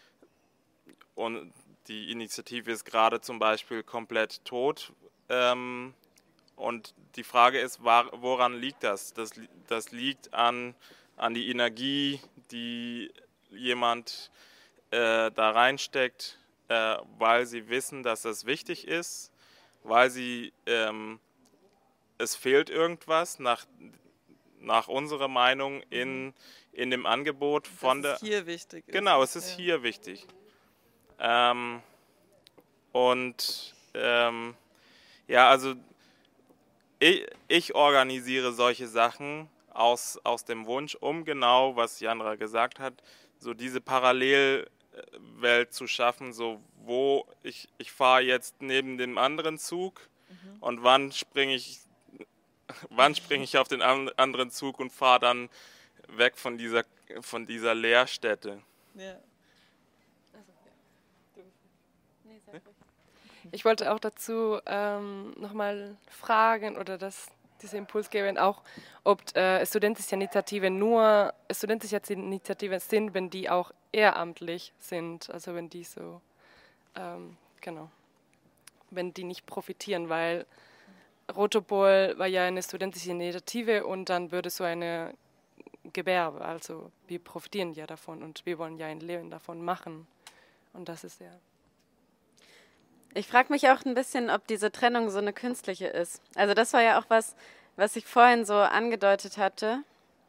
die Initiative ist gerade zum Beispiel komplett tot. Und die Frage ist, woran liegt das? Das liegt an die Energie, die jemand da reinsteckt, weil sie wissen, dass das wichtig ist, weil sie es fehlt irgendwas nach unserer Meinung in dem Angebot von der. Dass es hier wichtig ist. Genau, es ist hier wichtig. Also ich organisiere solche Sachen aus dem Wunsch, um genau, was Jandra gesagt hat, so diese Parallelwelt zu schaffen, so wo ich fahre jetzt neben dem anderen Zug und wann springe ich auf den anderen Zug und fahre dann weg von dieser Lehrstätte. Ja. Ich wollte auch dazu nochmal fragen oder diesen Impuls geben, auch ob studentische Initiativen sind, wenn die auch ehrenamtlich sind, also wenn die so, wenn die nicht profitieren, weil Rotopol war ja eine studentische Initiative und dann würde so eine Gewerbe, also wir profitieren ja davon und wir wollen ja ein Leben davon machen, und das ist ja. Ich frage mich auch ein bisschen, ob diese Trennung so eine künstliche ist. Also das war ja auch was ich vorhin so angedeutet hatte,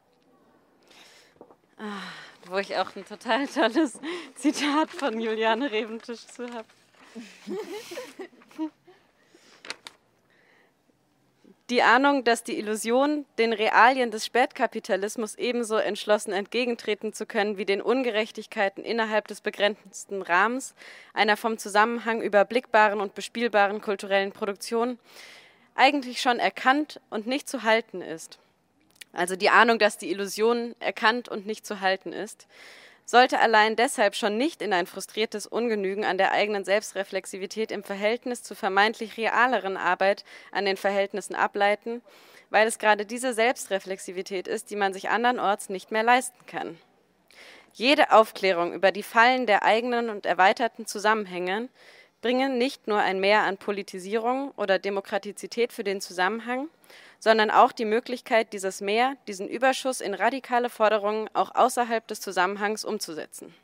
wo ich auch ein total tolles Zitat von Juliane Reventisch zu habe. Die Ahnung, dass die Illusion, den Realien des Spätkapitalismus ebenso entschlossen entgegentreten zu können wie den Ungerechtigkeiten innerhalb des begrenzten Rahmens einer vom Zusammenhang überblickbaren und bespielbaren kulturellen Produktion, eigentlich schon erkannt und nicht zu halten ist. Also die Ahnung, dass die Illusion erkannt und nicht zu halten ist, sollte allein deshalb schon nicht in ein frustriertes Ungenügen an der eigenen Selbstreflexivität im Verhältnis zur vermeintlich realeren Arbeit an den Verhältnissen ableiten, weil es gerade diese Selbstreflexivität ist, die man sich andernorts nicht mehr leisten kann. Jede Aufklärung über die Fallen der eigenen und erweiterten Zusammenhänge bringen nicht nur ein Mehr an Politisierung oder Demokratizität für den Zusammenhang, sondern auch die Möglichkeit, dieses Mehr, diesen Überschuss in radikale Forderungen auch außerhalb des Zusammenhangs umzusetzen.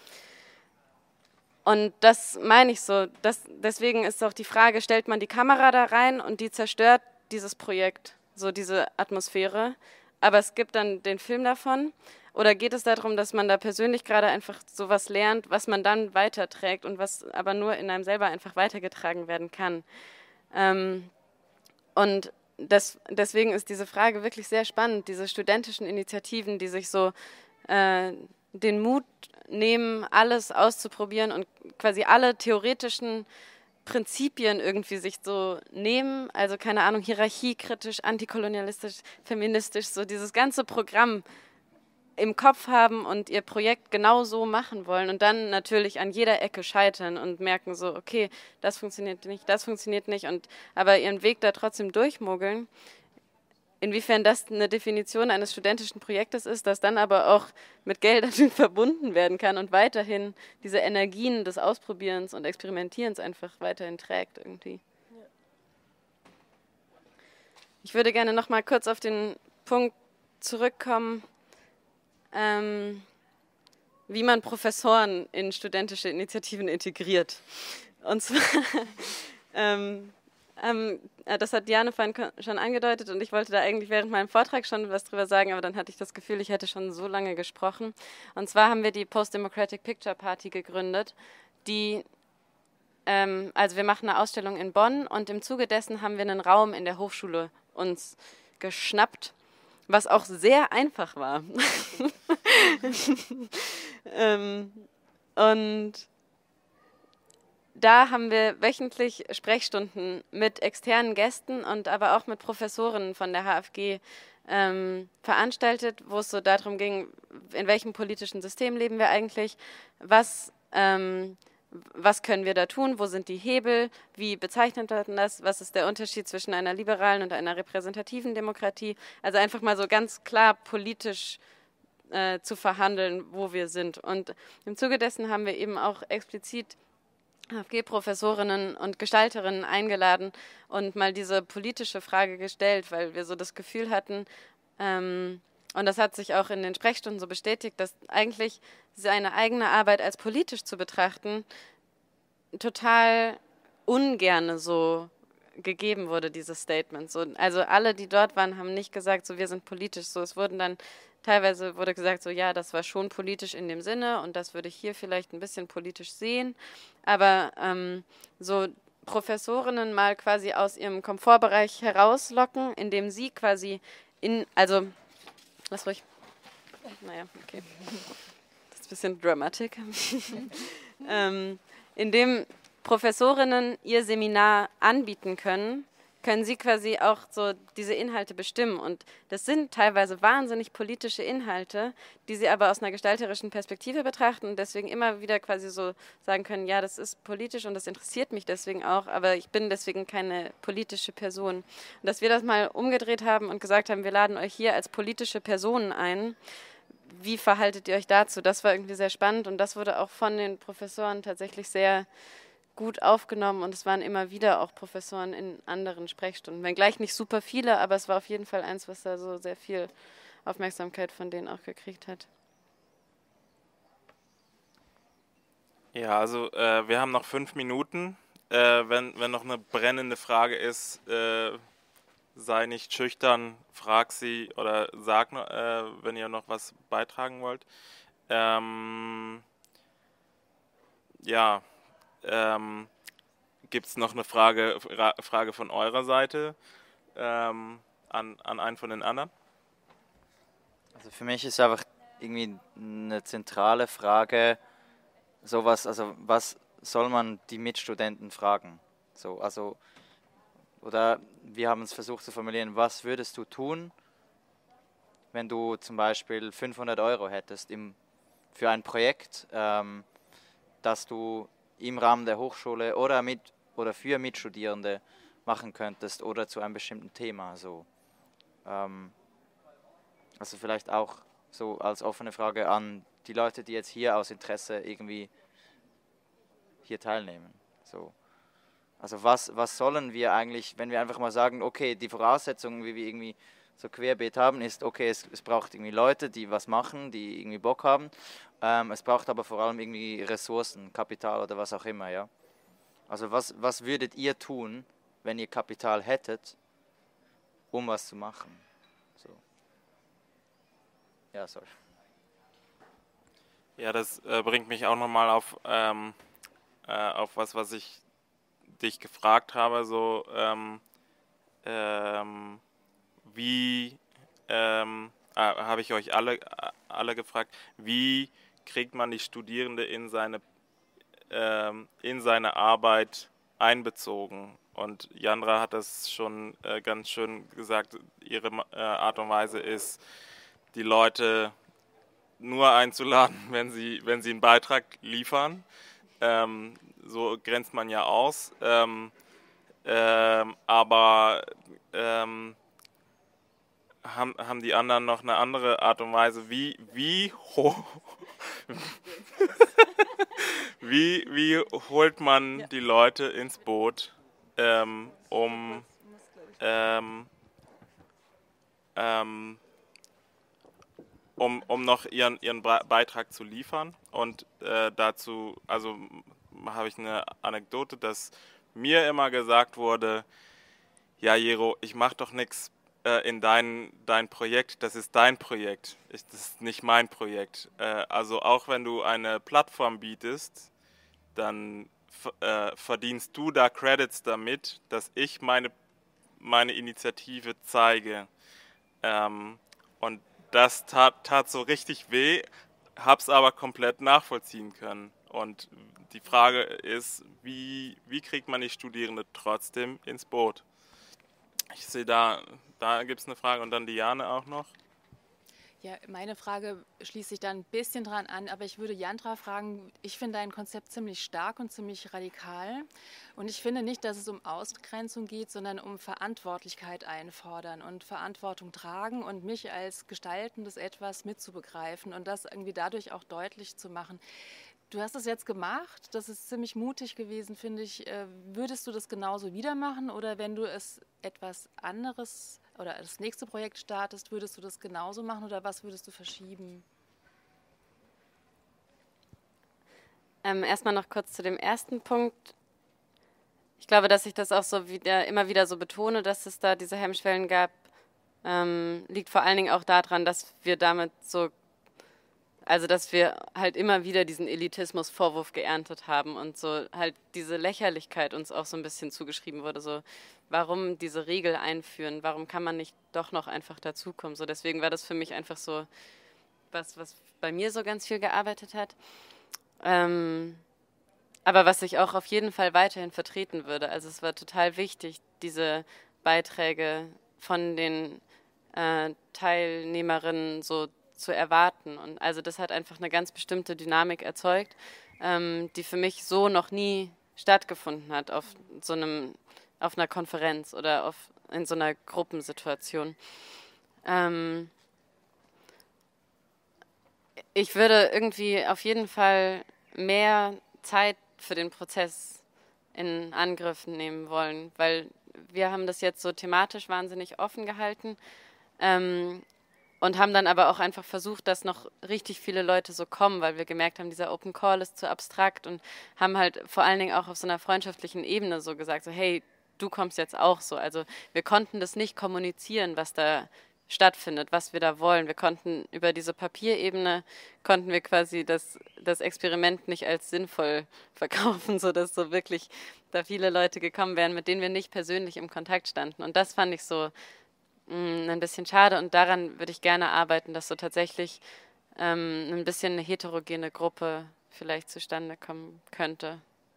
Und das meine ich so, deswegen ist auch die Frage, stellt man die Kamera da rein und die zerstört dieses Projekt, so diese Atmosphäre, aber es gibt dann den Film davon, oder geht es darum, dass man da persönlich gerade einfach sowas lernt, was man dann weiterträgt und was aber nur in einem selber einfach weitergetragen werden kann. Und deswegen ist diese Frage wirklich sehr spannend, diese studentischen Initiativen, die sich so den Mut nehmen, alles auszuprobieren und quasi alle theoretischen Prinzipien irgendwie sich so nehmen, also keine Ahnung, hierarchiekritisch, antikolonialistisch, feministisch, so dieses ganze Programm im Kopf haben und ihr Projekt genau so machen wollen und dann natürlich an jeder Ecke scheitern und merken so, okay, das funktioniert nicht, aber ihren Weg da trotzdem durchmogeln. Inwiefern das eine Definition eines studentischen Projektes ist, das dann aber auch mit Geldern verbunden werden kann und weiterhin diese Energien des Ausprobierens und Experimentierens einfach weiterhin trägt irgendwie. Ich würde gerne noch mal kurz auf den Punkt zurückkommen, wie man Professoren in studentische Initiativen integriert. Und zwar, das hat Diane vorhin schon angedeutet und ich wollte da eigentlich während meinem Vortrag schon was drüber sagen, aber dann hatte ich das Gefühl, ich hätte schon so lange gesprochen. Und zwar haben wir die Post-Democratic Picture Party gegründet, die, also wir machen eine Ausstellung in Bonn und im Zuge dessen haben wir einen Raum in der Hochschule uns geschnappt, was auch sehr einfach war. Und da haben wir wöchentlich Sprechstunden mit externen Gästen und aber auch mit Professoren von der HFG veranstaltet, wo es so darum ging, in welchem politischen System leben wir eigentlich, was können wir da tun, wo sind die Hebel, wie bezeichnet man das, was ist der Unterschied zwischen einer liberalen und einer repräsentativen Demokratie, also einfach mal so ganz klar politisch zu verhandeln, wo wir sind. Und im Zuge dessen haben wir eben auch explizit HFG-Professorinnen und Gestalterinnen eingeladen und mal diese politische Frage gestellt, weil wir so das Gefühl hatten, und das hat sich auch in den Sprechstunden so bestätigt, dass eigentlich seine eigene Arbeit als politisch zu betrachten total ungerne so gegeben wurde, dieses Statement. So, also alle, die dort waren, haben nicht gesagt, so wir sind politisch. So, es wurden dann teilweise wurde gesagt, so ja, das war schon politisch in dem Sinne und das würde ich hier vielleicht ein bisschen politisch sehen. Aber so Professorinnen mal quasi aus ihrem Komfortbereich herauslocken, indem sie quasi also lass ruhig. Naja, okay. Das ist ein bisschen dramatic. Indem Professorinnen ihr Seminar anbieten können, können sie quasi auch so diese Inhalte bestimmen. Und das sind teilweise wahnsinnig politische Inhalte, die sie aber aus einer gestalterischen Perspektive betrachten und deswegen immer wieder quasi so sagen können, ja, das ist politisch und das interessiert mich deswegen auch, aber ich bin deswegen keine politische Person. Und dass wir das mal umgedreht haben und gesagt haben, wir laden euch hier als politische Personen ein, wie verhaltet ihr euch dazu? Das war irgendwie sehr spannend und das wurde auch von den Professoren tatsächlich sehr gut aufgenommen und es waren immer wieder auch Professoren in anderen Sprechstunden. Wenngleich nicht super viele, aber es war auf jeden Fall eins, was da so sehr viel Aufmerksamkeit von denen auch gekriegt hat. Ja, also wir haben noch 5 Minuten. Wenn noch eine brennende Frage ist, sei nicht schüchtern, frag sie oder sag, wenn ihr noch was beitragen wollt. Gibt es noch eine Frage von eurer Seite? an einen von den anderen? Also für mich ist einfach irgendwie eine zentrale Frage, sowas, also was soll man die Mitstudenten fragen? So, also, oder wir haben es versucht zu formulieren, was würdest du tun, wenn du zum Beispiel 500 Euro hättest für ein Projekt, das du im Rahmen der Hochschule oder für Mitstudierende machen könntest oder zu einem bestimmten Thema. So. Also vielleicht auch so als offene Frage an die Leute, die jetzt hier aus Interesse irgendwie hier teilnehmen. So. Also was sollen wir eigentlich, wenn wir einfach mal sagen, okay, die Voraussetzungen, wie wir irgendwie so querbeet haben, ist, okay, es braucht irgendwie Leute, die was machen, die irgendwie Bock haben. Es braucht aber vor allem irgendwie Ressourcen, Kapital oder was auch immer, ja. Also was würdet ihr tun, wenn ihr Kapital hättet, um was zu machen? So. Ja, sorry. Ja, das bringt mich auch nochmal auf was ich dich gefragt habe, so wie habe ich euch alle gefragt, wie kriegt man die Studierende in seine Arbeit einbezogen? Und Jandra hat das schon ganz schön gesagt, ihre Art und Weise ist, die Leute nur einzuladen, wenn sie einen Beitrag liefern. So grenzt man ja aus. Aber haben die anderen noch eine andere Art und Weise, wie holt man die Leute ins Boot, um noch ihren Beitrag zu liefern. Und dazu, also habe ich eine Anekdote, dass mir immer gesagt wurde, ja Jero, ich mache doch nichts in dein Projekt, das ist dein Projekt, das ist nicht mein Projekt. Also auch wenn du eine Plattform bietest, dann verdienst du da Credits damit, dass ich meine Initiative zeige. Und das tat so richtig weh, hab's aber komplett nachvollziehen können. Und die Frage ist, wie kriegt man die Studierende trotzdem ins Boot? Ich sehe, da gibt es eine Frage und dann Diane auch noch. Ja, meine Frage schließt sich da ein bisschen dran an, aber ich würde Jandra fragen, ich finde dein Konzept ziemlich stark und ziemlich radikal und ich finde nicht, dass es um Ausgrenzung geht, sondern um Verantwortlichkeit einfordern und Verantwortung tragen und mich als gestaltendes Etwas mitzubegreifen und das irgendwie dadurch auch deutlich zu machen. Du hast es jetzt gemacht, das ist ziemlich mutig gewesen, finde ich. Würdest du das genauso wieder machen oder wenn du es etwas anderes oder das nächste Projekt startest, würdest du das genauso machen oder was würdest du verschieben? Erstmal noch kurz zu dem ersten Punkt. Ich glaube, dass ich das auch so immer wieder so betone, dass es da diese Hemmschwellen gab, liegt vor allen Dingen auch daran, dass wir damit dass wir halt immer wieder diesen Elitismus-Vorwurf geerntet haben und so halt diese Lächerlichkeit uns auch so ein bisschen zugeschrieben wurde, so warum diese Regel einführen, warum kann man nicht doch noch einfach dazukommen, so deswegen war das für mich einfach so was bei mir so ganz viel gearbeitet hat, aber was ich auch auf jeden Fall weiterhin vertreten würde, also es war total wichtig, diese Beiträge von den Teilnehmerinnen so zu erwarten. Und also das hat einfach eine ganz bestimmte Dynamik erzeugt, die für mich so noch nie stattgefunden hat auf einer Konferenz oder in so einer Gruppensituation. Ich würde irgendwie auf jeden Fall mehr Zeit für den Prozess in Angriff nehmen wollen, weil wir haben das jetzt so thematisch wahnsinnig offen gehalten, und haben dann aber auch einfach versucht, dass noch richtig viele Leute so kommen, weil wir gemerkt haben, dieser Open Call ist zu abstrakt und haben halt vor allen Dingen auch auf so einer freundschaftlichen Ebene so gesagt, so hey, du kommst jetzt auch so. Also wir konnten das nicht kommunizieren, was da stattfindet, was wir da wollen. Wir konnten über diese Papierebene, konnten wir quasi das Experiment nicht als sinnvoll verkaufen, sodass so wirklich da viele Leute gekommen wären, mit denen wir nicht persönlich im Kontakt standen. Und das fand ich so ein bisschen schade und daran würde ich gerne arbeiten, dass so tatsächlich ein bisschen eine heterogene Gruppe vielleicht zustande kommen könnte.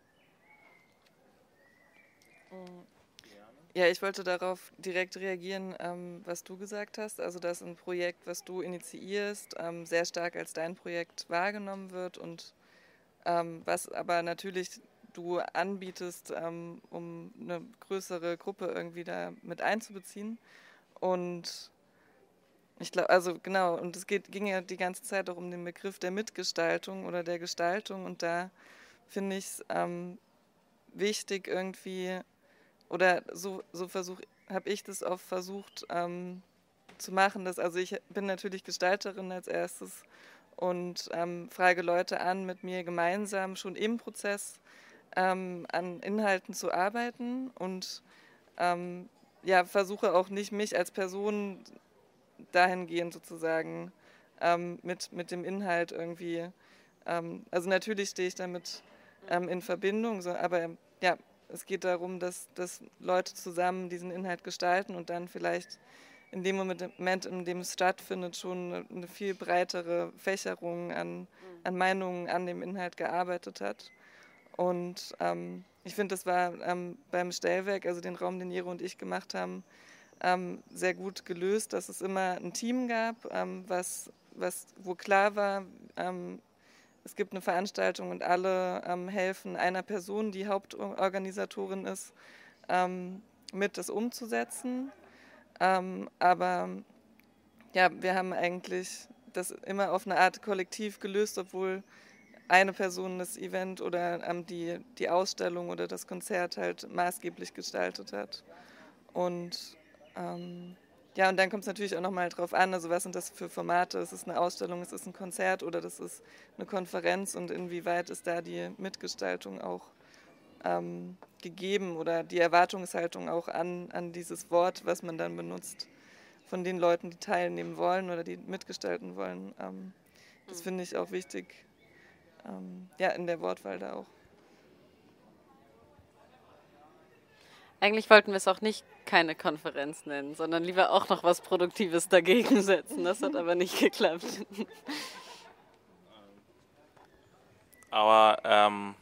Ja, ich wollte darauf direkt reagieren, was du gesagt hast, also dass ein Projekt, was du initiierst, sehr stark als dein Projekt wahrgenommen wird und was aber natürlich du anbietest, um eine größere Gruppe irgendwie da mit einzubeziehen. Und ich glaube, also genau, und es ging ja die ganze Zeit auch um den Begriff der Mitgestaltung oder der Gestaltung und da finde ich es wichtig irgendwie, oder so habe ich das oft versucht zu machen, dass, also ich bin natürlich Gestalterin als erstes und frage Leute an, mit mir gemeinsam schon im Prozess an Inhalten zu arbeiten und ja, versuche auch nicht mich als Person dahingehend sozusagen mit dem Inhalt irgendwie, also natürlich stehe ich damit in Verbindung, so, aber ja, es geht darum, dass Leute zusammen diesen Inhalt gestalten und dann vielleicht in dem Moment, in dem es stattfindet, schon eine viel breitere Fächerung an Meinungen an dem Inhalt gearbeitet hat. Und ich finde, das war beim Stellwerk, also den Raum, den Jero und ich gemacht haben, sehr gut gelöst, dass es immer ein Team gab, wo klar war, es gibt eine Veranstaltung und alle helfen einer Person, die Hauptorganisatorin ist, mit das umzusetzen. Aber ja, wir haben eigentlich das immer auf eine Art kollektiv gelöst, obwohl eine Person das Event oder die Ausstellung oder das Konzert halt maßgeblich gestaltet hat. Und ja, und dann kommt es natürlich auch nochmal drauf an, also was sind das für Formate, ist es eine Ausstellung, ist es ein Konzert oder das ist eine Konferenz und inwieweit ist da die Mitgestaltung auch gegeben oder die Erwartungshaltung auch an dieses Wort, was man dann benutzt, von den Leuten, die teilnehmen wollen oder die mitgestalten wollen. Das finde ich auch wichtig, ja, in der Wortwahl da auch. Eigentlich wollten wir es auch nicht keine Konferenz nennen, sondern lieber auch noch was Produktives dagegen setzen. Das hat aber nicht geklappt. Aber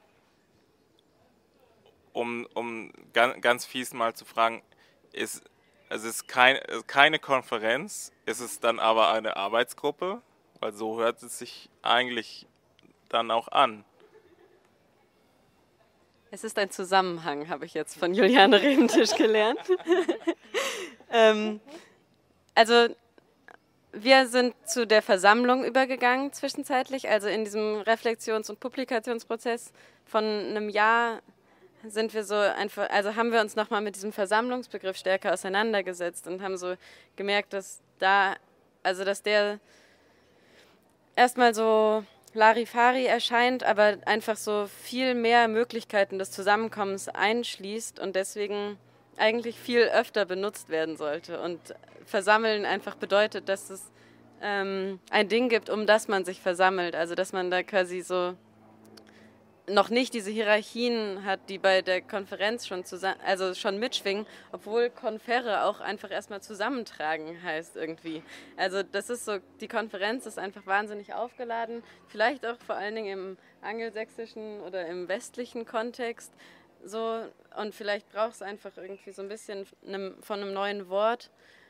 um ganz fies mal zu fragen, es ist keine Konferenz, ist es dann aber eine Arbeitsgruppe? Weil so hört es sich eigentlich dann auch an. Es ist ein Zusammenhang, habe ich jetzt von Juliane Rebentisch gelernt. Also wir sind zu der Versammlung übergegangen zwischenzeitlich, also in diesem Reflexions- und Publikationsprozess von einem Jahr sind wir so einfach, also haben wir uns nochmal mit diesem Versammlungsbegriff stärker auseinandergesetzt und haben so gemerkt, dass der erstmal so Larifari erscheint, aber einfach so viel mehr Möglichkeiten des Zusammenkommens einschließt und deswegen eigentlich viel öfter benutzt werden sollte. Und Versammeln einfach bedeutet, dass es ein Ding gibt, um das man sich versammelt. Also dass man da quasi so noch nicht diese Hierarchien hat, die bei der Konferenz schon mitschwingen, obwohl Konferre auch einfach erstmal zusammentragen heißt irgendwie. Also das ist so, die Konferenz ist einfach wahnsinnig aufgeladen, vielleicht auch vor allen Dingen im angelsächsischen oder im westlichen Kontext so, und vielleicht braucht es einfach irgendwie so ein bisschen von einem neuen Wort,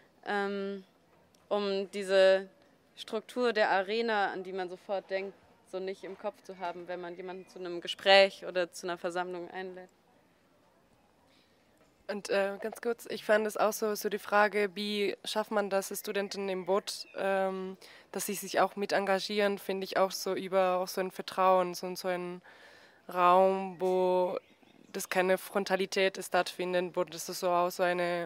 um diese Struktur der Arena, an die man sofort denkt, so nicht im Kopf zu haben, wenn man jemanden zu einem Gespräch oder zu einer Versammlung einlädt. Und ganz kurz, ich fand es auch so die Frage, wie schafft man das, Studenten im Boot, dass sie sich auch mit engagieren, finde ich auch so über auch so ein Vertrauen, so einen Raum, wo das keine Frontalität stattfindet, wo das ist so auch so eine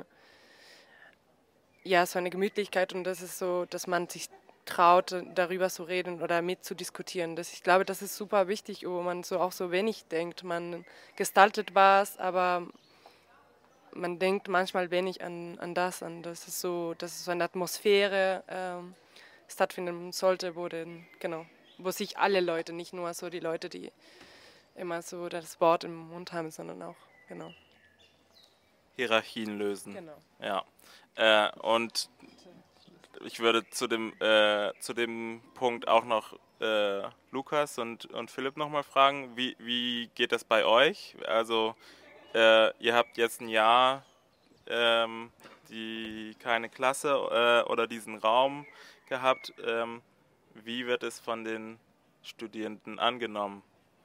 Gemütlichkeit und das ist so, dass man sich traut, darüber zu reden oder mitzudiskutieren. Ich glaube, das ist super wichtig, wo man so auch so wenig denkt. Man gestaltet was, aber man denkt manchmal wenig an das, dass es so eine Atmosphäre stattfinden sollte, wo sich alle Leute, nicht nur so die Leute, die immer so das Wort im Mund haben, sondern auch, genau. Hierarchien lösen. Genau. Ja. Und ich würde zu dem Punkt auch noch Lukas und Philipp nochmal fragen, wie geht das bei euch? Also ihr habt jetzt ein Jahr keine Klasse oder diesen Raum gehabt. Wie wird es von den Studierenden angenommen?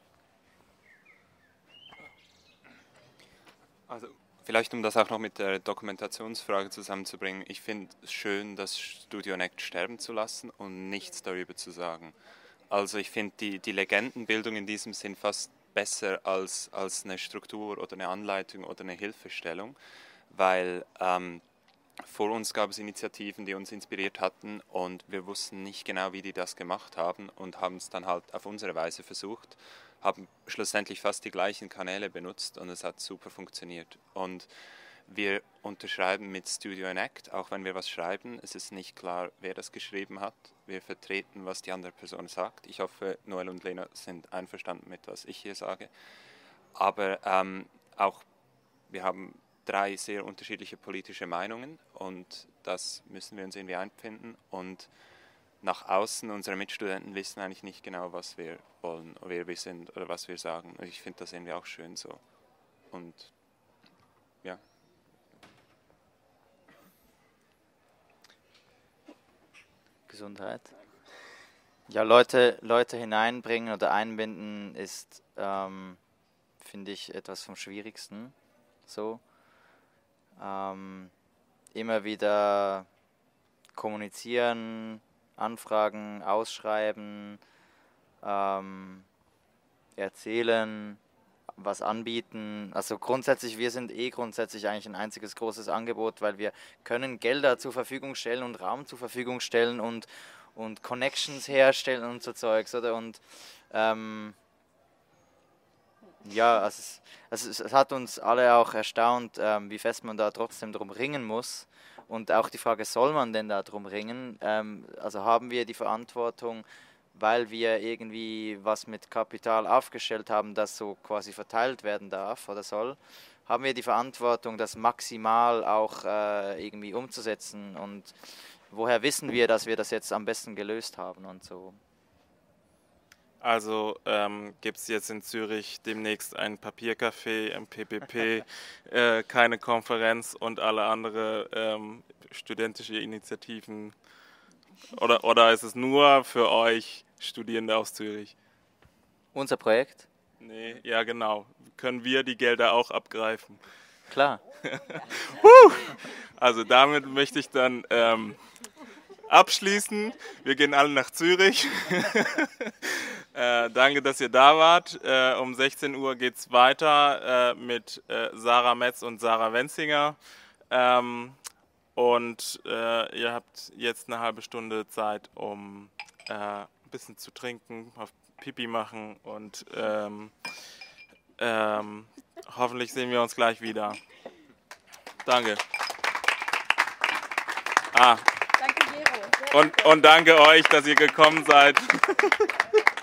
Also vielleicht, um das auch noch mit der Dokumentationsfrage zusammenzubringen, ich finde es schön, das Studio Next sterben zu lassen und nichts darüber zu sagen. Also ich finde die Legendenbildung in diesem Sinn fast besser als eine Struktur oder eine Anleitung oder eine Hilfestellung, weil vor uns gab es Initiativen, die uns inspiriert hatten und wir wussten nicht genau, wie die das gemacht haben und haben es dann halt auf unsere Weise versucht, haben schlussendlich fast die gleichen Kanäle benutzt und es hat super funktioniert. Und wir unterschreiben mit Studio Enact, auch wenn wir was schreiben. Es ist nicht klar, wer das geschrieben hat. Wir vertreten, was die andere Person sagt. Ich hoffe, Noel und Lena sind einverstanden mit, was ich hier sage. Aber auch wir haben 3 sehr unterschiedliche politische Meinungen und das müssen wir uns irgendwie einfinden. Und nach außen, unsere Mitstudenten wissen eigentlich nicht genau, was wir wollen, wer wir sind oder was wir sagen. Und ich finde das irgendwie auch schön so. Und ja. Gesundheit. Ja, Leute hineinbringen oder einbinden ist, finde ich, etwas vom Schwierigsten. So. Immer wieder kommunizieren, anfragen, ausschreiben, erzählen, was anbieten. Also grundsätzlich, wir sind grundsätzlich eigentlich ein einziges großes Angebot, weil wir können Gelder zur Verfügung stellen und Raum zur Verfügung stellen und Connections herstellen und so Zeugs, oder? Und ja, es hat uns alle auch erstaunt, wie fest man da trotzdem drum ringen muss. Und auch die Frage, soll man denn da drum ringen? Also haben wir die Verantwortung, weil wir irgendwie was mit Kapital aufgestellt haben, das so quasi verteilt werden darf oder soll, haben wir die Verantwortung, das maximal auch irgendwie umzusetzen. Und woher wissen wir, dass wir das jetzt am besten gelöst haben und so? Also gibt es jetzt in Zürich demnächst ein Papiercafé im PPP, keine Konferenz und alle andere studentische Initiativen? Oder ist es nur für euch Studierende aus Zürich? Unser Projekt? Nee, ja genau. Können wir die Gelder auch abgreifen? Klar. Also damit möchte ich dann abschließen. Wir gehen alle nach Zürich. Danke, dass ihr da wart. Um 16 Uhr geht es weiter mit Sarah Metz und Sarah Wenzinger. Und ihr habt jetzt eine halbe Stunde Zeit, um ein bisschen zu trinken, auf Pipi machen und hoffentlich sehen wir uns gleich wieder. Danke. Danke, Gero. Und danke euch, dass ihr gekommen seid.